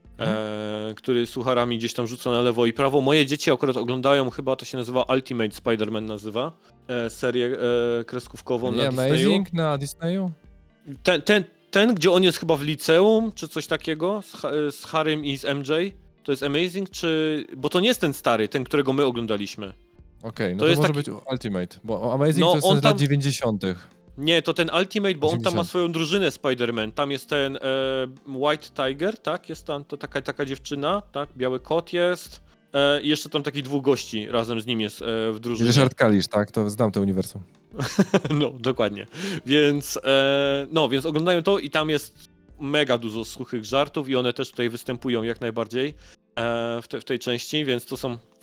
e, który sucharami gdzieś tam rzuca na lewo i prawo. Moje dzieci akurat oglądają, chyba to się nazywa Ultimate Spider-Man nazywa, e, serię e, kreskówkową Nie na Disneyu. Amazing na Disneyu? Ten, ten, ten, gdzie on jest chyba w liceum, czy coś takiego, z, z Harrym i z M J, to jest Amazing, czy... Bo to nie jest ten stary, ten, którego my oglądaliśmy. Okej, okay, no To to, jest może taki- być Ultimate, bo Amazing No, to jest on z tam- lat dziewięćdziesiątych. Nie, to ten Ultimate, bo on tam ma osiemdziesiąt. swoją drużynę Spider-Man. Tam jest ten e, White Tiger, tak? Jest tam to taka, taka dziewczyna, tak? Biały kot jest. E, I jeszcze tam takich dwóch gości razem z nim jest e, w drużynie. Ryszard Kalisz, tak? To znam to uniwersum. No, dokładnie. Więc, e, no, więc oglądają to i tam jest mega dużo suchych żartów i one też tutaj występują jak najbardziej e, w, te, w tej części, więc to są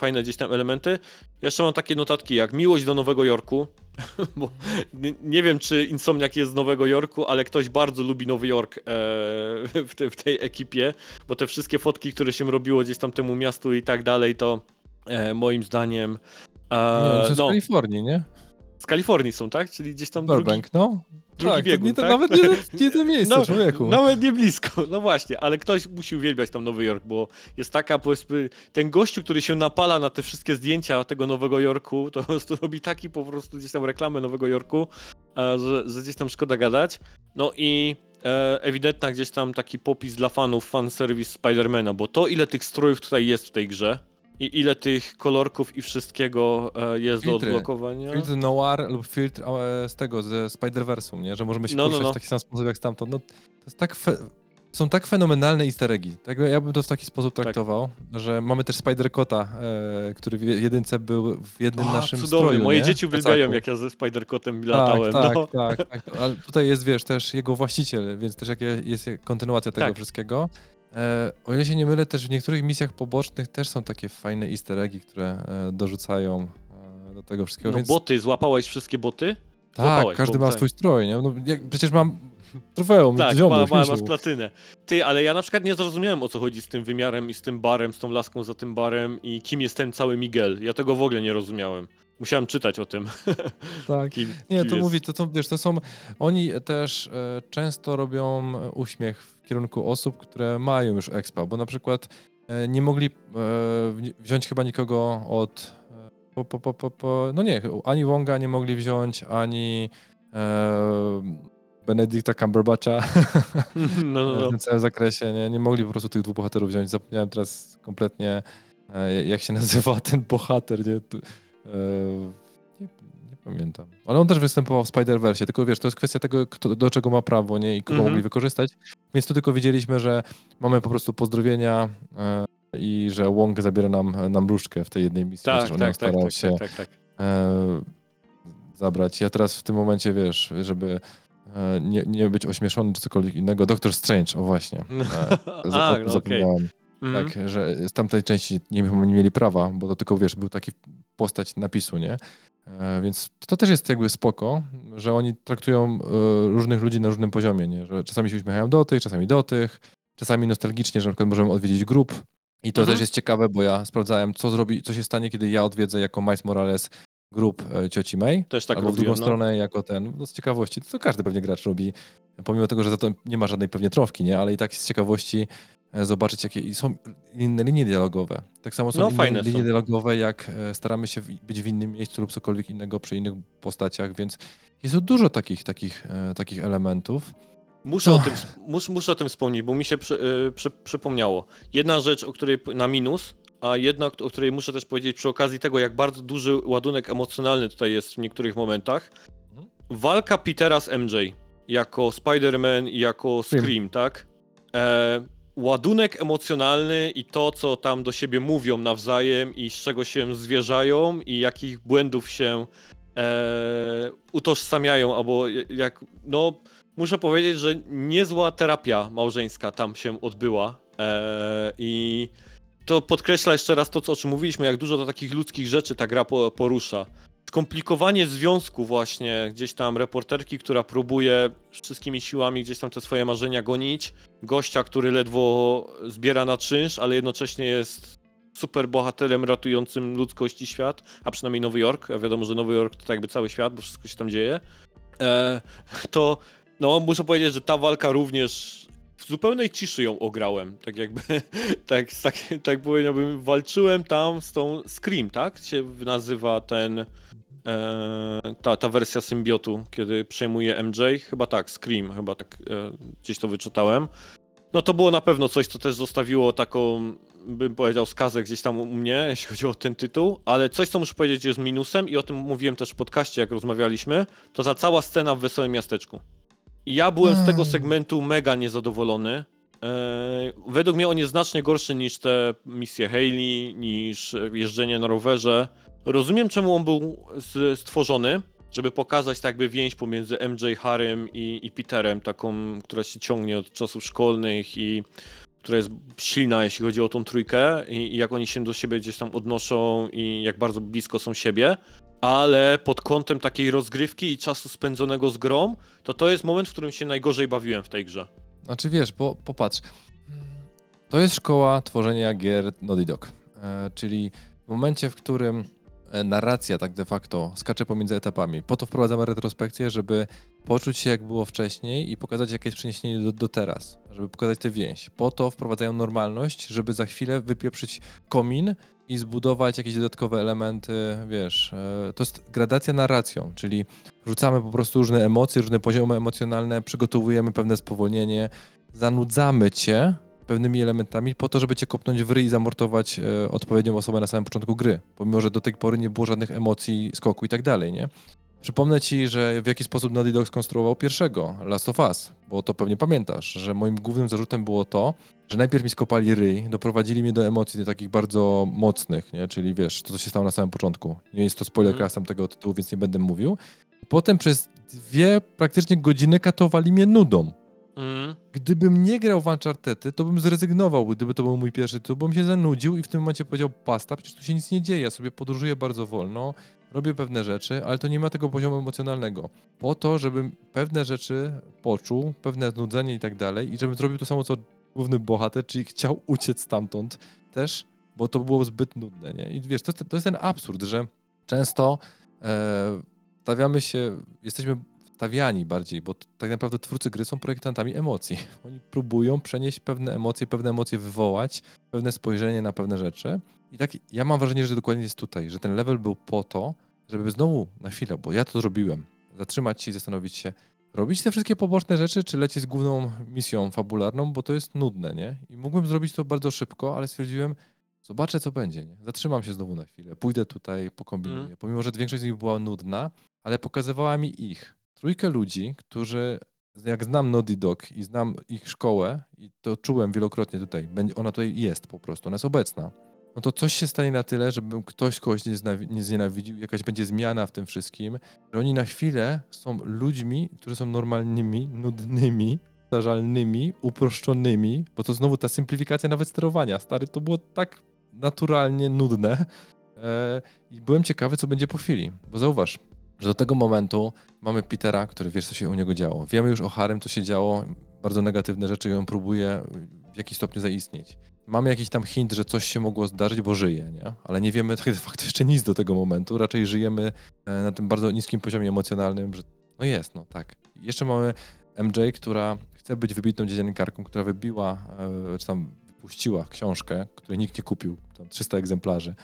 fajne gdzieś tam elementy. Jeszcze mam takie notatki jak miłość do Nowego Jorku, bo nie, nie wiem, czy Insomniac jest z Nowego Jorku, ale ktoś bardzo lubi Nowy Jork e, w, te, w tej ekipie, bo te wszystkie fotki, które się robiło gdzieś tam temu miastu i tak dalej, to e, moim zdaniem... E, Nie, to jest no, z Kalifornii, nie? z Kalifornii są, tak? Czyli gdzieś tam Burbank, drugi, no. drugi Tak, to biegun, nie, to tak? nawet nie, nie to miejsce, No, człowieku. nawet nie blisko, no właśnie, ale ktoś musi uwielbiać tam Nowy Jork, bo jest taka, powiedzmy, ten gościu, który się napala na te wszystkie zdjęcia tego Nowego Jorku, to po prostu robi taki po prostu gdzieś tam reklamę Nowego Jorku, e, że, że gdzieś tam szkoda gadać. No i e, ewidentna gdzieś tam taki popis dla fanów, fanserwis Spidermana, bo to ile tych strojów tutaj jest w tej grze i ile tych kolorków i wszystkiego e, jest Filtry. do odblokowania. Filtr noir lub filtr e, z tego, ze Spider-Verse'u, nie? Że możemy się No, no, poruszać no. w taki sam sposób jak stamtąd. No, to jest tak fe... Są tak fenomenalne easter eggi. Tak, ja bym to w taki sposób Tak. traktował, że mamy też Spider-Kota, e, który w jedynce był w jednym A, naszym cudowny. stroju, Moje nie? dzieci W uwielbiają, plecaku. jak ja ze Spider-Kotem Tak, latałem. tak, no. tak, tak. Ale tutaj jest, wiesz, też jego właściciel, więc też jak jest kontynuacja tego Tak. wszystkiego. E, o ile się nie mylę, też w niektórych misjach pobocznych też są takie fajne easter eggi, które e, dorzucają e, do tego wszystkiego, No więc boty, złapałeś wszystkie boty? tak, Złapałeś, każdy bo ma tak. swój strój, nie? No, jak, przecież mam trofeum, Tak, ziomuś, ma, ma, misiu. masz platynę. Ty, ale ja na przykład nie zrozumiałem, o co chodzi z tym wymiarem i z tym barem, z tą laską za tym barem i kim jest ten cały Miguel. Ja tego w ogóle nie rozumiałem. Musiałem czytać o tym. Tak. Kim, Nie, kim to jest. mówi, to, to wiesz, to są, oni też e, często robią e, uśmiech w kierunku osób, które mają już expa, bo na przykład e, nie mogli e, wzi- wziąć chyba nikogo od, e, po, po, po, po, po, no nie, ani Wonga nie mogli wziąć, ani e, Benedicta Cumberbatcha No, no, w no. tym całym zakresie, nie, nie mogli po prostu tych dwóch bohaterów wziąć, zapomniałem teraz kompletnie, e, jak się nazywa ten bohater, nie, Tu- e, nie, nie pamiętam. Ale on też występował w Spider-Versie, tylko wiesz, to jest kwestia tego, kto, do czego ma prawo, nie? I kogo Mhm. mogli wykorzystać. Więc tu tylko wiedzieliśmy, że mamy po prostu pozdrowienia e, i że Wong zabiera nam, nam różdżkę w tej jednej misji, Tak, chociaż on tak, ją tak, starał tak, się tak, tak, tak. e, zabrać. Ja teraz w tym momencie, wiesz, żeby e, nie, nie być ośmieszony czy cokolwiek innego, Doctor Strange, o właśnie. E, A, za- o tym no okej. zapomniałem. Mhm. Tak, że z tamtej części nie, nie mieli prawa, bo to tylko, wiesz, był taki postać napisu, nie? E, więc to też jest jakby spoko, że oni traktują e, różnych ludzi na różnym poziomie, nie? Że czasami się uśmiechają do tych, czasami do tych, czasami nostalgicznie, że na przykład możemy odwiedzić grup. I to Mhm. też jest ciekawe, bo ja sprawdzałem, co zrobi, co się stanie, kiedy ja odwiedzę jako Miles Morales grup e, cioci May, Też tak albo w drugą robiłem, no. stronę jako ten, no z ciekawości, to, to każdy pewnie gracz robi, pomimo tego, że za to nie ma żadnej pewnie trofki, nie? Ale i tak z ciekawości e, zobaczyć, jakie i są inne linie dialogowe. Tak samo są No, inne fajne linie są. dialogowe, jak e, staramy się w- być w innym miejscu lub cokolwiek innego przy innych postaciach, więc jest tu dużo takich, takich, e, takich elementów. Muszę, No. o tym, mus, muszę o tym wspomnieć, bo mi się przy, y, przy, przypomniało. Jedna rzecz, o której p- na minus, a jedna, o której muszę też powiedzieć przy okazji tego, jak bardzo duży ładunek emocjonalny tutaj jest w niektórych momentach. Mhm. Walka Petera z M J jako Spider-Man i jako Scream. Scream, tak? E, ładunek emocjonalny i to, co tam do siebie mówią nawzajem i z czego się zwierzają i jakich błędów się e, utożsamiają, albo jak, no muszę powiedzieć, że niezła terapia małżeńska tam się odbyła e, i to podkreśla jeszcze raz to, co, o czym mówiliśmy, jak dużo do takich ludzkich rzeczy ta gra po, porusza. Skomplikowanie związku właśnie, gdzieś tam reporterki, która próbuje wszystkimi siłami gdzieś tam te swoje marzenia gonić, gościa, który ledwo zbiera na czynsz, ale jednocześnie jest super bohaterem ratującym ludzkość i świat, a przynajmniej Nowy Jork, a wiadomo, że Nowy Jork to tak jakby cały świat, bo wszystko się tam dzieje, e, to no muszę powiedzieć, że ta walka również w zupełnej ciszy ją ograłem, tak jakby, tak, tak, tak powiedziałbym, walczyłem tam z tą Scream, tak się nazywa ten, e, ta, ta wersja symbiotu, kiedy przejmuje M J, chyba tak, Scream, chyba tak e, gdzieś to wyczytałem. No to było na pewno coś, co też zostawiło taką, bym powiedział, skazę gdzieś tam u mnie, jeśli chodzi o ten tytuł, ale coś, co muszę powiedzieć jest minusem i o tym mówiłem też w podcaście, jak rozmawialiśmy, to ta cała scena w Wesołym Miasteczku. I ja byłem z tego Mm. segmentu mega niezadowolony. Eee, według mnie on jest znacznie gorszy niż te misje Hayley, niż jeżdżenie na rowerze. Rozumiem, czemu on był z- stworzony, żeby pokazać tak jakby więź pomiędzy M J, Harrym i, i Peterem, taką, która się ciągnie od czasów szkolnych i która jest silna, jeśli chodzi o tą trójkę i, i jak oni się do siebie gdzieś tam odnoszą i jak bardzo blisko są siebie, ale pod kątem takiej rozgrywki i czasu spędzonego z grą, to to jest moment, w którym się najgorzej bawiłem w tej grze. Znaczy wiesz, bo popatrz, to jest szkoła tworzenia gier Naughty Dog, e, czyli w momencie, w którym e, narracja tak de facto skacze pomiędzy etapami, po to wprowadzamy retrospekcję, żeby poczuć się jak było wcześniej i pokazać jakieś przeniesienie do, do teraz, żeby pokazać tę więź. Po to wprowadzają normalność, żeby za chwilę wypieprzyć komin i zbudować jakieś dodatkowe elementy, wiesz, e, to jest gradacja narracją, czyli rzucamy po prostu różne emocje, różne poziomy emocjonalne, przygotowujemy pewne spowolnienie, zanudzamy cię pewnymi elementami po to, żeby cię kopnąć w ryj i zamortować e, odpowiednią osobę na samym początku gry, pomimo że do tej pory nie było żadnych emocji, skoku i tak dalej, nie? Przypomnę ci, że w jaki sposób Naughty Dog skonstruował pierwszego, Last of Us, bo to pewnie pamiętasz, że moim głównym zarzutem było to, że najpierw mi skopali ryj, doprowadzili mnie do emocji do takich bardzo mocnych, nie? Czyli wiesz, to co się stało na samym początku. Nie jest to spoiler Mhm. mm. tego tytułu, więc nie będę mówił. Potem przez dwie praktycznie godziny katowali mnie nudą. Mm. Gdybym nie grał w Uncharted'y, to bym zrezygnował, gdyby to był mój pierwszy tytuł, bo bym się zanudził i w tym momencie powiedział basta, przecież tu się nic nie dzieje, ja sobie podróżuję bardzo wolno, robię pewne rzeczy, ale to nie ma tego poziomu emocjonalnego. Po to, żebym pewne rzeczy poczuł, pewne znudzenie i tak dalej i żebym zrobił to samo, co główny bohater, czyli chciał uciec stamtąd też, bo to było zbyt nudne, nie? I wiesz, to, to jest ten absurd, że często e, stawiamy się, jesteśmy stawiani bardziej, bo t- tak naprawdę twórcy gry są projektantami emocji. Oni próbują przenieść pewne emocje, pewne emocje wywołać, pewne spojrzenie na pewne rzeczy. I tak ja mam wrażenie, że dokładnie jest tutaj, że ten level był po to, żeby znowu na chwilę, bo ja to zrobiłem, zatrzymać się i zastanowić się, robić te wszystkie poboczne rzeczy, czy lecieć z główną misją fabularną, bo to jest nudne, nie? I mógłbym zrobić to bardzo szybko, ale stwierdziłem, zobaczę co będzie, nie? Zatrzymam się znowu na chwilę, pójdę tutaj, pokombinuję. Mm. Pomimo, że większość z nich była nudna, ale pokazywała mi ich. Trójkę ludzi, którzy, jak znam Naughty Dog i znam ich szkołę, i to czułem wielokrotnie tutaj, będzie- ona tutaj jest po prostu, ona jest obecna, no to coś się stanie na tyle, żeby ktoś kogoś nie, zna, nie znienawidził, jakaś będzie zmiana w tym wszystkim, że oni na chwilę są ludźmi, którzy są normalnymi, nudnymi, powtarzalnymi, uproszczonymi, bo to znowu ta symplifikacja nawet sterowania, stary, to było tak naturalnie nudne e, i byłem ciekawy, co będzie po chwili, bo zauważ, że do tego momentu mamy Petera, który wiesz, co się u niego działo. Wiemy już o Harrym, co się działo, bardzo negatywne rzeczy i on próbuje w jakiś stopniu zaistnieć. Mamy jakiś tam hint, że coś się mogło zdarzyć, bo żyje, nie? Ale nie wiemy tak de facto jeszcze nic do tego momentu. Raczej żyjemy e, na tym bardzo niskim poziomie emocjonalnym, że no jest, no tak. Jeszcze mamy M J, która chce być wybitną dziennikarką, która wybiła, e, czy tam wypuściła książkę, której nikt nie kupił, tam trzysta egzemplarzy.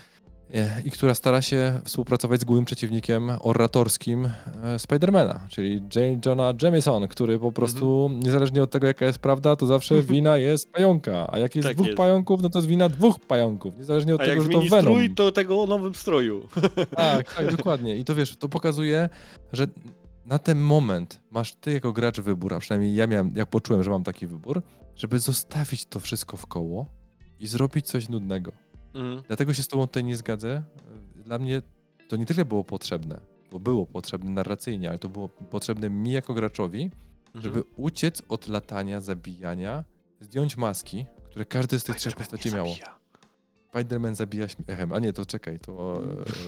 I która stara się współpracować z głównym przeciwnikiem oratorskim e, Spidermana, czyli J. Jonah Jameson, który po prostu, mm-hmm. niezależnie od tego, jaka jest prawda, to zawsze wina jest pająka, a jak jest Tak dwóch jest. pająków, no to jest wina dwóch pająków, niezależnie od A tego, jak że to zmieni Venom. strój, to tego o nowym stroju. Tak, tak, dokładnie. I to wiesz, to pokazuje, że na ten moment masz ty jako gracz wybór, a przynajmniej ja miałem, jak poczułem, że mam taki wybór, żeby zostawić to wszystko w koło i zrobić coś nudnego. Mm. Dlatego się z tobą tutaj nie zgadzę. Dla mnie to nie tyle było potrzebne, bo było potrzebne narracyjnie, ale to było potrzebne mi jako graczowi, mm-hmm. żeby uciec od latania, zabijania, zdjąć maski, które każdy z tych trzech postaci miało. Spider-Man zabija śmiechem. A nie, to czekaj, to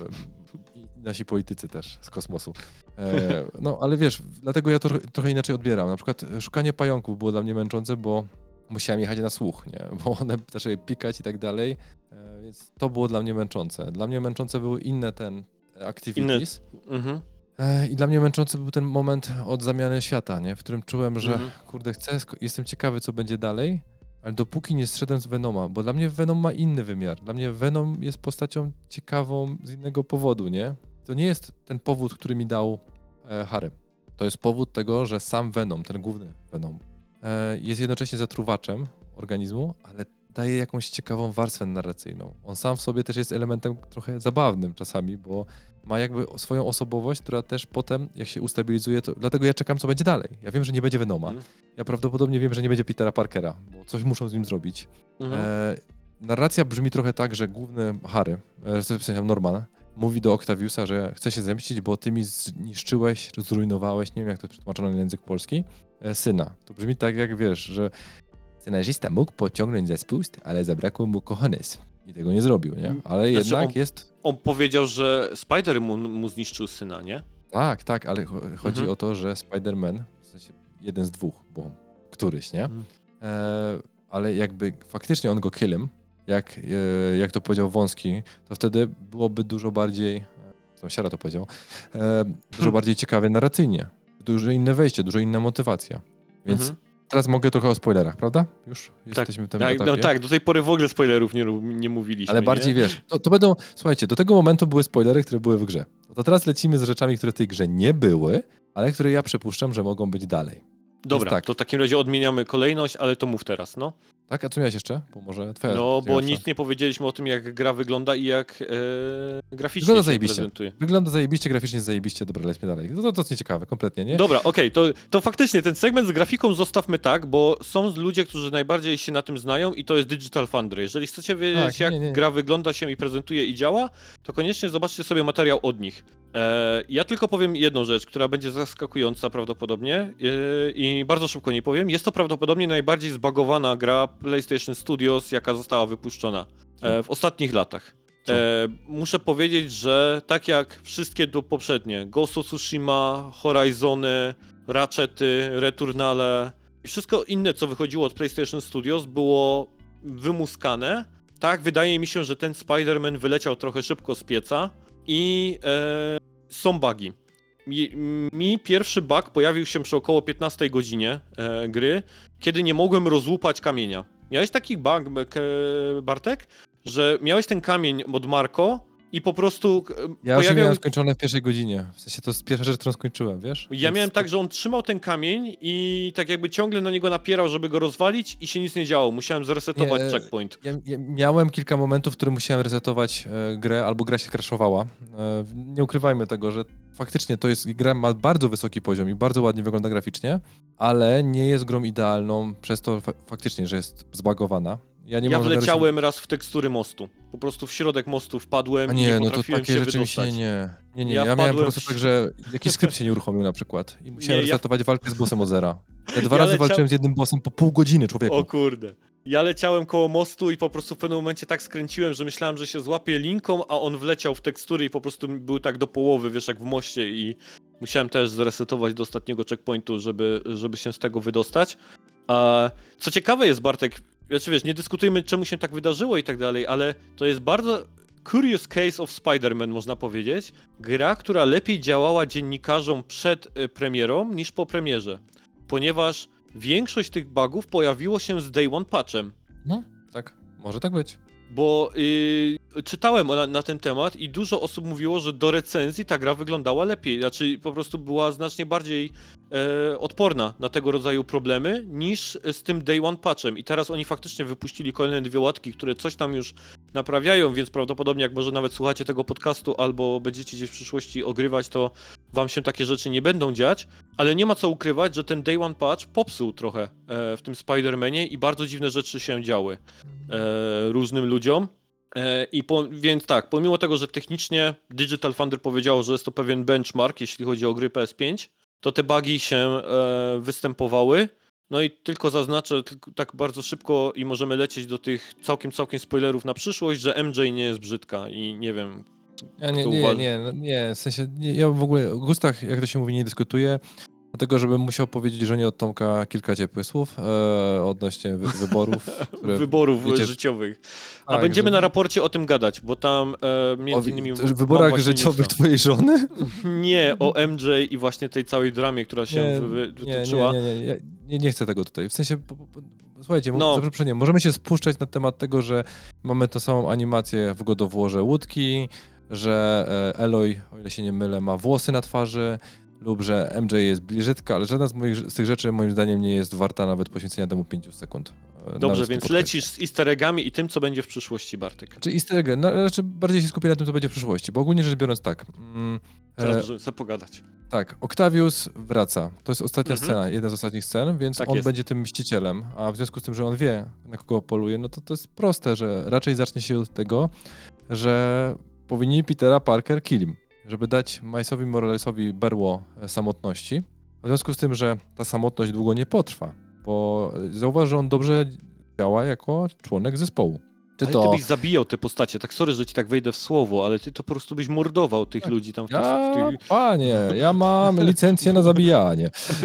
e, nasi politycy też z kosmosu. E, no, ale wiesz, dlatego ja to trochę inaczej odbieram. Na przykład szukanie pająków było dla mnie męczące, bo musiałem jechać na słuch, nie? Bo one zaczęły pikać i tak dalej, e, więc to było dla mnie męczące. Dla mnie męczące były inne ten activities. Inne. Mhm. E, I dla mnie męczący był ten moment od zamiany świata, nie? W którym czułem, że mhm. kurde, chcę, jestem ciekawy, co będzie dalej, ale dopóki nie zszedłem z Venoma, bo dla mnie Venom ma inny wymiar. Dla mnie Venom jest postacią ciekawą z innego powodu, nie? To nie jest ten powód, który mi dał e, Harry. To jest powód tego, że sam Venom, ten główny Venom, e, jest jednocześnie zatruwaczem organizmu, ale daje jakąś ciekawą warstwę narracyjną. On sam w sobie też jest elementem trochę zabawnym czasami, bo ma jakby swoją osobowość, która też potem, jak się ustabilizuje, to dlatego ja czekam, co będzie dalej. Ja wiem, że nie będzie Venoma. Mm. Ja prawdopodobnie wiem, że nie będzie Petera Parkera, bo coś muszą z nim zrobić. Mm-hmm. E, narracja brzmi trochę tak, że główny Harry, e, w sensie Norman, mówi do Octaviusa, że chce się zemścić, bo ty mi zniszczyłeś, zrujnowałeś, nie wiem jak to przetłumaczono na język polski, e, syna. To brzmi tak, jak wiesz, że scenarzysta mógł pociągnąć za spust, ale zabrakło mu cojones. I tego nie zrobił, nie? Ale Znaczy, jednak on- jest... On powiedział, że Spider mu, mu zniszczył syna, nie? Tak, tak, ale cho- chodzi Mhm. o to, że Spider-Man, w sensie jeden z dwóch, bo któryś, nie? Mhm. E, ale jakby faktycznie on go killem, jak, e, jak to powiedział Wąski, to wtedy byłoby dużo bardziej, tam Siara to powiedział, e, dużo bardziej ciekawie narracyjnie. Dużo inne wejście, dużo inna motywacja. Więc Mhm. teraz mogę trochę o spoilerach, prawda? Już jesteśmy w tym Tak, etapie. no tak, do tej pory w ogóle spoilerów nie, nie mówiliśmy. Ale bardziej nie? wiesz, to, to będą, słuchajcie, do tego momentu były spoilery, które były w grze. To teraz lecimy z rzeczami, które w tej grze nie były, ale które ja przypuszczam, że mogą być dalej. Dobra, tak. to w takim razie odmieniamy kolejność, ale to mów teraz, no. Tak? A co miałeś jeszcze? Bo może twoja No, bo ciekawsza. nic nie powiedzieliśmy o tym, jak gra wygląda i jak e, graficznie Wygląda się zajebiście. prezentuje. Wygląda zajebiście, graficznie zajebiście, dobra, lećmy dalej. No to, to jest nieciekawe, kompletnie, nie? Dobra, okej, to, to faktycznie ten segment z grafiką zostawmy tak, bo są ludzie, którzy najbardziej się na tym znają i to jest Digital Foundry. Jeżeli chcecie wiedzieć, Tak, jak nie, nie. gra wygląda się i prezentuje i działa, to koniecznie zobaczcie sobie materiał od nich. E, ja tylko powiem jedną rzecz, która będzie zaskakująca prawdopodobnie e, i bardzo szybko nie powiem. Jest to prawdopodobnie najbardziej zbagowana gra PlayStation Studios, jaka została wypuszczona e, w ostatnich latach. Co? E, muszę powiedzieć, że tak jak wszystkie do poprzednie, Ghost of Tsushima, Horizony, Ratchety, Returnale i wszystko inne, co wychodziło od PlayStation Studios, było wymuskane. Tak, wydaje mi się, że ten Spider-Man wyleciał trochę szybko z pieca i e, są bugi. Mi, mi pierwszy bug pojawił się przy około piętnastej godzinie e, gry, kiedy nie mogłem rozłupać kamienia. Miałeś taki bug, e, Bartek? Że miałeś ten kamień od Marco i po prostu e, Ja już je pojawiał... miałem skończone w pierwszej godzinie. W sensie to jest pierwsza rzecz, którą skończyłem, wiesz? Ja Więc miałem to- tak, że on trzymał ten kamień i tak jakby ciągle na niego napierał, żeby go rozwalić i się nic nie działo. Musiałem zresetować Nie, e, checkpoint. Ja, ja miałem kilka momentów, w których musiałem resetować e, grę, albo gra się crashowała. E, nie ukrywajmy tego, że faktycznie to jest, gra ma bardzo wysoki poziom i bardzo ładnie wygląda graficznie, ale nie jest grą idealną przez to fa faktycznie, że jest zbagowana. Ja nie Ja mam zamiaru wleciałem raz w tekstury mostu. Po prostu w środek mostu wpadłem Się... A i nie nie, no to potrafiłem takie się rzeczy mi się wydostać. nie... Nie, nie, Ja ja, miałem wpadłem po prostu w- tak, że jakiś skrypt się nie uruchomił na przykład i musiałem Nie, ja- resetować walkę z bossem od zera. Ja dwa Ja razy leciał- walczyłem z jednym bossem po pół godziny, człowieku. O kurde. Ja leciałem koło mostu i po prostu w pewnym momencie tak skręciłem, że myślałem, że się złapie linką, a on wleciał w tekstury i po prostu był tak do połowy, wiesz, jak w moście i musiałem też zresetować do ostatniego checkpointu, żeby, żeby się z tego wydostać. A co ciekawe jest, Bartek, znaczy wiesz, nie dyskutujmy, czemu się tak wydarzyło i tak dalej, ale to jest bardzo curious case of Spider-Man, można powiedzieć. Gra, która lepiej działała dziennikarzom przed y, premierą niż po premierze, ponieważ większość tych bugów pojawiło się z Day One patchem, No, tak, może tak być. bo yy, czytałem na, na ten temat i dużo osób mówiło, że do recenzji ta gra wyglądała lepiej, znaczy po prostu była znacznie bardziej e, odporna na tego rodzaju problemy niż z tym Day One patchem i teraz oni faktycznie wypuścili kolejne dwie łatki, które coś tam już naprawiają, więc prawdopodobnie jak może nawet słuchacie tego podcastu albo będziecie gdzieś w przyszłości ogrywać, to wam się takie rzeczy nie będą dziać, ale nie ma co ukrywać, że ten Day One patch popsuł trochę e, w tym Spider-Manie i bardzo dziwne rzeczy się działy e, różnym ludziom. E, I po, więc tak, pomimo tego, że technicznie Digital Foundry powiedziało, że jest to pewien benchmark, jeśli chodzi o gry P S pięć, to te bugi się e, występowały. No i tylko zaznaczę tylko tak bardzo szybko i możemy lecieć do tych całkiem, całkiem spoilerów na przyszłość, że M J nie jest brzydka i nie wiem. Ja nie, kto nie, uważa- nie, no nie, w sensie, nie, ja w ogóle o gustach, jak to się mówi, nie dyskutuję, dlatego żebym musiał powiedzieć żonie od Tomka kilka ciepłych słów e, odnośnie wy, wyborów. Które, wyborów wiecie, życiowych. A tak, będziemy że- na raporcie o tym gadać, bo tam e, o między wi- innymi... w mam wyborach właśnie życiowych newsa. twojej żony? Nie, o M J i właśnie tej całej dramie, która się Nie, wy, wy, nie, wytoczyła. nie, nie, nie, ja nie, nie chcę tego tutaj. W sensie, po, po, po, słuchajcie, No. no. za przeproszeniem, możemy się spuszczać na temat tego, że mamy tą samą animację w God of Warze łódki, że e, Eloy, o ile się nie mylę, ma włosy na twarzy, lub że M J jest bliżytka, ale żadna z, moich, z tych rzeczy moim zdaniem nie jest warta nawet poświęcenia temu pięciu sekund. e, Dobrze, nawet w tym więc podcaście. lecisz z easter eggami i tym, co będzie w przyszłości, Bartek. Czy easter egg, no, znaczy bardziej się skupię na tym, co będzie w przyszłości, bo ogólnie rzecz biorąc tak. Mm, Teraz e, możemy sobie pogadać. Tak, Octavius wraca. To jest ostatnia Mhm. scena, jedna z ostatnich scen, więc Tak on jest. będzie tym mścicielem, a w związku z tym, że on wie, na kogo poluje, no to to jest proste, że raczej zacznie się od tego, że powinni Petera Parker kill, żeby dać Milesowi Moralesowi berło e, samotności. W związku z tym, że ta samotność długo nie potrwa, bo zauważ, że on dobrze działa jako członek zespołu. Czy Ale to... ty byś zabijał te postacie, tak sorry, że ci tak wejdę w słowo, ale ty to po prostu byś mordował tych Tak. ludzi tam w tych... Ja, w tych... panie, ja mam licencję na zabijanie.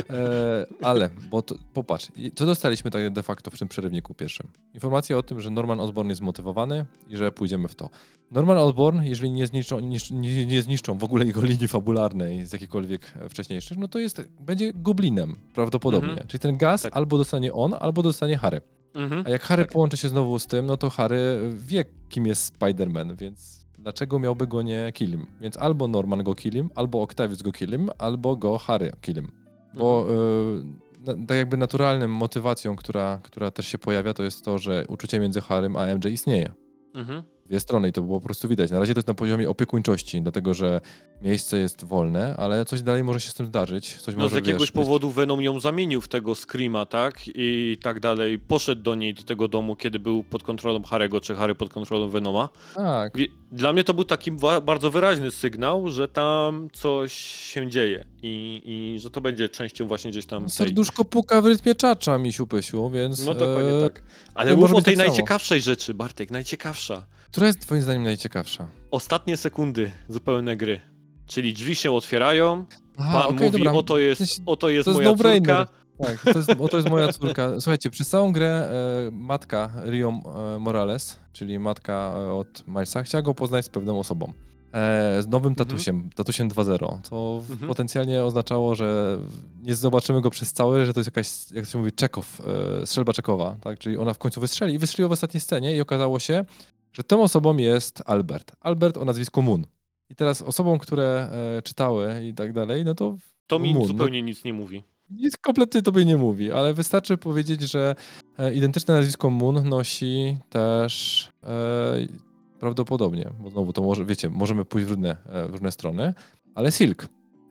E, ale, bo to, popatrz, i co dostaliśmy tak de facto w tym przerywniku pierwszym? Informację o tym, że Norman Osborn jest zmotywowany i że pójdziemy w to. Norman Osborn, jeżeli nie zniszczą, nisz, nie, nie zniszczą w ogóle jego linii fabularnej z jakichkolwiek wcześniejszych, no to jest, będzie goblinem prawdopodobnie. Mhm. Czyli ten gaz Tak. albo dostanie on, albo dostanie Harry. Mhm. A jak Harry Tak. połączy się znowu z tym, no to Harry wie, kim jest Spider-Man, więc dlaczego miałby go nie killim? Więc albo Norman go killim, albo Octavius go killim, albo go Harry killim. Bo Mhm. y, tak jakby naturalnym motywacją, która, która też się pojawia, to jest to, że uczucie między Harrym a M J istnieje. Mhm. Dwie strony i to było po prostu widać. Na razie to jest na poziomie opiekuńczości, dlatego że miejsce jest wolne, ale coś dalej może się z tym zdarzyć. Coś No może, z jakiegoś wiesz, powodu Venom ją zamienił w tego Screama, tak? I tak dalej. Poszedł do niej, do tego domu, kiedy był pod kontrolą Harry'ego, czy Harry pod kontrolą Venoma. Tak. I dla mnie to był taki wa- bardzo wyraźny sygnał, że tam coś się dzieje i, i że to będzie częścią właśnie gdzieś tam tej... Serduszko puka w rytmie czacza, misiu pysiu, więc... No dokładnie e, tak. Ale to mów może o być tej tak samo. najciekawszej rzeczy, Bartek, najciekawsza. Która jest twoim zdaniem najciekawsza? Ostatnie sekundy zupełne gry. Czyli drzwi się otwierają, Aha, pan okej, mówi, dobra. oto jest, Jesteś- oto jest to jest moja no-brainer. córka. Tak, to jest, oto jest moja córka. Słuchajcie, przez całą grę e, matka Rio e, Morales, czyli matka e, od Milesa, chciała go poznać z pewną osobą. E, z nowym Mhm. tatusiem, tatusiem dwa zero, co w- Mhm. potencjalnie oznaczało, że nie zobaczymy go przez cały, że to jest jakaś, jak się mówi, Czekow, e, strzelba Czekowa, tak? Czyli ona w końcu wystrzeli i wystrzeliła w ostatniej scenie i okazało się, że tą osobą jest Albert. Albert o nazwisku Moon. I teraz osobom, które e, czytały i tak dalej, no to To mi Moon, no, zupełnie nic nie mówi. nic kompletnie tobie nie mówi, ale wystarczy powiedzieć, że e, identyczne nazwisko Moon nosi też e, prawdopodobnie, bo znowu to może, wiecie, możemy pójść w różne, e, w różne strony, ale Silk,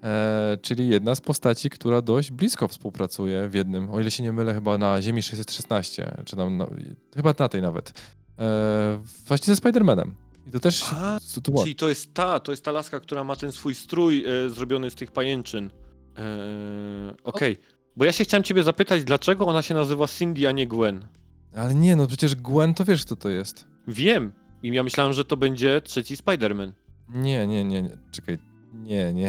e, czyli jedna z postaci, która dość blisko współpracuje w jednym, o ile się nie mylę, chyba na Ziemi sześćset szesnaście, czy tam, na, chyba na tej nawet, e, właśnie ze Spider-Manem. I to też A, sytuacja. Czyli to jest ta, to jest ta laska, która ma ten swój strój e, zrobiony z tych pajęczyn. E, Okej, bo ja się chciałem ciebie zapytać, dlaczego ona się nazywa Cindy, a nie Gwen? Ale nie, no przecież Gwen to wiesz, kto to jest. Wiem. I ja myślałem, że to będzie trzeci Spider-Man. Nie, nie, nie, nie. Czekaj. Nie, nie.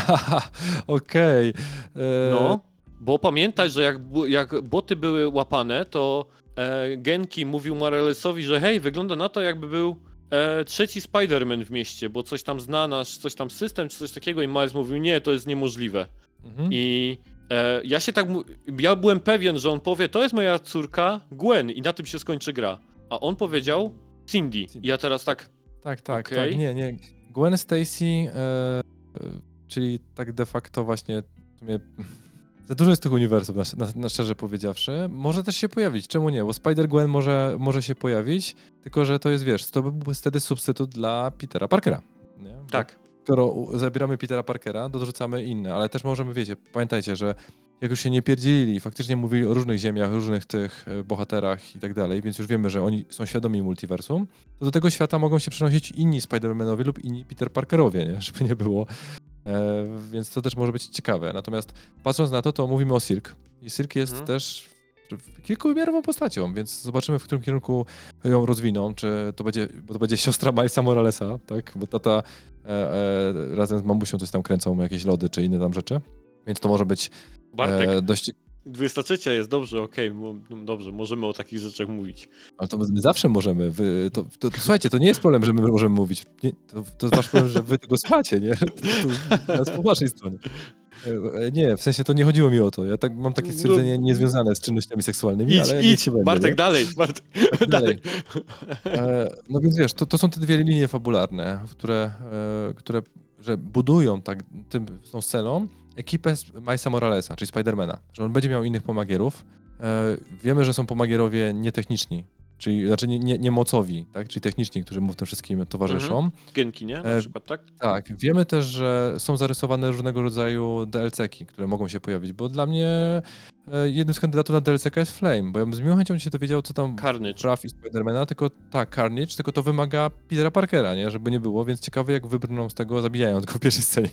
Okej. E, No, bo pamiętaj, że jak, bu- jak boty były łapane, to e, Genki mówił Moralesowi, że hej, wygląda na to, jakby był e, trzeci Spider-Man w mieście, bo coś tam zna nasz, coś tam system, czy coś takiego i Miles mówił, nie, to jest niemożliwe. Mhm. I e, ja się tak, mu- ja byłem pewien, że on powie, to jest moja córka Gwen i na tym się skończy gra. A on powiedział Cindy. I ja teraz tak, Tak, tak, okej. tak. Nie, nie. Gwen Stacy, e, e, czyli tak de facto właśnie w sumie, za dużo jest tych uniwersów, na, na, na szczerze powiedziawszy. Może też się pojawić, czemu nie? Bo Spider-Gwen może, może się pojawić, tylko że to jest, wiesz, to by był wtedy substytut dla Petera Parkera. Nie? Bo tak. skoro u- zabieramy Petera Parkera, to dorzucamy inne, ale też możemy, wiecie, pamiętajcie, że jak już się nie pierdzili, faktycznie mówili o różnych ziemiach, różnych tych e, bohaterach i tak dalej, więc już wiemy, że oni są świadomi multiversum, to do tego świata mogą się przenosić inni Spider-Manowie lub inni Peter Parkerowie, nie? Żeby nie było. E, więc to też może być ciekawe. Natomiast patrząc na to, to mówimy o Silk. I Silk jest Mhm. też kilkuwymiarową postacią, więc zobaczymy, w którym kierunku ją rozwiną, czy to będzie, bo to będzie siostra Milesa Moralesa, tak? Bo tata e, e, razem z mamusią coś tam kręcą, jakieś lody czy inne tam rzeczy. Więc to może być Bartek, e, dość... dwudziesta trzecia jest, dobrze, okej, mo- dobrze, możemy o takich rzeczach mówić. Ale to my zawsze możemy. Wy, to, to, to, słuchajcie, to nie jest problem, że my możemy mówić. Nie, to, to jest wasz problem, że wy tego słuchacie, nie? To, to jest po waszej stronie. E, Nie, w sensie to nie chodziło mi o to. Ja tak, mam takie stwierdzenie niezwiązane z czynnościami seksualnymi, Idź, ale niech idź, się będzie, Bartek, nie? dalej, Bartek, dalej. dalej. E, no więc wiesz, to, to są te dwie linie fabularne, które, e, które że budują tak, tym, tą sceną ekipę z Milesa Moralesa, czyli Spidermana, że on będzie miał innych pomagierów. E, wiemy, że są pomagierowie nietechniczni, czyli znaczy nie, nie, nie mocowi, tak? Czyli techniczni, którzy mu w tym wszystkim towarzyszą. Genki, nie? Na E, przykład, tak? Tak, wiemy też, że są zarysowane różnego rodzaju D L C-ki, które mogą się pojawić, bo dla mnie e, jednym z kandydatów na D L C K jest Flame, bo ja bym z miłą chęcią się dowiedział, co tam Carnage. trafi Spidermana, tylko tak, Carnage, tylko to wymaga Petera Parkera, nie? Żeby nie było, więc ciekawe jak wybrną z tego, zabijając go w pierwszej scenie.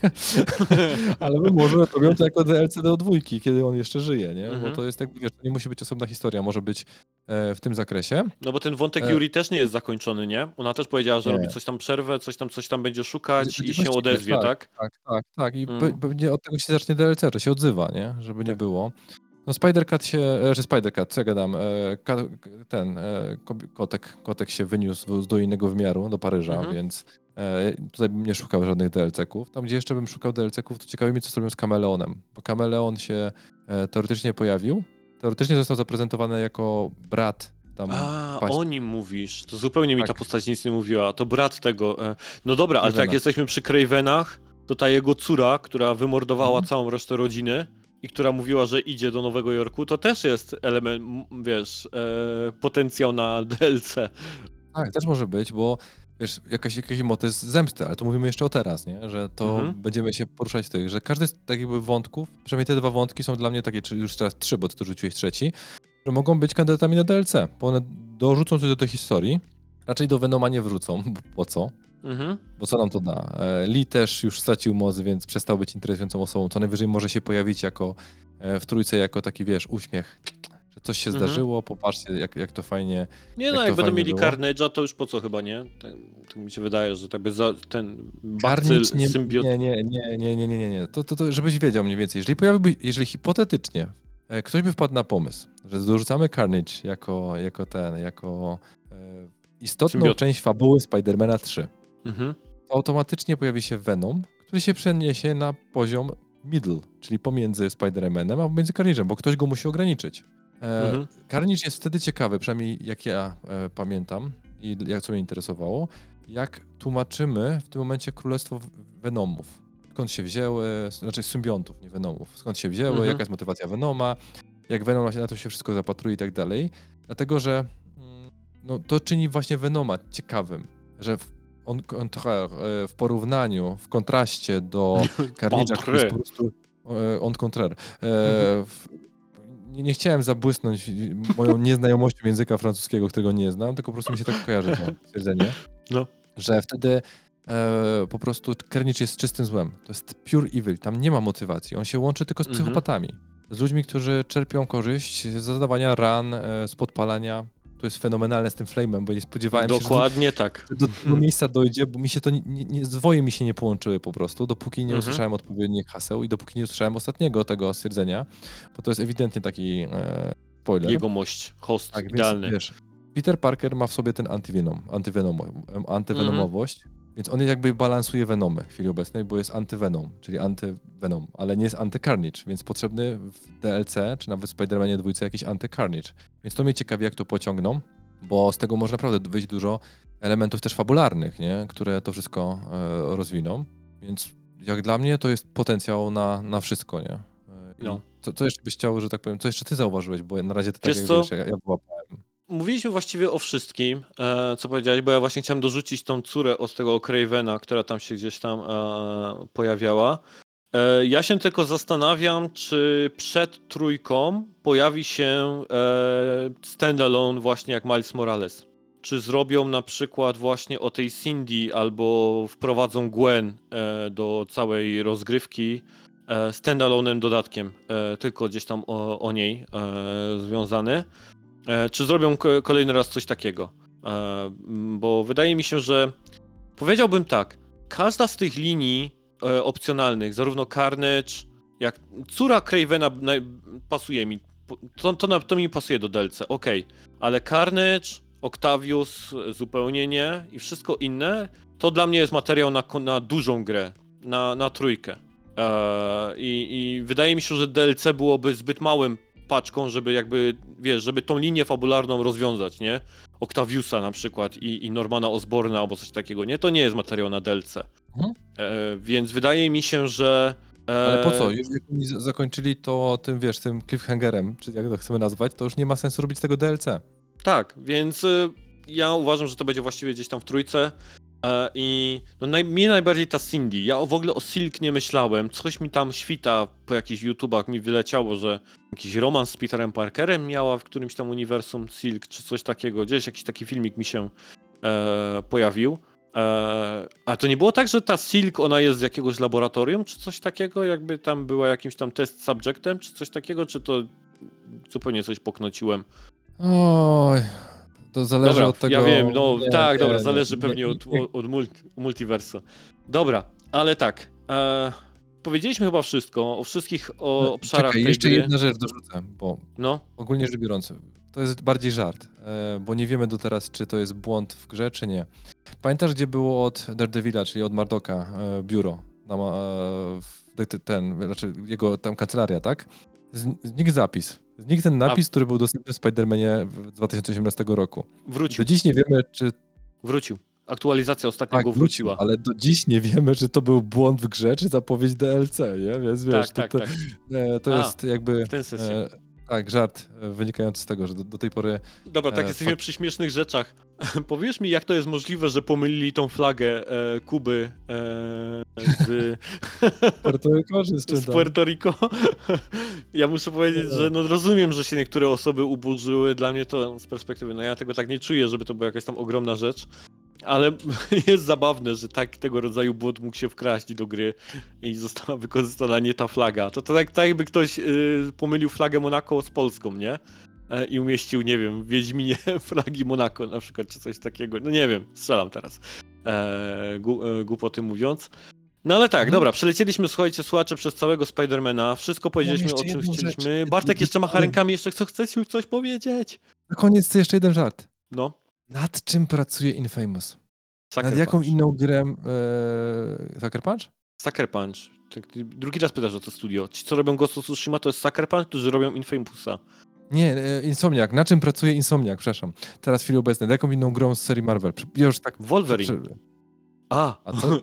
Ale może robią to jako D L C do dwójki, kiedy on jeszcze żyje, nie? Bo Mhm. to jest tak, wiesz, to nie musi być osobna historia, może być e, w tym zakresie. No bo ten wątek E, Yuri też nie jest zakończony, nie? Ona też powiedziała, że Nie. robi coś tam przerwę, coś tam, coś tam będzie szukać Będzie i się właściwie, odezwie, tak? Tak, tak, tak. I Mm. pe- pewnie od tego się zacznie D L C, że się odzywa, nie? Żeby nie Tak. było. No Spider-Cat się, e, że Spider-Cat, co ja gadam, e, ka, ten e, kobi- kotek, kotek się wyniósł z do innego wymiaru, do Paryża, Mhm. więc e, tutaj bym nie szukał żadnych D L C-ków. Tam, gdzie jeszcze bym szukał D L C-ków, to ciekawi mnie, co zrobią z Kameleonem, bo Kameleon się e, teoretycznie pojawił. Teoretycznie został zaprezentowany jako brat tam A, paści. o nim mówisz. To zupełnie mi Tak. ta postać nic nie mówiła. To brat tego. e, No dobra, ale tak jak Cravena. jesteśmy przy Cravenach, to ta jego córa, która wymordowała Mhm. całą resztę rodziny i która mówiła, że idzie do Nowego Jorku, to też jest element, m, wiesz, e, potencjał na D L C. Tak, też może być, bo wiesz, jakaś, jakiś motyw zemsty, ale to mówimy jeszcze o teraz, nie? Że to Mhm. będziemy się poruszać w tych, że każdy z takich jakby wątków, przynajmniej te dwa wątki są dla mnie takie, czy już teraz trzy, bo ty to rzuciłeś trzeci, że mogą być kandydatami na D L C, bo one dorzucą coś do tej historii, raczej do Venoma nie wrócą, bo po co? Mhm. Bo co nam to da? E, Lee też już stracił moc, więc przestał być interesującą osobą, co najwyżej może się pojawić jako e, w trójce jako taki, wiesz, uśmiech, że coś się Mhm. zdarzyło, popatrzcie jak, jak to fajnie. Nie Jak no, to jak będą fajnie mieli było. Carnage'a, to już po co chyba, nie? Tak, tak mi się wydaje, że tak by za, ten bakcyl, Carnage nie, symbiot... nie, nie, nie, nie, nie, nie, nie, nie. To, to, to, żebyś wiedział mniej więcej. Jeżeli pojawiłby, jeżeli hipotetycznie e, ktoś by wpadł na pomysł, że dorzucamy Carnage jako, jako ten, jako e, istotną Symbiot. część fabuły Spidermana trzy, Mhm. to automatycznie pojawi się Venom, który się przeniesie na poziom middle, czyli pomiędzy Spider-Manem a pomiędzy Carnage'em, bo ktoś go musi ograniczyć. E, Mhm. Carnage jest wtedy ciekawy, przynajmniej jak ja e, pamiętam i jak co mnie interesowało, jak tłumaczymy w tym momencie królestwo Venomów. Skąd się wzięły, znaczy symbiontów, nie Venomów. Skąd się wzięły, Mhm. jaka jest motywacja Venoma, jak Venom się na to się wszystko zapatruje i tak dalej. Dlatego, że mm, no, to czyni właśnie Venoma ciekawym, że w, on, on trochę e, w porównaniu, w kontraście do Carnage'a, który jest po prostu e, on contraire. E, w, nie, nie chciałem zabłysnąć moją nieznajomością języka francuskiego, którego nie znam, tylko po prostu mi się tak kojarzy to stwierdzenie, No. że wtedy e, po prostu Carnage jest czystym złem. To jest pure evil, tam nie ma motywacji. On się łączy tylko z Mhm. psychopatami. Z ludźmi, którzy czerpią korzyść z zadawania ran, e, z podpalania. To jest fenomenalne z tym Flame'em, bo nie spodziewałem się, Dokładnie tak. że do, do tego miejsca dojdzie, bo mi się to nie, nie, nie, zwoje mi się nie połączyły po prostu, dopóki nie Mhm. usłyszałem odpowiednich haseł i dopóki nie usłyszałem ostatniego tego stwierdzenia, bo to jest ewidentnie taki e, spoiler. Jegomość, host, Tak, więc idealny. wiesz, Peter Parker ma w sobie ten antyvenom, antyvenom, em, antywenomowość, więc on jakby balansuje venomy w chwili obecnej, bo jest antyvenom, czyli antyvenom, ale nie jest antycarnage, więc potrzebny w D L C, czy nawet w Spider-Manie dwójce jakiś antycarnage. Więc to mnie ciekawi, jak to pociągną, bo z tego może naprawdę wyjść dużo elementów też fabularnych, nie? Które to wszystko e, rozwiną, więc jak dla mnie to jest potencjał na, na wszystko, nie? E, i No. Co, co jeszcze byś chciał, że tak powiem, co jeszcze ty zauważyłeś, bo na razie to tak Wiesz jak co? wiesz, ja, ja wyłapałem. Mówiliśmy właściwie o wszystkim, e, co powiedziałeś, bo ja właśnie chciałem dorzucić tą córę od tego Cravena, która tam się gdzieś tam e, pojawiała. E, ja się tylko zastanawiam, czy przed trójką pojawi się e, standalone właśnie jak Miles Morales. Czy zrobią na przykład właśnie o tej Cindy albo wprowadzą Gwen e, do całej rozgrywki e, standalone'em dodatkiem, e, tylko gdzieś tam o, o niej e, związany. E, Czy zrobią ko- kolejny raz coś takiego? E, m, Bo wydaje mi się, że powiedziałbym tak, każda z tych linii e, opcjonalnych, zarówno Carnage, jak córa Cravena naj- pasuje mi, Po- to, to, na- to mi pasuje do D L C, okej, ale Carnage, Octavius e, zupełnie nie i wszystko inne, to dla mnie jest materiał na, ko- na dużą grę, na, na trójkę. E, i, I wydaje mi się, że D L C byłoby zbyt małym paczką, żeby jakby, wiesz, żeby tą linię fabularną rozwiązać, nie? Octaviusa na przykład i, i Normana Osborna albo coś takiego, nie? To nie jest materiał na D L C. Mhm. E, więc wydaje mi się, że... E, Ale po co? Już jak oni z- zakończyli to tym, wiesz, tym cliffhangerem, czy jak to chcemy nazwać, to już nie ma sensu robić tego D L C. Tak, więc y, ja uważam, że to będzie właściwie gdzieś tam w trójce. E, I no naj, mnie najbardziej ta Cindy. Ja o, w ogóle o Silk nie myślałem. Coś mi tam świta po jakichś YouTubach mi wyleciało, że jakiś romans z Peterem Parkerem miała w którymś tam uniwersum Silk, czy coś takiego. Gdzieś jakiś taki filmik mi się e, pojawił. E, a to nie było tak, że ta Silk, ona jest z jakiegoś laboratorium, czy coś takiego? Jakby tam była jakimś tam test subjectem, czy coś takiego? Czy to zupełnie coś poknociłem? Oj, to zależy Dobra, od tego... ja wiem, no nie, tak, nie, dobra, nie, zależy nie, pewnie nie, od, nie. od multi, multiversu. Dobra, ale tak, e, powiedzieliśmy chyba wszystko, o wszystkich o obszarach Czekaj, tej jeszcze gry. jedna rzecz dorzucę, bo No, ogólnie rzecz biorąc, to jest bardziej żart, e, bo nie wiemy do teraz, czy to jest błąd w grze, czy nie. Pamiętasz, gdzie było od Daredevila, czyli od Murdocha, e, biuro, tam, e, w- ten, znaczy jego tam kancelaria, tak? Z- Znikł zapis. Znikł ten napis, który był dostępny w Spider-Manie w dwa tysiące osiemnastego roku. wrócił, Do dziś nie wiemy, czy wrócił. Aktualizacja ostatnio tak go wrócił, wróciła. ale do dziś nie wiemy, czy to był błąd w grze, czy zapowiedź D L C, nie? Więc wiesz, Tak, tak, to, tak, to, e, to A, jest jakby w ten sensie. e, tak, żart e, wynikający z tego, że do, do tej pory Dobra, tak e, jesteśmy fak- przy śmiesznych rzeczach. Powiesz mi, jak to jest możliwe, że pomylili tą flagę e, Kuby e, z, Puerto Rico, czy z czym z tam? Puerto Rico? Ja muszę powiedzieć, że no rozumiem, że się niektóre osoby uburzyły. Dla mnie to z perspektywy, no ja tego tak nie czuję, żeby to była jakaś tam ogromna rzecz. Ale jest zabawne, że tak tego rodzaju błąd mógł się wkraść do gry i została wykorzystana nie ta flaga. To, to tak, tak jakby ktoś y, pomylił flagę Monako z Polską, nie? E, I umieścił, nie wiem, w Wiedźminie flagi Monako na przykład, czy coś takiego. No nie wiem, strzelam teraz. E, gu, e, głupoty mówiąc. No ale tak, Mhm. dobra, przelecieliśmy, słuchajcie, słuchacze, przez całego Spidermana. Wszystko powiedzieliśmy, jeszcze o czym jedną chcieliśmy. rzecz. Bartek jeszcze macha Ale- rękami, jeszcze co chcesz już coś powiedzieć? Na koniec chcę jeszcze jeden żart. No, Nad czym pracuje Infamous? Sucker Nad jaką Punch. inną grę e, Sucker Punch? Sucker Punch. Tak, ty drugi raz pytasz o to studio. Ci, co robią Ghost of Tsushima, to jest Sucker Punch, którzy robią Infamousa. Nie, e, Insomniac. Na czym pracuje Insomniac? Przepraszam. Teraz w chwili obecnej. Nad jaką inną grą z serii Marvel? Prze- Ja już tak... Wolverine. prze- A, A co?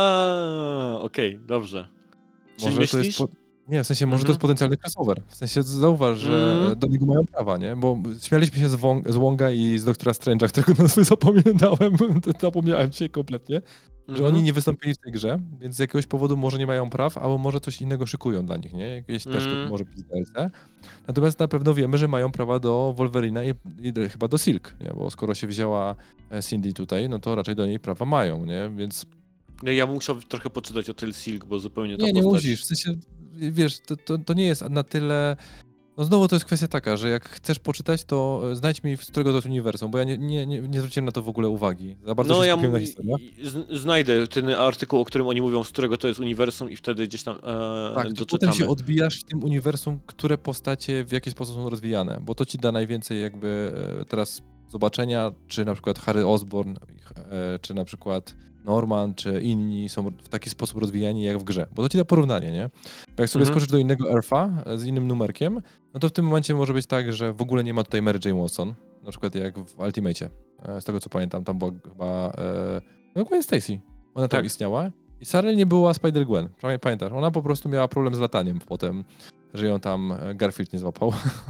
a, okej, dobrze. Czyli Może to myślisz? jest... Po... Nie, w sensie może to Mhm. jest potencjalny crossover. W sensie zauważ, że Mhm. do niego mają prawa, nie? Bo śmialiśmy się z, Wong, z Wonga i z Doktora Strange'a, którego nazwy zapamiętałem, zapomniałem dzisiaj kompletnie, że Mhm. oni nie wystąpili w tej grze, więc z jakiegoś powodu może nie mają praw, albo może coś innego szykują dla nich, nie? Jakieś też Mhm. to może być D L C. Natomiast na pewno wiemy, że mają prawa do Wolverina i, i do- chyba do Silk, nie? Bo skoro się wzięła e, Cindy tutaj, no to raczej do niej prawa mają, nie? Więc No, ja muszę trochę poczytać o Tale Silk, bo zupełnie ta nie, nie postać... musisz. W sensie, wiesz, to, to, to nie jest na tyle... No znowu to jest kwestia taka, że jak chcesz poczytać, to e, znajdź mi, z którego to jest uniwersum, bo ja nie, nie, nie, nie zwróciłem na to w ogóle uwagi. Za bardzo No się ja skupiłem na mu- historii. i- z- znajdę ten artykuł, o którym oni mówią, z którego to jest uniwersum i wtedy gdzieś tam e, Tak, to doczytamy. potem się odbijasz w tym uniwersum, które postacie w jaki sposób są rozwijane, bo to ci da najwięcej jakby e, teraz zobaczenia, czy na przykład Harry Osborn, e, czy na przykład Norman, czy inni są w taki sposób rozwijani jak w grze, bo to ci da porównanie, nie? Bo jak sobie Mhm. skoczysz do innego elfa e, z innym numerkiem, no to w tym momencie może być tak, że w ogóle nie ma tutaj Mary Jane Watson, na przykład jak w Ultimate'cie. E, Z tego co pamiętam, tam była chyba e, no Gwen Stacy. Ona tam Tak. istniała. I Sarah nie była Spider-Gwen. Pamię- Pamiętasz? Ona po prostu miała problem z lataniem potem, że ją tam e, Garfield nie złapał.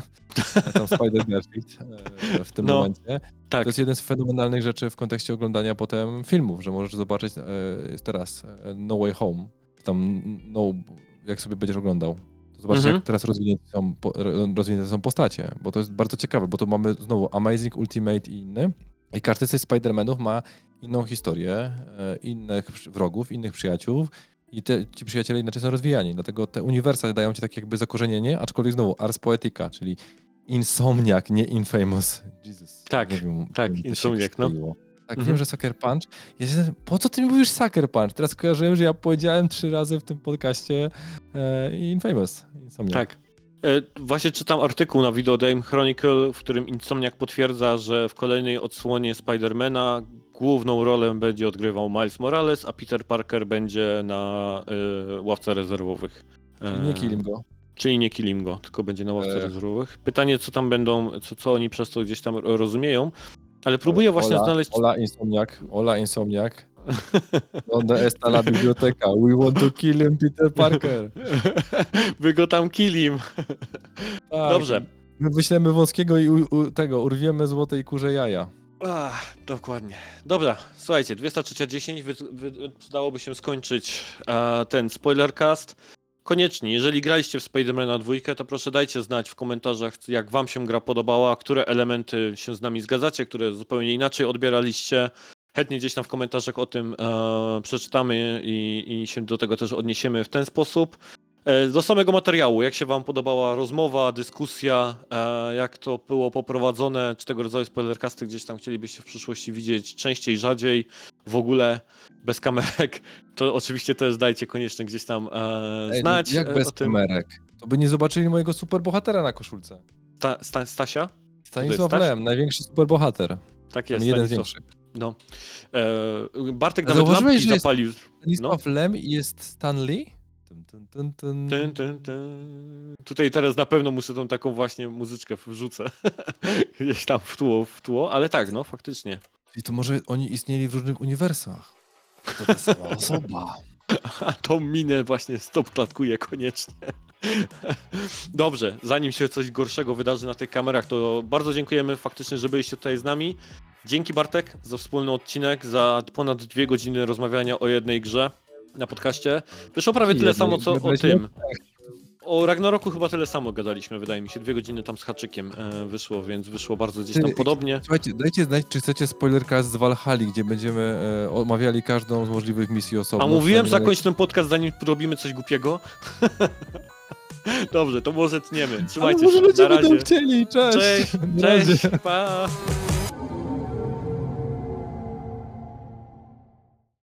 Tam Spider-Garfield e, w tym No, momencie. tak. To jest jeden z fenomenalnych rzeczy w kontekście oglądania potem filmów, że możesz zobaczyć e, jest teraz e, No Way Home. Tam no, jak sobie będziesz oglądał. To zobaczysz, Mhm. jak teraz rozwinięte są, po- rozwinięte są postacie, bo to jest bardzo ciekawe, bo tu mamy znowu Amazing, Ultimate i inny. I każdy z tych Spider-Manów ma inną historię, e, innych przy- wrogów, innych przyjaciół i te, ci przyjaciele inaczej są rozwijani. Dlatego te uniwersa dają ci takie jakby zakorzenienie, aczkolwiek znowu Ars Poetica, czyli Insomniac, nie Infamous. Jesus. Tak, nie wiem, tak, jak to się Insomniac, no. skleiło. Tak, Mhm. wiem, że Sucker Punch. Ja się, po co ty mi mówisz Sucker Punch? Teraz kojarzyłem, że ja powiedziałem trzy razy w tym podcaście e, Infamous. Insomniac. Tak. E, Właśnie czytam artykuł na Video Game Chronicle, w którym Insomniac potwierdza, że w kolejnej odsłonie Spidermana główną rolę będzie odgrywał Miles Morales, a Peter Parker będzie na e, ławce rezerwowych. E, Czyli nie kill go. Czyli nie killim go, tylko będzie na ławce E. rezerwowych. Pytanie, co tam będą, co, co oni przez to gdzieś tam rozumieją, ale próbuję właśnie Ola, znaleźć... Ola Insomniac. Ola Insomniac. Donde está la biblioteca? We want to kill him, Peter Parker. Wy go tam killim. Tak. Dobrze. My wyślemy wąskiego i u, u, tego, urwiemy złotej kurze jaja. Ach, dokładnie. Dobra, słuchajcie, dwudziesta trzecia dziesięć, wy, wy, przydałoby się skończyć e, ten spoilercast. Koniecznie, jeżeli graliście w Spidermana dwójkę, to proszę dajcie znać w komentarzach, jak wam się gra podobała, które elementy się z nami zgadzacie, które zupełnie inaczej odbieraliście. Chętnie gdzieś tam w komentarzach o tym e, przeczytamy i, i się do tego też odniesiemy w ten sposób. E, do samego materiału, jak się wam podobała rozmowa, dyskusja, e, jak to było poprowadzone, czy tego rodzaju spoilercasty gdzieś tam chcielibyście w przyszłości widzieć częściej, rzadziej, w ogóle bez kamerek, to oczywiście też dajcie koniecznie gdzieś tam e, Ej, znać jak e, bez o tym. kamerek? To by nie zobaczyli mojego superbohatera na koszulce. Sta, sta, Stasia? Stanisław Staś? Lem, największy superbohater. Tak jest, Jeden z Stanisław. większych. No. E, Bartek A nawet zauważyłeś, lampki że jest zapalił. Stanisław Lem i jest Stan Lee? Tyn, tyn, tyn, tyn. Tyn, tyn, tyn. Tutaj teraz na pewno muszę tą taką właśnie muzyczkę wrzucę. Gdzieś tam w tło, w tło, ale tak, no faktycznie. I to może oni istnieli w różnych uniwersach. To ta sama osoba. A tą minę właśnie stopklatkuje koniecznie. Dobrze, zanim się coś gorszego wydarzy na tych kamerach, to bardzo dziękujemy faktycznie, że byliście tutaj z nami. Dzięki Bartek za wspólny odcinek, za ponad dwie godziny rozmawiania o jednej grze na podcaście. Wyszło prawie tyle samo, co o tym. O Ragnaroku chyba tyle samo gadaliśmy, wydaje mi się. Dwie godziny tam z haczykiem e, wyszło, więc wyszło bardzo gdzieś tam podobnie. Słuchajcie, dajcie znać, czy chcecie spoilercast z Valhalla, gdzie będziemy e, omawiali każdą z możliwych misji osobno. A mówiłem Przynajmniej zakończ ten podcast, zanim robimy coś głupiego. Dobrze, to może tniemy. Ale Trzymajcie może się, ludzie na będą razie. chcieli, cześć! Cześć, Na razie. cześć, pa!